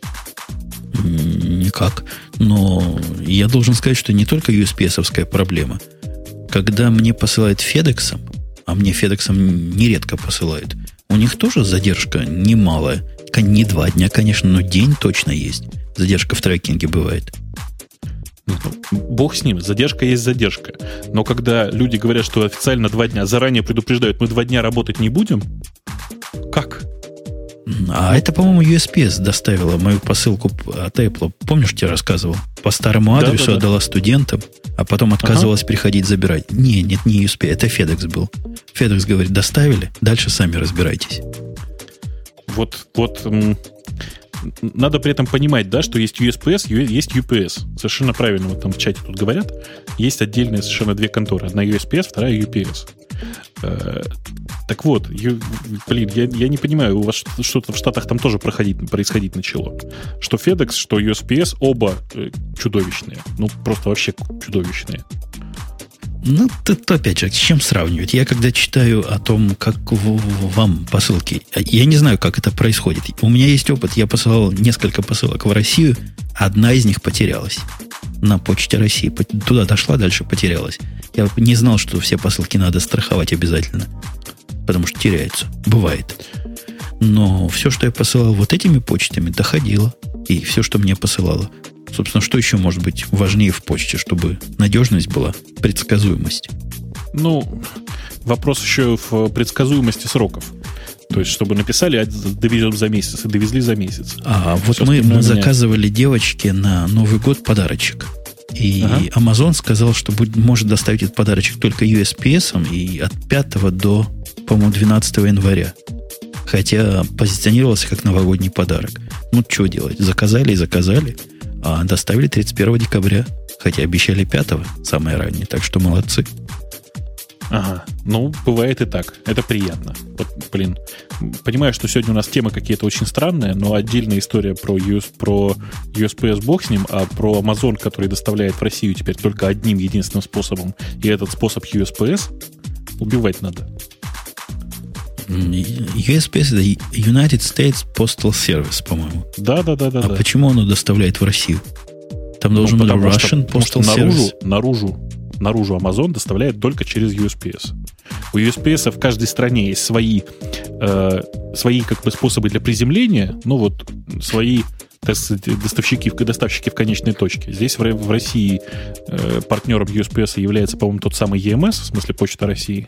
Никак. Но я должен сказать, что не только USPS-овская проблема. Когда мне посылают FedEx, а мне FedEx нередко посылают, у них тоже задержка немалая. Не 2 дня, конечно, но день точно есть. Задержка в трекинге бывает. Бог с ним, задержка есть задержка. Но когда люди говорят, что официально 2 дня, заранее предупреждают, мы 2 дня работать не будем, как? А это, по-моему, USPS доставила мою посылку от Apple. Помнишь, я рассказывал? По старому адресу отдала студентам, а потом отказывалась приходить забирать. Не USPS, это FedEx был. FedEx говорит, доставили, дальше сами разбирайтесь. Надо при этом понимать, да, что есть USPS, есть UPS. Совершенно правильно, там в чате тут говорят. Есть отдельные совершенно 2 конторы. Одна USPS, вторая UPS. Так вот, я не понимаю, у вас что-то в Штатах там тоже происходить начало. Что FedEx, что USPS, оба чудовищные. Просто вообще чудовищные. Тут опять же, с чем сравнивать? Я когда читаю о том, как вам посылки, я не знаю, как это происходит. У меня есть опыт, я посылал несколько посылок в Россию, одна из них потерялась на Почте России. Туда дошла, дальше потерялась. Я не знал, что все посылки надо страховать обязательно, потому что теряются. Бывает. Но все, что я посылал этими почтами, доходило. И все, что мне посылало. Собственно, что еще может быть важнее в почте, чтобы надежность была, предсказуемость? Вопрос еще в предсказуемости сроков. То есть, чтобы написали, довезем за месяц, и довезли за месяц. Мы заказывали девочке на Новый год подарочек. И Amazon сказал, что может доставить этот подарочек только USPS и от 5 до, по-моему, 12 января. Хотя позиционировался как новогодний подарок. Что делать? Заказали и заказали. А доставили 31 декабря. Хотя обещали 5-го, самое раннее. Так что молодцы. Ага. Бывает и так. Это приятно. Понимаю, что сегодня у нас темы какие-то очень странные, но отдельная история про USPS, бог с ним, а про Amazon, который доставляет в Россию теперь только одним единственным способом, и этот способ USPS, убивать надо. USPS это United States Postal Service, по-моему. Да. Почему оно доставляет в Россию? Там должен быть Russian Postal Service. Наружу Amazon доставляет только через USPS. У USPS в каждой стране есть свои способы для приземления, свои, так сказать, доставщики в конечной точке. Здесь в России партнером USPS является, по-моему, тот самый EMS, в смысле Почта России.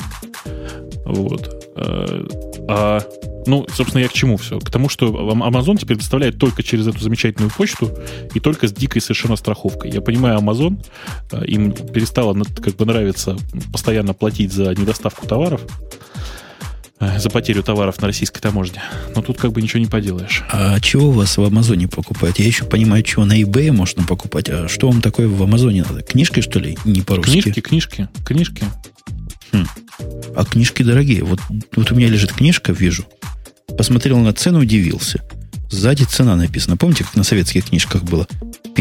Собственно, я к чему все? К тому, что Amazon теперь доставляет только через эту замечательную почту и только с дикой совершенно страховкой. Я понимаю, Amazon, им перестало нравиться постоянно платить за недоставку товаров, за потерю товаров на российской таможне. Но тут ничего не поделаешь. А чего у вас в Амазоне покупают? Я еще понимаю, чего на eBay можно покупать. А что вам такое в Амазоне надо? Книжки, что ли? Не по-русски? Книжки. А книжки дорогие. Вот у меня лежит книжка, вижу. Посмотрел на цену, удивился. Сзади цена написана. Помните, как на советских книжках было?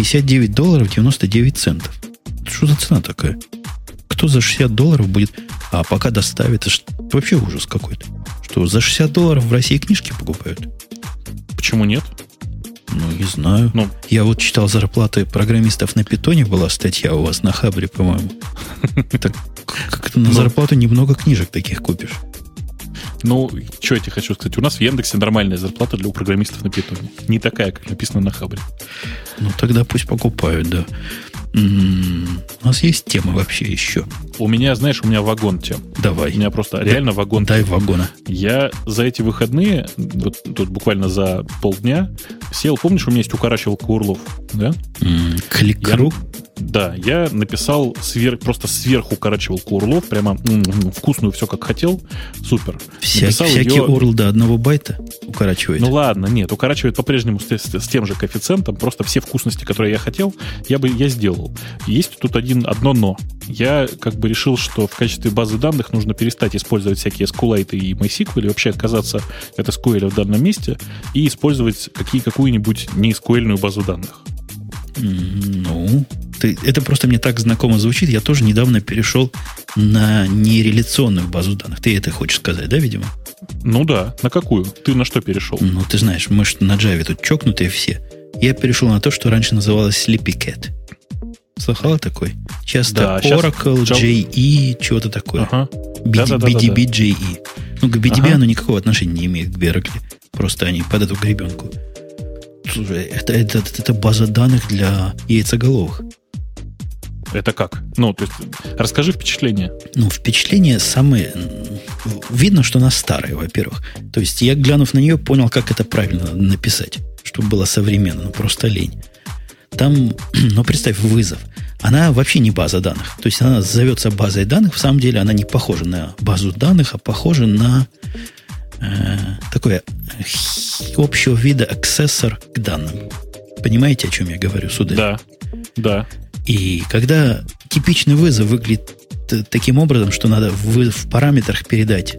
$59.99. Что за цена такая? Кто за $60 будет А пока доставят, это ж вообще ужас какой-то. Что, за $60 в России книжки покупают? Почему нет? Ну, не знаю. Я вот читал зарплаты программистов на Питоне, была статья у вас на Хабре, по-моему. Так как-то на зарплату немного книжек таких купишь. Ну, что я тебе хочу сказать? У нас в Яндексе нормальная зарплата для программистов на Питоне. Не такая, как написано на Хабре. Ну, тогда пусть покупают, да. У нас есть тема вообще еще? У меня вагон тем. Давай. У меня просто реально вагон. Дай вагона. Я за эти выходные, вот тут буквально за полдня, сел, помнишь, у меня есть укорачивалка урлов, да? Клик-ру? Да, я написал просто сверху укорачивалку урлов, прямо вкусную, все как хотел, супер. Всякий урл до 1 байта укорачивает? Ну ладно, нет, укорачивает по-прежнему с тем же коэффициентом, просто все вкусности, которые я хотел, я сделал. Есть тут одно но. Я как бы решил, что в качестве базы данных нужно перестать использовать всякие SQLite и MySQL, и вообще отказаться от SQL в данном месте и использовать какую-нибудь не SQL-ную базу данных. Ну, это просто мне так знакомо звучит. Я тоже недавно перешел на нереляционную базу данных. Ты это хочешь сказать, да, видимо? Ну да. На какую? Ты на что перешел? Ну, ты знаешь, мы же на Java тут чокнутые все. Я перешел на то, что раньше называлось Sleepycat. Слыхала такой? Часто да, Oracle, JE, чего-то такое. Ага. BDB, JE. Ну, к BDB оно никакого отношения не имеет к Berkeley. Просто они под эту гребенку. Слушай, это база данных для яйцеголовых. Это как? Ну, то есть, расскажи впечатление. Ну, впечатление самое... Видно, что она старая, во-первых. То есть, я, глянув на нее, понял, как это правильно надо написать, чтобы было современно, просто лень. Там, ну, представь, вызов. Она вообще не база данных. То есть, она зовется базой данных. В самом деле, она не похожа на базу данных, а похожа на такое общего вида аксессор к данным. Понимаете, о чем я говорю, сударь? Да. И когда типичный вызов выглядит таким образом, что надо в параметрах передать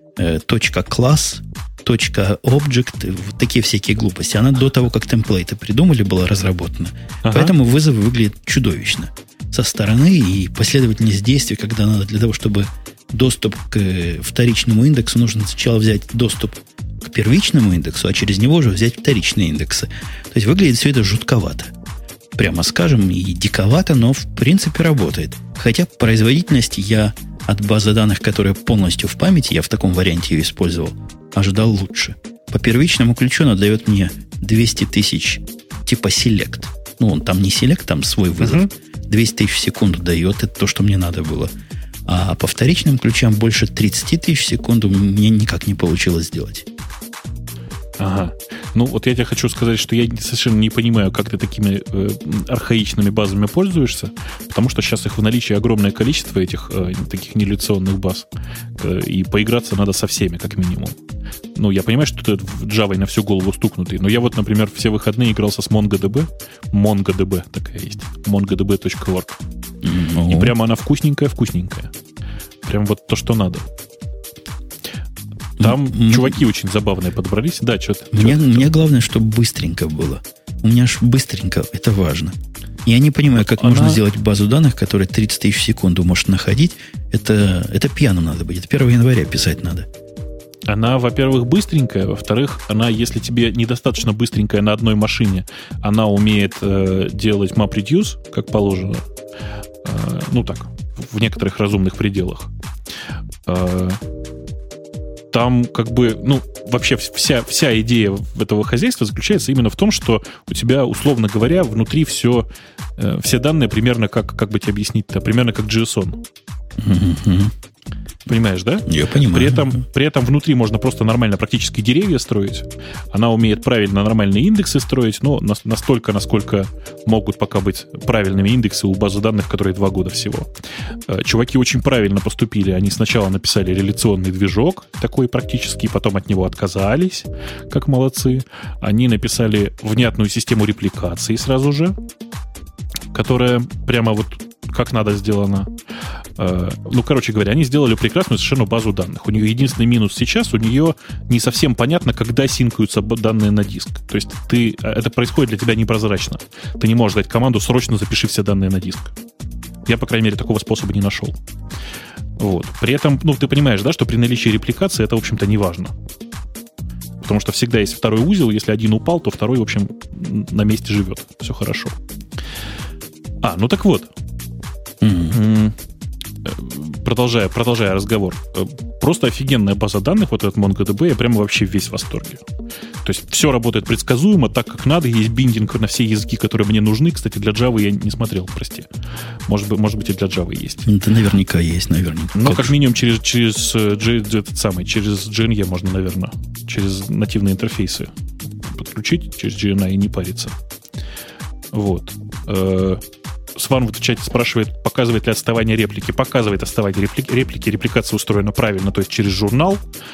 .класс, .object, вот такие всякие глупости. Она до того, как темплейты придумали, была разработана. Поэтому вызов выглядит чудовищно со стороны, и последовательность действий, когда надо для того, чтобы доступ к вторичному индексу, нужно сначала взять доступ к первичному индексу, а через него уже взять вторичные индексы. То есть выглядит все это жутковато. Прямо скажем, и диковато, но в принципе работает. Хотя производительность я от базы данных, которая полностью в памяти, я в таком варианте ее использовал, ожидал лучше. По первичному ключу она дает мне 200 тысяч типа select. Ну, он там не select, там свой вызов. 200 тысяч в секунду дает, это то, что мне надо было. А по вторичным ключам больше 30 тысяч в секунду мне никак не получилось сделать. Ага. Ну, вот я тебе хочу сказать, что я совершенно не понимаю, как ты такими архаичными базами пользуешься, потому что сейчас их в наличии огромное количество, этих таких нереляционных баз, и поиграться надо со всеми, как минимум. Ну, я понимаю, что ты в Java на всю голову стукнутый, но я вот, например, все выходные игрался с MongoDB. MongoDB такая есть. mongodb.org. И прямо она вкусненькая-вкусненькая. Прям вот то, что надо. Там чуваки очень забавные подобрались. Да, что-то. Мне главное, чтобы быстренько было. У меня ж быстренько, это важно. Я не понимаю, как можно сделать базу данных, которая 30 тысяч в секунду может находить. Это пьяным надо быть. Это 1 января писать надо. Она, во-первых, быстренькая. Во-вторых, она, если тебе недостаточно быстренькая на одной машине, она умеет делать MapReduce, как положено. Ну так, в некоторых разумных пределах. Там как бы, ну, вообще вся идея этого хозяйства заключается именно в том, что у тебя, условно говоря, внутри все данные примерно как бы тебе объяснить-то, примерно как JSON. Понимаешь, да? Я понимаю. При этом внутри можно просто нормально практически деревья строить. Она умеет правильно нормальные индексы строить, но настолько, насколько могут пока быть правильными индексы у базы данных, которые 2 года всего. Чуваки очень правильно поступили. Они сначала написали реляционный движок, такой практически, потом от него отказались, как молодцы. Они написали внятную систему репликации сразу же, которая прямо вот как надо сделана. Ну, короче говоря, они сделали прекрасную совершенно базу данных. У нее единственный минус сейчас, у нее не совсем понятно, когда синкаются данные на диск. То есть это происходит для тебя непрозрачно. Ты не можешь дать команду «срочно запиши все данные на диск». Я, по крайней мере, такого способа не нашел. Вот. При этом, ты понимаешь, да, что при наличии репликации это, в общем-то, не важно. Потому что всегда есть второй узел, если один упал, то второй, в общем, на месте живет. Все хорошо. Так вот. Продолжая разговор. Просто офигенная база данных, вот этот MongoDB, я прямо вообще весь в восторге. То есть все работает предсказуемо, так как надо, есть биндинг на все языки, которые мне нужны. Кстати, для Java я не смотрел, прости. Может быть и для Java есть. Это наверняка есть, наверняка. Но как минимум через GNE можно, наверное, через нативные интерфейсы подключить, через GNI и не париться. Вот. Сван в чате спрашивает, показывает ли отставание реплики. Показывает отставание реплики. Репликация устроена правильно, то есть через журнал.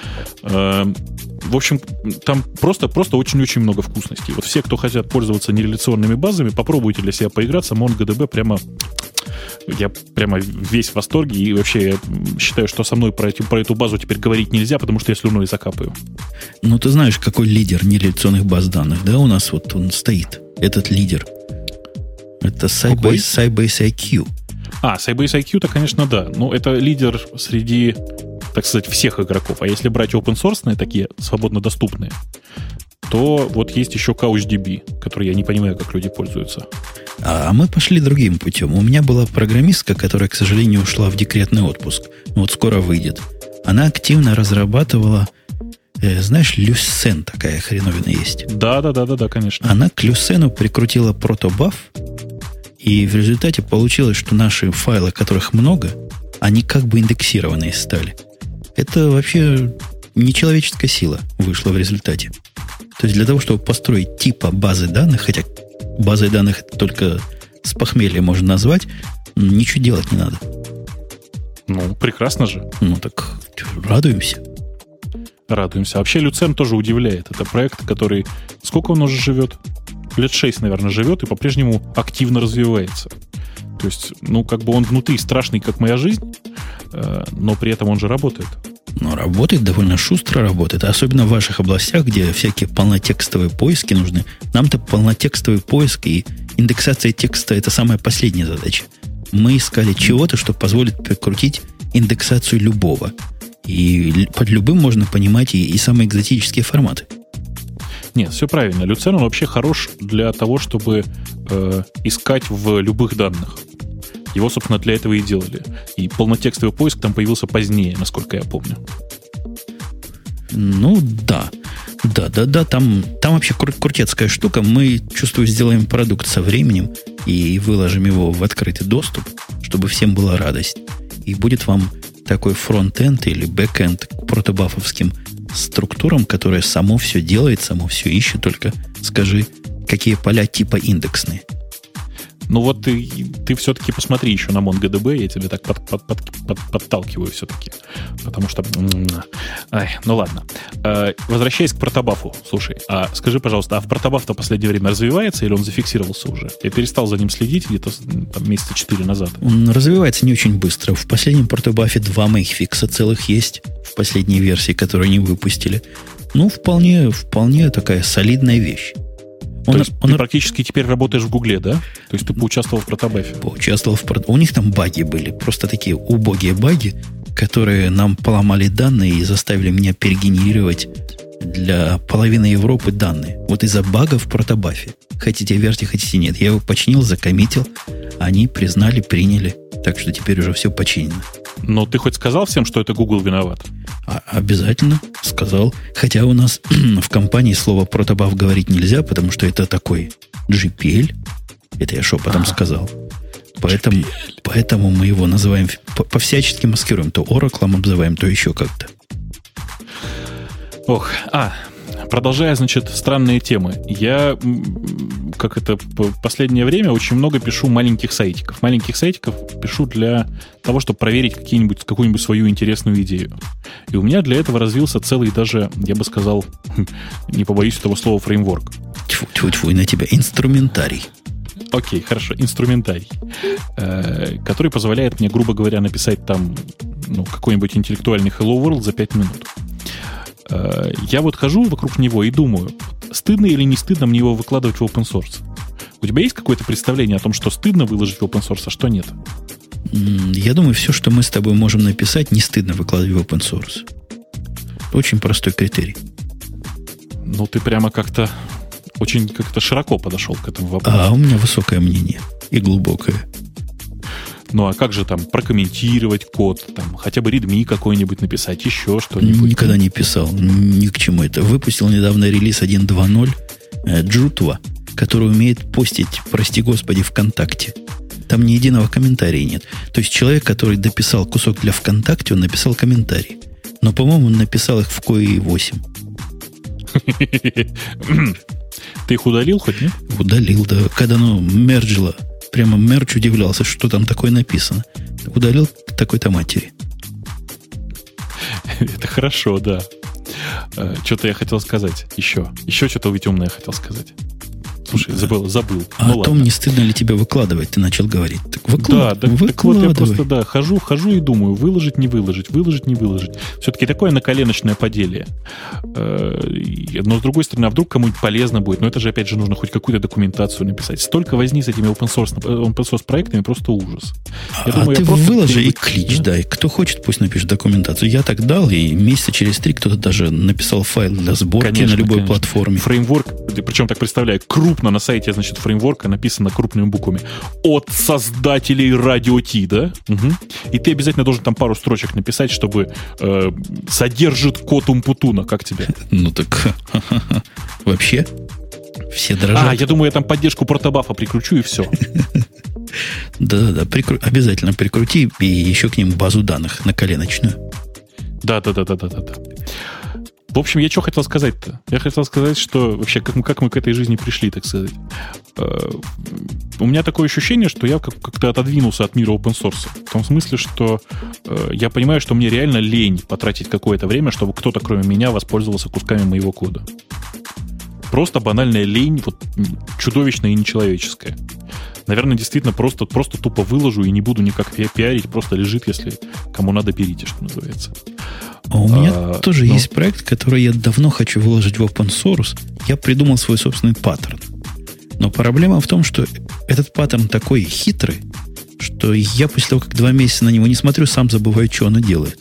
В общем, там просто очень-очень много вкусностей. Вот все, кто хотят пользоваться нереляционными базами, попробуйте для себя поиграться. MongoDB я прямо весь в восторге. И вообще я считаю, что со мной про эту базу теперь говорить нельзя, потому что я слюной закапаю. Ты знаешь, какой лидер нереляционных баз данных, да? У нас вот он стоит, этот лидер. Это Sybase IQ. Sybase IQ-то, конечно, да. Но это лидер среди, так сказать, всех игроков. А если брать open-source, такие свободно доступные, то вот есть еще CouchDB, который я не понимаю, как люди пользуются. А мы пошли другим путем. У меня была программистка, которая, к сожалению, ушла в декретный отпуск. Вот скоро выйдет. Она активно разрабатывала, знаешь, Lucene такая хреновина есть. Да, конечно. Она к Lucene прикрутила протобаф, и в результате получилось, что наши файлы, которых много, они как бы индексированные стали. Это вообще нечеловеческая сила вышла в результате. То есть для того, чтобы построить типа базы данных, хотя базой данных это только с похмелья можно назвать, ничего делать не надо. Прекрасно же. Так радуемся. Радуемся. Вообще Lucene тоже удивляет. Это проект, который... Сколько он уже живет? Лет 6, наверное, живет и по-прежнему активно развивается. То есть, он внутри страшный, как моя жизнь, но при этом он же работает. Работает, довольно шустро работает. Особенно в ваших областях, где всякие полнотекстовые поиски нужны. Нам-то полнотекстовый поиск и индексация текста – это самая последняя задача. Мы искали чего-то, что позволит прикрутить индексацию любого. И под любым можно понимать и самые экзотические форматы. Нет, все правильно. Lucene, он вообще хорош для того, чтобы искать в любых данных. Его, собственно, для этого и делали. И полнотекстовый поиск там появился позднее, насколько я помню. Да. Там вообще крутецкая штука. Мы, чувствую, сделаем продукт со временем и выложим его в открытый доступ, чтобы всем была радость. И будет вам такой фронт-энд или бэк-энд к протобафовским структурам, которая само все делает, само все ищет, только скажи, какие поля типа индексные. Ты все-таки посмотри еще на MongoDB, я тебе так подталкиваю все-таки. Потому что... ладно. Возвращаясь к протобафу. Слушай, скажи, пожалуйста, в протобаф-то в последнее время развивается или он зафиксировался уже? Я перестал за ним следить где-то месяца 4 назад. Он развивается не очень быстро. В последнем протобафе 2 мейкфикса целых есть в последней версии, которую они выпустили. Вполне такая солидная вещь. Ты практически теперь работаешь в Гугле, да? То есть ты поучаствовал в протобафе? Поучаствовал У них там баги были. Просто такие убогие баги, которые нам поломали данные и заставили меня перегенерировать для половины Европы данные. Вот из-за бага в протобафе. Хотите верьте, хотите нет. Я его починил, закоммитил. Они признали, приняли. Так что теперь уже все починено. Но ты хоть сказал всем, что это Google виноват? Обязательно сказал. Хотя у нас в компании слово протобаф говорить нельзя, потому что это такой GPL. Это я шепотом сказал. Поэтому мы его называем, по-всячески маскируем. То Oracle обзываем, то еще как-то. Продолжая, странные темы. Я, в последнее время очень много пишу маленьких сайтиков. Маленьких сайтиков пишу для того, чтобы проверить какую-нибудь свою интересную идею. И у меня для этого развился целый даже, я бы сказал, не побоюсь этого слова, фреймворк. Тьфу, на тебя инструментарий. Окей, хорошо, инструментарий, который позволяет мне, грубо говоря, написать там какой-нибудь интеллектуальный Hello World за 5 минут. Я хожу вокруг него и думаю, стыдно или не стыдно мне его выкладывать в open source. У тебя есть какое-то представление о том, что стыдно выложить в open source, а что нет? Я думаю, все, что мы с тобой можем написать, не стыдно выкладывать в open source. Очень простой критерий. Ну, ты прямо как-то очень как-то широко подошел к этому вопросу. А у меня высокое мнение и глубокое. Ну, а как же там прокомментировать код, там хотя бы readme какой-нибудь написать, еще что-нибудь? Никогда не писал, ни к чему это. Выпустил недавно релиз 1.2.0 Джутва, который умеет постить, прости господи, ВКонтакте. Там ни единого комментария нет. То есть человек, который дописал кусок для ВКонтакте, он написал комментарий. Но, по-моему, он написал их в COE 8. Ты их удалил хоть, нет? Удалил, да. Когда оно мерджило, прямо мерч удивлялся, что там такое написано. Удалил к такой-то матери. Это хорошо, да. Что-то я хотел сказать еще. Еще что-то ведь умное хотел сказать. Слушай, забыл. А о том, не стыдно ли тебе выкладывать, ты начал говорить. Так выкладывай. Так вот я просто, хожу и думаю, выложить, не выложить. Все-таки такое наколеночное поделие. Но, с другой стороны, а вдруг кому-нибудь полезно будет? Но это же, опять же, нужно хоть какую-то документацию написать. Столько возни с этими open source проектами, просто ужас. Ты выложи и клич дай. Кто хочет, пусть напишет документацию. Я так дал, и месяца через 3 кто-то даже написал файл для сборки на любой платформе. Фреймворк, причем так представляю, крупно на сайте, значит, фреймворка написано крупными буквами от создателей Radio T, да? Угу. И ты обязательно должен там пару строчек написать, чтобы содержит код Умпутуна. Как тебе? Ну так вообще все дрожат. Я думаю, я там поддержку протобафа прикручу и все. Да-да-да, обязательно прикрути и еще к ним базу данных на коленочную. Да. В общем, я что хотел сказать-то? Я хотел сказать, что вообще, как мы к этой жизни пришли, так сказать. У меня такое ощущение, что я как-то отодвинулся от мира open source. В том смысле, что я понимаю, что мне реально лень потратить какое-то время, чтобы кто-то, кроме меня, воспользовался кусками моего кода. Просто банальная лень, вот, чудовищная и нечеловеческая. Наверное, действительно, просто тупо выложу и не буду никак пиарить, просто лежит, если кому надо, берите, что называется. А у меня тоже есть проект, который я давно хочу выложить в open source. Я придумал свой собственный паттерн. Но проблема в том, что этот паттерн такой хитрый, что я после того, как 2 месяца на него не смотрю, сам забываю, что оно делает.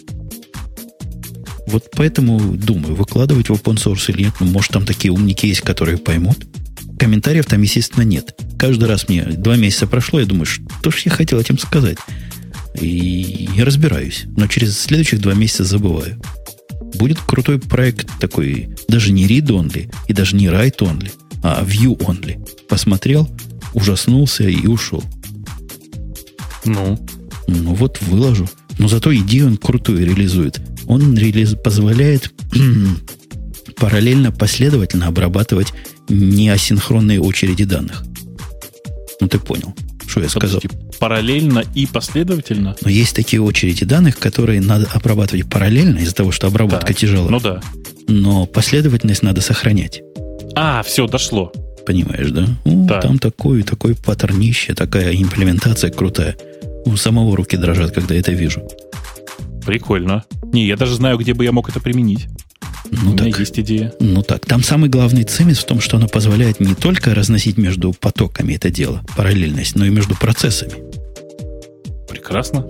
Вот поэтому думаю, выкладывать в open source или нет. Ну, может, там такие умники есть, которые поймут. Комментариев там, естественно, нет. Каждый раз мне 2 месяца прошло, я думаю, что ж я хотел этим сказать. И я разбираюсь. Но через следующих 2 месяца забываю. Будет крутой проект такой, даже не read-only и даже не write-only, а view-only. Посмотрел, ужаснулся и ушел. Ну вот выложу. Но зато идею он крутую реализует. Он позволяет параллельно, последовательно обрабатывать неасинхронные очереди данных. Ну, ты понял, что я сказал. Параллельно и последовательно? Но есть такие очереди данных, которые надо обрабатывать параллельно из-за того, что обработка тяжелая. Ну да. Но последовательность надо сохранять. Все, дошло. Понимаешь, да? Там такой паттернище, такая имплементация крутая. У самого руки дрожат, когда это вижу. Прикольно. Не, я даже знаю, где бы я мог это применить. У меня есть идея. Там самый главный цимис в том, что оно позволяет не только разносить между потоками это дело, параллельность, но и между процессами. Прекрасно.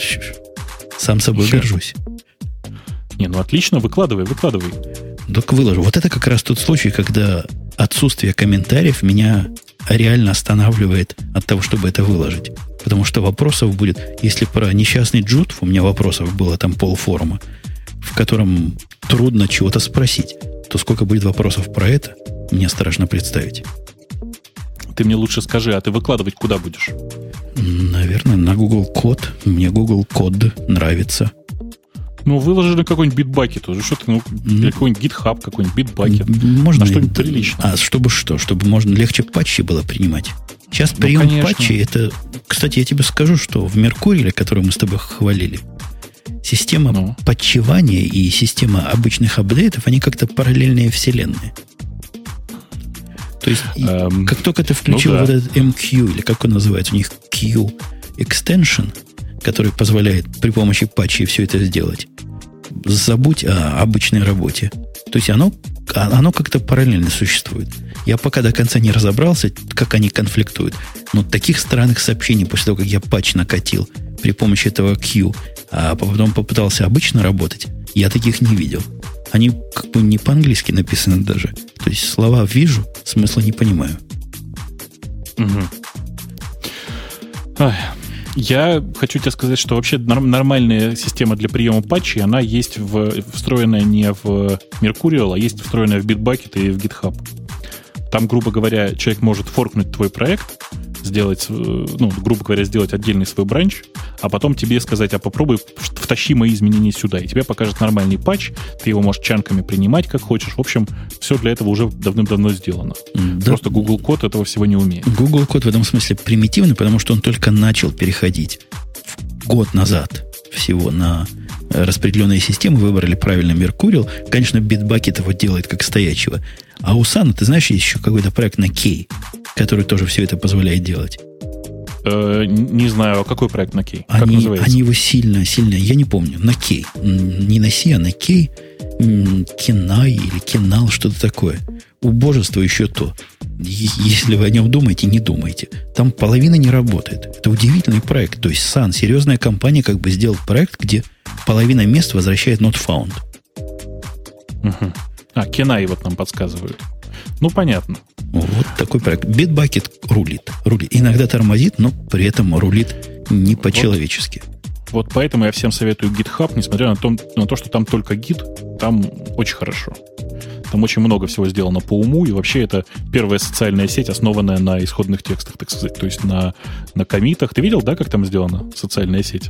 Сам собой горжусь. Отлично, выкладывай. Так выложу. Вот это как раз тот случай, когда отсутствие комментариев меня реально останавливает от того, чтобы это выложить. Потому что вопросов будет, если про несчастный Джутв, у меня вопросов было там полфорума, в котором трудно чего-то спросить, то сколько будет вопросов про это, мне страшно представить. Ты мне лучше скажи, а ты выкладывать куда будешь? Наверное, на Google Код. Мне Google Код нравится. Выложи на какой-нибудь Bitbucket уже. Что ты, или какой-нибудь GitHub, какой-нибудь Bitbucket. Можно на что-нибудь приличное. Чтобы что? Чтобы можно легче патчи было принимать. Сейчас прием патчи, это... Кстати, я тебе скажу, что в Меркурии, который мы с тобой хвалили, система патчевания и система обычных апдейтов, они как-то параллельные вселенные. То есть, как только ты включил вот этот MQ, или как он называется, у них Q Extension, который позволяет при помощи патчей все это сделать, забудь о обычной работе. То есть оно как-то параллельно существует. Я пока до конца не разобрался, как они конфликтуют. Но таких странных сообщений после того, как я патч накатил при помощи этого Q, а потом попытался обычно работать, я таких не видел. Они как бы не по-английски написаны даже. То есть слова вижу, смысла не понимаю. Угу. Я хочу тебе сказать, что вообще нормальная система для приема патчей, она есть встроенная не в Mercurial, а есть встроенная в Bitbucket и в GitHub. Там, грубо говоря, человек может форкнуть твой проект, сделать, грубо говоря, сделать отдельный свой бранч, а потом тебе сказать, а попробуй втащи мои изменения сюда, и тебе покажет нормальный патч, ты его можешь чанками принимать, как хочешь. В общем, все для этого уже давным-давно сделано. Да. Просто Google код этого всего не умеет. Google код в этом смысле примитивный, потому что он только начал переходить год назад всего на распределенные системы, выбрали правильно Mercurial. Конечно, Bitbucket его делает как стоячего. А у Sun, ты знаешь, есть еще какой-то проект на K, который тоже все это позволяет делать. Не знаю, а какой проект на K? Как называется? Они его сильно, я не помню, на K. Не на C, а на K. Kenai или Kenal, что-то такое. Убожество еще то. Если вы о нем думаете, не думайте. Там половина не работает. Это удивительный проект. То есть Sun, серьезная компания, как бы сделал проект, где половина мест возвращает not found. Угу. Kenai вот нам подсказывают. Ну, понятно. Вот такой проект. Bitbucket рулит. Иногда тормозит, но при этом рулит не по-человечески. Вот поэтому я всем советую GitHub, несмотря на то, что там только Git, там очень хорошо. Там очень много всего сделано по уму, и вообще это первая социальная сеть, основанная на исходных текстах, так сказать, то есть на коммитах. Ты видел, да, как там сделана социальная сеть?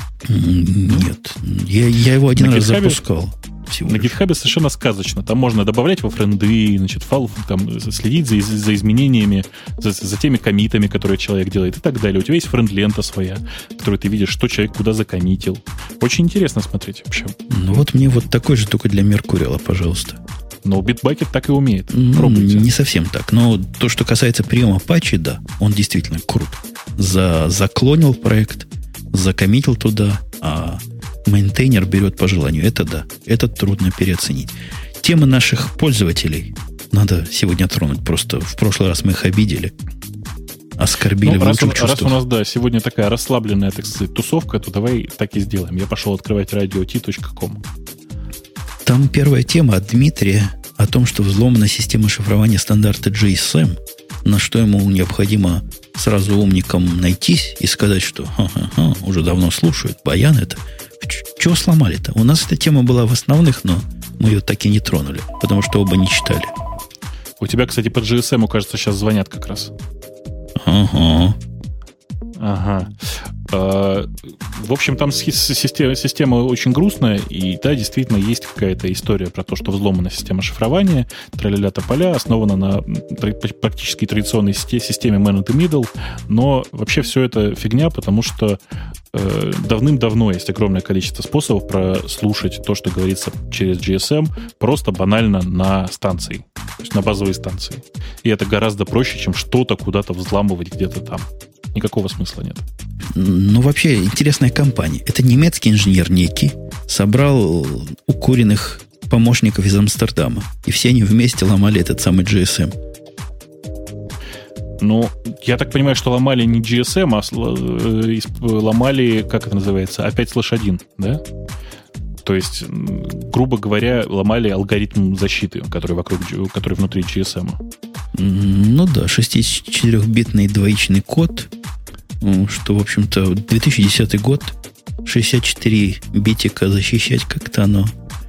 Нет. Я его один раз запускал. На GitHub совершенно сказочно. Там можно добавлять во френды, значит, там, следить за изменениями, за теми коммитами, которые человек делает и так далее. У тебя есть френд-лента своя, в которой ты видишь, что человек куда закоммитил. Очень интересно смотреть вообще. Ну вот мне вот такой же только для Mercurial, пожалуйста. Но Bitbucket так и умеет. Пробуйте. Не совсем так. Но то, что касается приема патчей, да, он действительно крут. Заклонил проект, закоммитил туда, а мейнтейнер берет по желанию. Это да. Это трудно переоценить. Темы наших пользователей надо сегодня тронуть. Просто в прошлый раз мы их обидели. Оскорбили в лучших чувствах. Раз у нас, да, сегодня такая расслабленная, так сказать, тусовка, то давай так и сделаем. Я пошел открывать radio.t.com. Там первая тема от Дмитрия о том, что взломана система шифрования стандарта GSM, на что ему необходимо сразу умникам найтись и сказать, что уже давно слушают, баян это. Чего сломали-то? У нас эта тема была в основных, но мы ее так и не тронули, потому что оба не читали. У тебя, кстати, по GSM, кажется, сейчас звонят как раз. Ага. В общем, там система очень грустная, и да, действительно есть какая-то история про то, что взломана система шифрования, траля-ля тополя, основана на практически традиционной системе man in the middle, но вообще все это фигня, потому что давным-давно есть огромное количество способов прослушать то, что говорится через GSM, просто банально на станции, то есть на базовой станции. И это гораздо проще, чем что-то куда-то взламывать где-то там. Никакого смысла нет. Ну, вообще, интересная компания. Это немецкий инженер некий собрал укуренных помощников из Амстердама. И все они вместе ломали этот самый GSM. Ну, я так понимаю, что ломали не GSM, а ломали, как это называется, A5/1, да? То есть, грубо говоря, ломали алгоритм защиты, который внутри GSM. Ну да, 64-битный двоичный код, что, в общем-то, 2010 год, 64 битика защищать как-то оно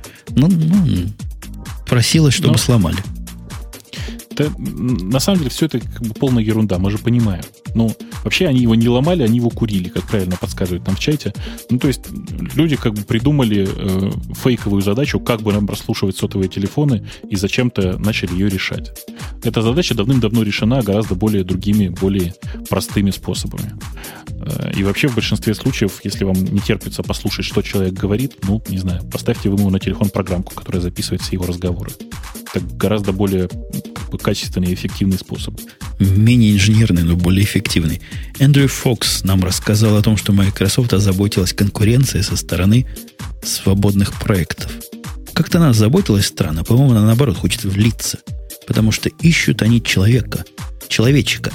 просилось, чтобы сломали. Да, на самом деле все это как бы полная ерунда, мы же понимаем. Ну, вообще они его не ломали, они его курили, как правильно подсказывают нам в чате. Ну, то есть люди как бы придумали фейковую задачу, как бы нам прослушивать сотовые телефоны, и зачем-то начали ее решать. Эта задача давным-давно решена гораздо другими, более простыми способами. И вообще в большинстве случаев, если вам не терпится послушать, что человек говорит, ну, не знаю, поставьте вы ему на телефон программку, которая записывает все его разговоры. Это гораздо более качественный и эффективный способ. Менее инженерный, но более эффективный. Эндрю Фокс нам рассказал о том, что Microsoft озаботилась конкуренцией со стороны свободных проектов. Как-то она озаботилась странно, по-моему, она наоборот хочет влиться. Потому что ищут они человечка,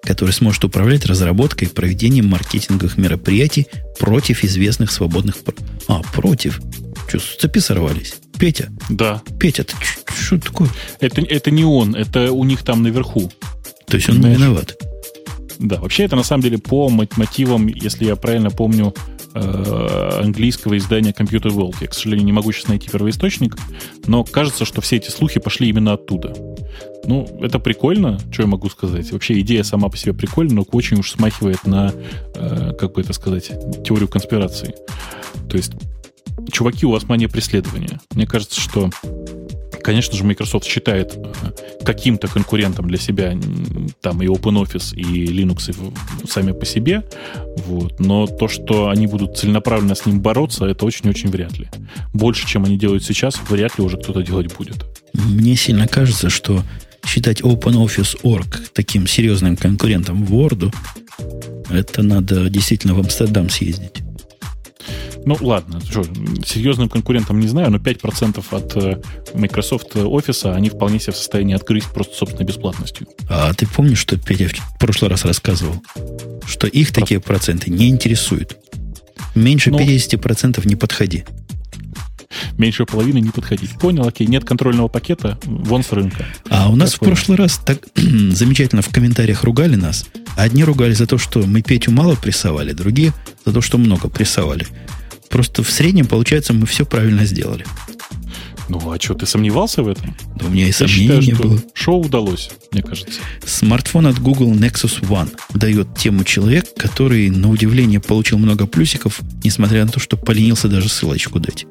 который сможет управлять разработкой и проведением маркетинговых мероприятий против известных свободных... против? Что, с цепи сорвались? Петя? Да. Петя, ты что такое? Это не он, это у них там наверху. То есть он не виноват? Да, вообще это на самом деле по мотивам, если я правильно помню, английского издания Computer World. Я, к сожалению, не могу сейчас найти первоисточник, но кажется, что все эти слухи пошли именно оттуда. Ну, это прикольно, что я могу сказать. Вообще идея сама по себе прикольна, но очень уж смахивает на, как бы это сказать, теорию конспирации. То есть, чуваки, у вас мания преследования. Мне кажется, что, конечно же, Microsoft считает каким-то конкурентом для себя там и OpenOffice, и Linux сами по себе, вот. Но то, что они будут целенаправленно с ним бороться, это очень-очень вряд ли. Больше, чем они делают сейчас, вряд ли уже кто-то делать будет. Мне сильно кажется, что считать OpenOffice.org таким серьезным конкурентом Word, это надо действительно в Амстердам съездить. Ну, ладно, что, серьезным конкурентом не знаю, но 5% от Microsoft Office они вполне себе в состоянии отгрызть просто собственной бесплатностью. А ты помнишь, что Петя в прошлый раз рассказывал? Что их такие проценты не интересуют. Меньше 50% не подходи. Меньше половины не подходить. Понял, окей, нет контрольного пакета, вон с рынка. А у нас в прошлый раз так замечательно в комментариях ругали нас. Одни ругали за то, что мы Петю мало прессовали, другие за то, что много прессовали. Просто в среднем, получается, мы все правильно сделали. Ну, а что, ты сомневался в этом? Да у меня и сомнений не было. Шоу удалось, мне кажется. Смартфон от Google Nexus One дает тему человек, который, на удивление, получил много плюсиков, несмотря на то, что поленился даже ссылочку дать.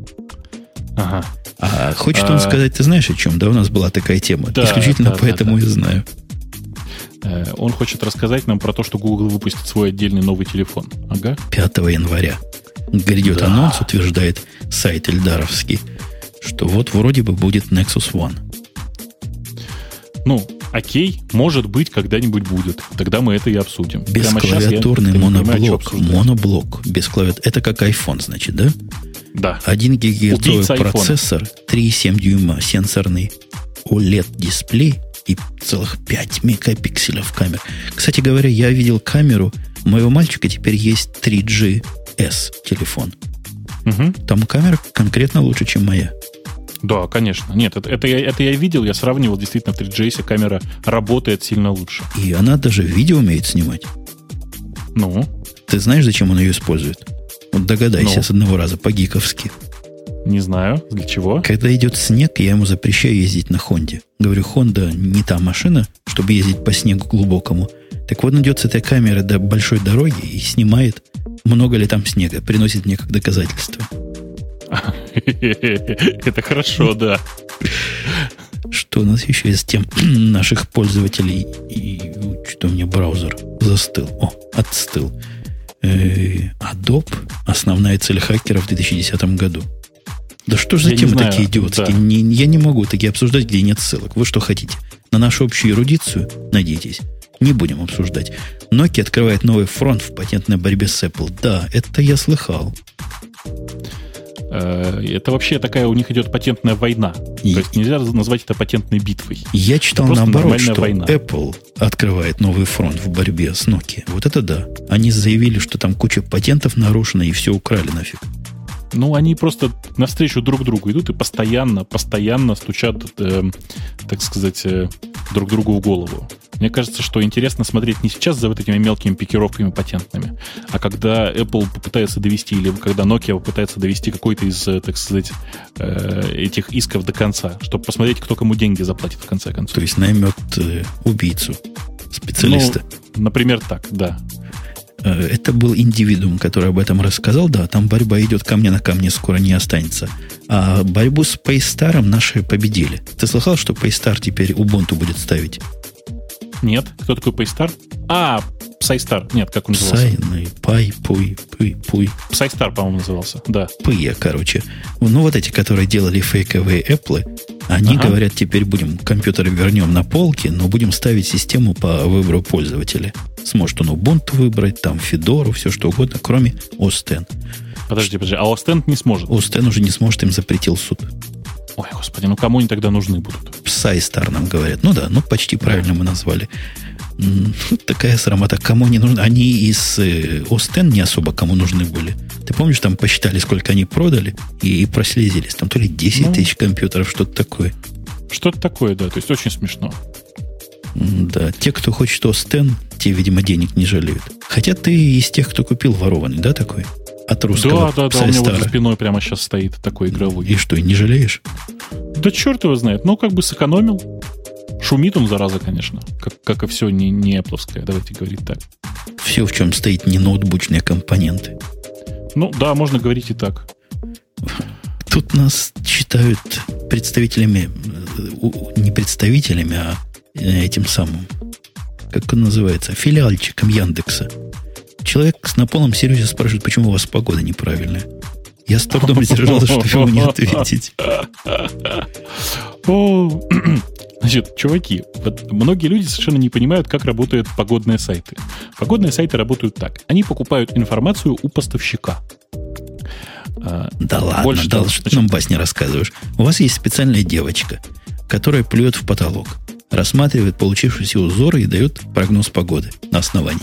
Ага. А хочет он сказать, ты знаешь о чем? Да, у нас была такая тема. Да, исключительно поэтому и знаю. Он хочет рассказать нам про то, что Google выпустит свой отдельный новый телефон. Ага. 5 января. Грядет анонс, утверждает сайт Эльдаровский, что вот вроде бы будет Nexus One. Ну, окей, может быть, когда-нибудь будет. Тогда мы это и обсудим. Бесклавиатурный моноблок. Без клавиатуры. Это как iPhone, значит, да? Да. 1 гигагерцовый процессор, 3,7 дюйма сенсорный OLED-дисплей и целых 5 мегапикселев камер. Кстати говоря, я видел камеру. У моего мальчика теперь есть 3GS телефон. Угу. Там камера конкретно лучше, чем моя. Да, конечно. Нет, это я видел, я сравнивал. Действительно, в 3GS камера работает сильно лучше. И она даже видео умеет снимать. Ну? Ты знаешь, зачем он ее использует? Вот догадайся с одного раза, по-гиковски. Не знаю. Для чего? Когда идет снег, я ему запрещаю ездить на Хонде. Говорю, Хонда не та машина, чтобы ездить по снегу глубокому. Так вот, он идет с этой камеры до большой дороги и снимает, много ли там снега, приносит мне как доказательство. Это хорошо, да. Что у нас еще из тем наших пользователей? И что у меня браузер застыл. Отстыл. Adobe – основная цель хакеров в 2010 году. Да что же за темы такие идиотские? Да. Я не могу такие обсуждать, где нет ссылок. Вы что хотите? На нашу общую эрудицию надейтесь? Не будем обсуждать. Nokia открывает новый фронт в патентной борьбе с Apple. Да, это я слыхал. Это вообще такая у них идет патентная война. То есть нельзя назвать это патентной битвой. Я читал наоборот, что война. Apple открывает новый фронт в борьбе с Nokia. Вот это да. Они заявили, что там куча патентов нарушена и все украли нафиг. Ну, они просто навстречу друг другу идут и постоянно стучат, так сказать, друг другу в голову. Мне кажется, что интересно смотреть не сейчас за вот этими мелкими пикировками патентными, а когда Apple попытается довести, или когда Nokia попытается довести какой-то из, так сказать, этих исков до конца, чтобы посмотреть, кто кому деньги заплатит в конце концов. То есть наймет убийцу, специалиста. Ну, например, так, да. Это был индивидуум, который об этом рассказал. Да, там борьба идет, камня на камне скоро не останется. А борьбу с Paystar наши победили. Ты слыхал, что Paystar теперь Ubuntu будет ставить? Нет. Кто такой Paystar? Psystar. Нет, как он назывался? Пуй. Psystar, по-моему, назывался. Да. Пыя, короче. Ну, вот эти, которые делали фейковые Apple, они говорят, теперь будем компьютеры вернем на полки, но будем ставить систему по выбору пользователя. Сможет он Ubuntu выбрать, там Fedora, все что угодно, кроме OS X. Подожди, а OS X не сможет? OS X уже не сможет, им запретил суд. Ой, господи, ну кому они тогда нужны будут? Psystar нам говорят. Ну да, почти правильно мы назвали. Такая срамота. Кому не нужно? Они из Остен не особо кому нужны были. Ты помнишь, там посчитали, сколько они продали, и прослезились. Там то ли 10 тысяч компьютеров, что-то такое. Что-то такое, да. То есть очень смешно. Да, те, кто хочет Остен, те, видимо, денег не жалеют. Хотя ты из тех, кто купил ворованный, да, такой? От русского Да, у меня вот за спиной прямо сейчас стоит такой игровой. И что, не жалеешь? Да черт его знает. Ну, как бы сэкономил. Шумит он, зараза, конечно. Как и все не Apple-овское, давайте говорить так. Все, в чем стоит не ноутбучные компоненты. Ну, да, можно говорить и так. Тут нас считают представителями, не представителями, а этим самым, как он называется, филиальчиком Яндекса. Человек на полном серьезе спрашивает, почему у вас погода неправильная. Я с трудом сдержался, чтобы ему не ответить. Значит, чуваки, вот многие люди совершенно не понимают, как работают погодные сайты. Погодные сайты работают так. Они покупают информацию у поставщика. Да ладно, что ты нам басни рассказываешь? У вас есть специальная девочка, которая плюет в потолок, рассматривает получившиеся узоры и дает прогноз погоды на основании.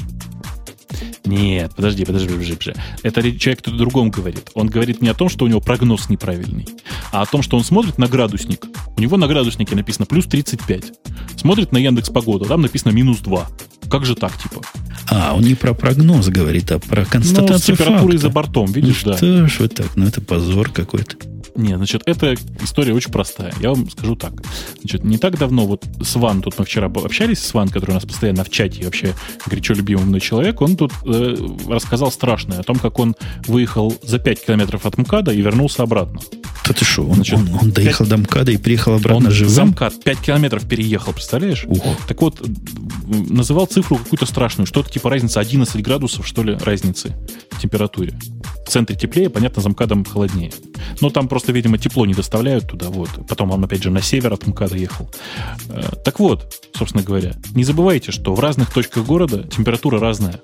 Нет, подожди. Это человек кто-то другом говорит. Он говорит не о том, что у него прогноз неправильный, а о том, что он смотрит на градусник. У него на градуснике написано плюс 35. Смотрит на Яндекс.Погоду, там написано минус 2. Как же так, типа? Он не про прогноз говорит, а про констатацию факта. С температурой за бортом, видишь, да. Что ж вы так? Это позор какой-то. Нет, значит, эта история очень простая. Я вам скажу так. Значит, не так давно вот с Ван, тут мы вчера общались с Ван, который у нас постоянно в чате и вообще горячо любимый мной человек, он тут рассказал страшное о том, как он выехал за 5 километров от МКАДа и вернулся обратно. Да ты что, он доехал до МКАДа и приехал обратно живым? За МКАД 5 километров переехал, представляешь? Ух. Так вот, называл цифру какую-то страшную, что-то типа разница 11 градусов, что ли, разницы в температуре. В центре теплее, понятно, за МКАДом холоднее. Но там просто, видимо, тепло не доставляют туда. Вот. Потом он, опять же, на север от МКАДа ехал. Так вот, собственно говоря, не забывайте, что в разных точках города температура разная.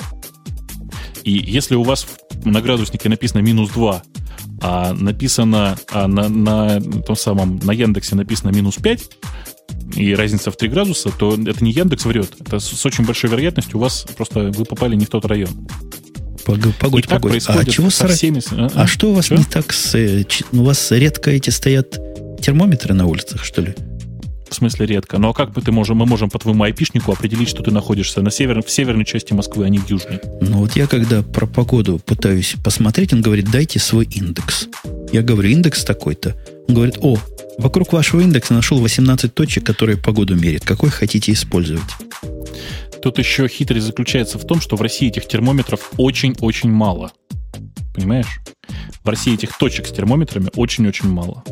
И если у вас на градуснике написано минус 2, а написано на том самом, на Яндексе написано минус 5, и разница в 3 градуса, то это не Яндекс врет. Это с очень большой вероятностью у вас просто вы попали не в тот район. Погодь. А чего А что у вас не так у вас редко эти стоят термометры на улицах, что ли? В смысле редко? Ну а как бы мы можем по твоему айпишнику определить, что ты находишься в северной части Москвы, а не в южной? Ну вот я когда про погоду пытаюсь посмотреть, он говорит, дайте свой индекс. Я говорю, индекс такой-то. Он говорит, вокруг вашего индекса нашел 18 точек, которые погоду мерят. Какой хотите использовать? Тут еще хитрость заключается в том, что в России этих термометров очень-очень мало. Понимаешь? В России этих точек с термометрами очень-очень мало.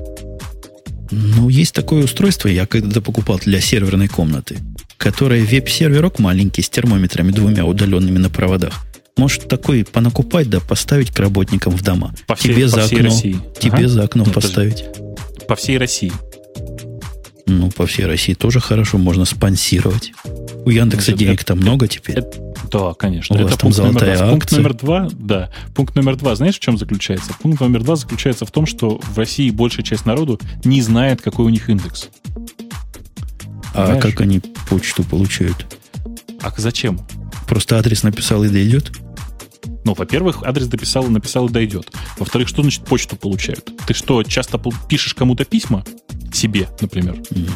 Ну, есть такое устройство, я когда-то покупал для серверной комнаты, которое веб-серверок маленький с термометрами 2 удаленными на проводах. Можешь такой понакупать, да поставить к работникам в дома. Тебе за окно поставить. По всей России. Ну, по всей России тоже хорошо, можно спонсировать. У Яндекса денег там много теперь. Да, конечно. У вас там золотая акция. Пункт номер два, знаешь, в чем заключается? Пункт номер 2 заключается в том, что в России большая часть народу не знает, какой у них индекс. Понимаешь? Как они почту получают? А зачем? Просто адрес написал и дойдет? Ну, во-первых, адрес написал и дойдет. Во-вторых, что значит почту получают? Ты что, часто пишешь кому-то письма? Себе, например.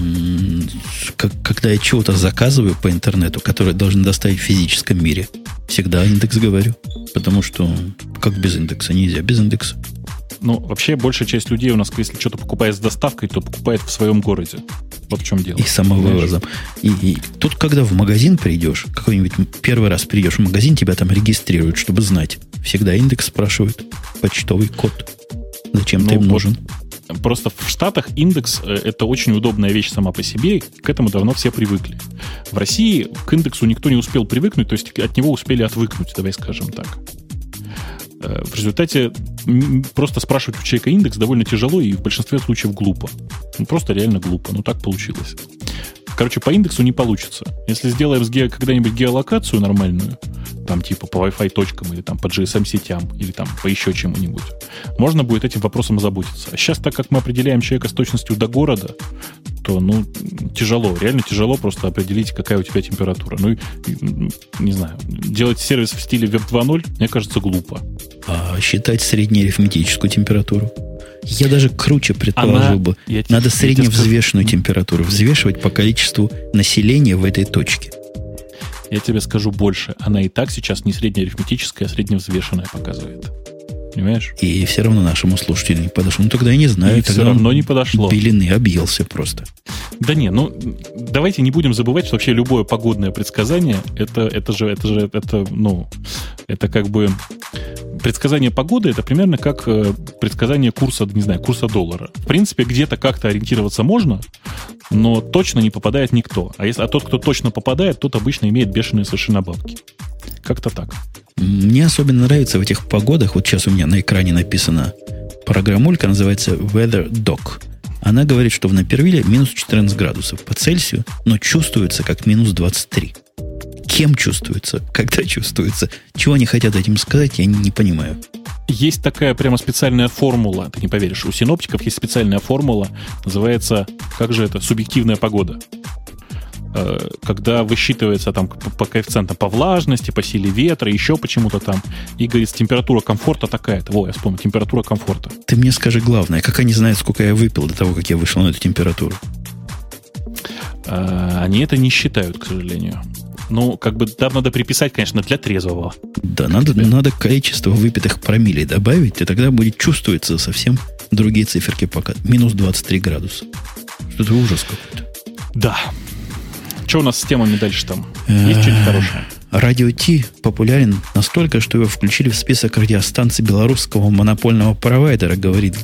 Когда я чего-то заказываю по интернету, которое должен доставить в физическом мире, всегда индекс говорю. Потому что как без индекса? Нельзя без индекса. Ну, вообще, большая часть людей у нас, если что-то покупает с доставкой, то покупает в своем городе. Вот в чем дело. И самовывозом. И тут, когда в магазин придешь, какой-нибудь первый раз придешь в магазин, тебя там регистрируют, чтобы знать. Всегда индекс спрашивают. Почтовый код. Зачем ты им нужен? Просто в Штатах индекс – это очень удобная вещь сама по себе, к этому давно все привыкли. В России к индексу никто не успел привыкнуть, то есть от него успели отвыкнуть, давай скажем так. В результате просто спрашивать у человека индекс довольно тяжело и в большинстве случаев глупо. Ну, просто реально глупо. Ну, так получилось. Короче, по индексу не получится. Если сделаем когда-нибудь геолокацию нормальную, там типа по Wi-Fi точкам или там по GSM-сетям или там по еще чему-нибудь, можно будет этим вопросом озаботиться. А сейчас, так как мы определяем человека с точностью до города, то, тяжело, реально тяжело просто определить, какая у тебя температура. Не знаю, делать сервис в стиле Web 2.0, мне кажется, глупо. А считать среднеарифметическую температуру? Я даже круче предположил бы. Надо средневзвешенную температуру взвешивать по количеству населения в этой точке. Я тебе скажу больше. Она и так сейчас не среднеарифметическая, а средневзвешенная показывает. Понимаешь? И все равно нашему слушателю не подошло. Тогда я не знаю. И все равно не подошло. Белины объелся просто. Да не, давайте не будем забывать, что вообще любое погодное предсказание, это как бы предсказание погоды, это примерно как предсказание курса доллара. В принципе, где-то как-то ориентироваться можно, но точно не попадает никто. А тот, кто точно попадает, тот обычно имеет бешеные совершенно бабки. Как-то так. Мне особенно нравится в этих погодах, вот сейчас у меня на экране написана программулька, называется Weather Doc. Она говорит, что в Напервилле минус 14 градусов по Цельсию, но чувствуется как минус 23. Кем чувствуется? Когда чувствуется? Чего они хотят этим сказать, я не понимаю. Есть такая прямо специальная формула, ты не поверишь, у синоптиков есть специальная формула, называется, субъективная погода. Когда высчитывается там по коэффициентам по влажности, по силе ветра, еще почему-то там, и говорится, температура комфорта такая-то. Я вспомнил, температура комфорта. Ты мне скажи главное, как они знают, сколько я выпил до того, как я вышел на эту температуру? Они это не считают, к сожалению. Там надо приписать, конечно, для трезвого. Да, надо количество выпитых промиллей добавить, и тогда будет чувствоваться совсем другие циферки пока. Минус 23 градуса. Что-то ужас какой-то. Да. Что у нас с темами дальше там? Есть что-нибудь хорошее? Радио Ти популярен настолько, что его включили в список радиостанций белорусского монопольного провайдера, говорит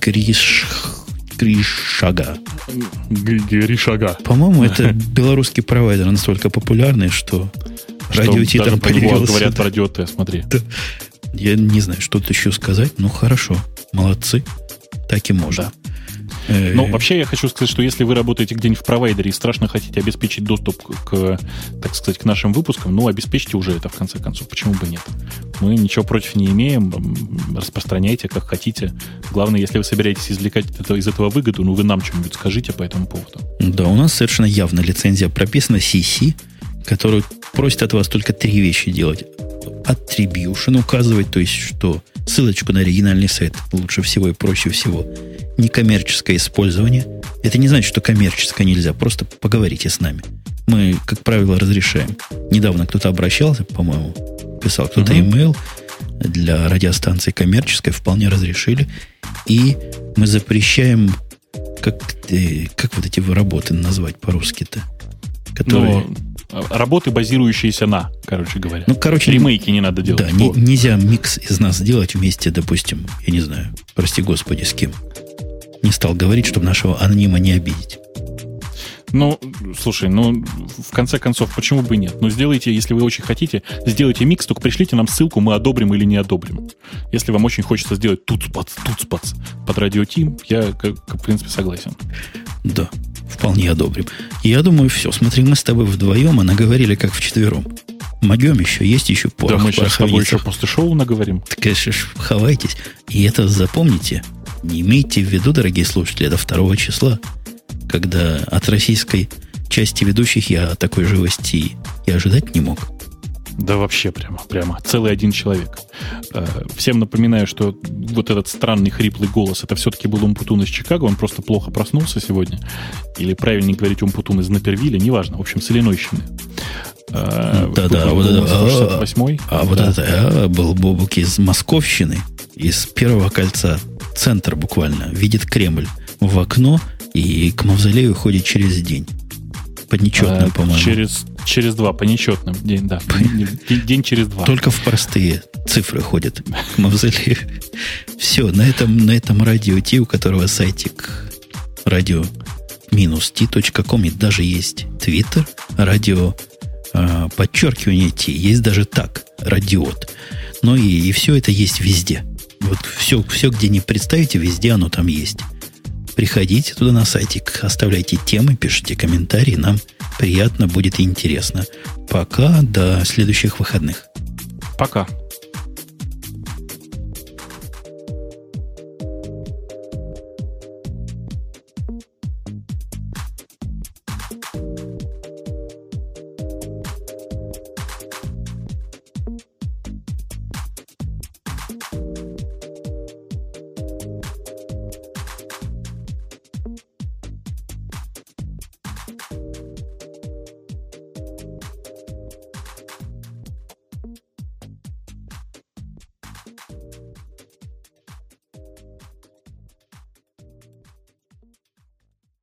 Гришага. Гришага. По-моему, это белорусский провайдер настолько популярный, что Радио Ти там появился. Говорят в Радио Т, смотри. Да. Я не знаю, что тут еще сказать. Хорошо. Молодцы. Так и можно. Да. Вообще я хочу сказать, что если вы работаете где-нибудь в провайдере и страшно хотите обеспечить доступ к нашим выпускам, обеспечьте уже это, в конце концов. Почему бы нет? Мы ничего против не имеем. Распространяйте, как хотите. Главное, если вы собираетесь извлекать из этого выгоду, вы нам что-нибудь скажите по этому поводу. Да, у нас совершенно явно лицензия прописана CC, которую просит от вас только 3 вещи делать. Attribution указывать, то есть что ссылочку на оригинальный сайт лучше всего и проще всего. Некоммерческое использование. Это не значит, что коммерческое нельзя. Просто поговорите с нами. Мы, как правило, разрешаем. Недавно кто-то обращался, по-моему, писал кто-то имейл для радиостанции коммерческой. Вполне разрешили. И мы запрещаем... Как вот эти работы назвать по-русски-то? Которые... Работы, базирующиеся на, короче говоря. Ремейки не надо делать. Да, нельзя микс из нас делать вместе, допустим, я не знаю, прости господи, с кем. Не стал говорить, чтобы нашего анонима не обидеть. Слушай, в конце концов, почему бы нет? сделайте, если вы очень хотите, сделайте микс, только пришлите нам ссылку, мы одобрим или не одобрим. Если вам очень хочется сделать туцпац под Радио Ти, я, в принципе, согласен. Да, вполне одобрим. Я думаю, все. Смотри, мы с тобой вдвоем, а наговорили как вчетвером. Могем еще, есть еще порох. Да, мы сейчас с тобой еще после шоу наговорим. Так, конечно, хавайтесь. И это запомните. Не имейте в виду, дорогие слушатели, это 2 числа, когда от российской части ведущих я такой живости и ожидать не мог. Да вообще прямо. Целый один человек. Всем напоминаю, что вот этот странный хриплый голос, это все-таки был Умпутун из Чикаго, он просто плохо проснулся сегодня. Или правильнее говорить Умпутун из Напервилля, неважно, в общем, с Иллинойщины. Да-да, вот это 68-й. Вот это был Бобук из Московщины, из Первого кольца, центр буквально, видит Кремль в окно и к мавзолею ходит через день. По нечетным, по-моему. Через 2, по нечетным. День, да. День через 2. Только в простые цифры ходят к мавзолею. Все, на этом Радио Ти, у которого сайтик radio-t.com, даже есть Твиттер, радио подчеркивание Ти, есть даже так, радиот. Но и все это есть везде. Вот все, где не представите, везде оно там есть. Приходите туда на сайтик, оставляйте темы, пишите комментарии, нам приятно будет и интересно. Пока, до следующих выходных. Пока.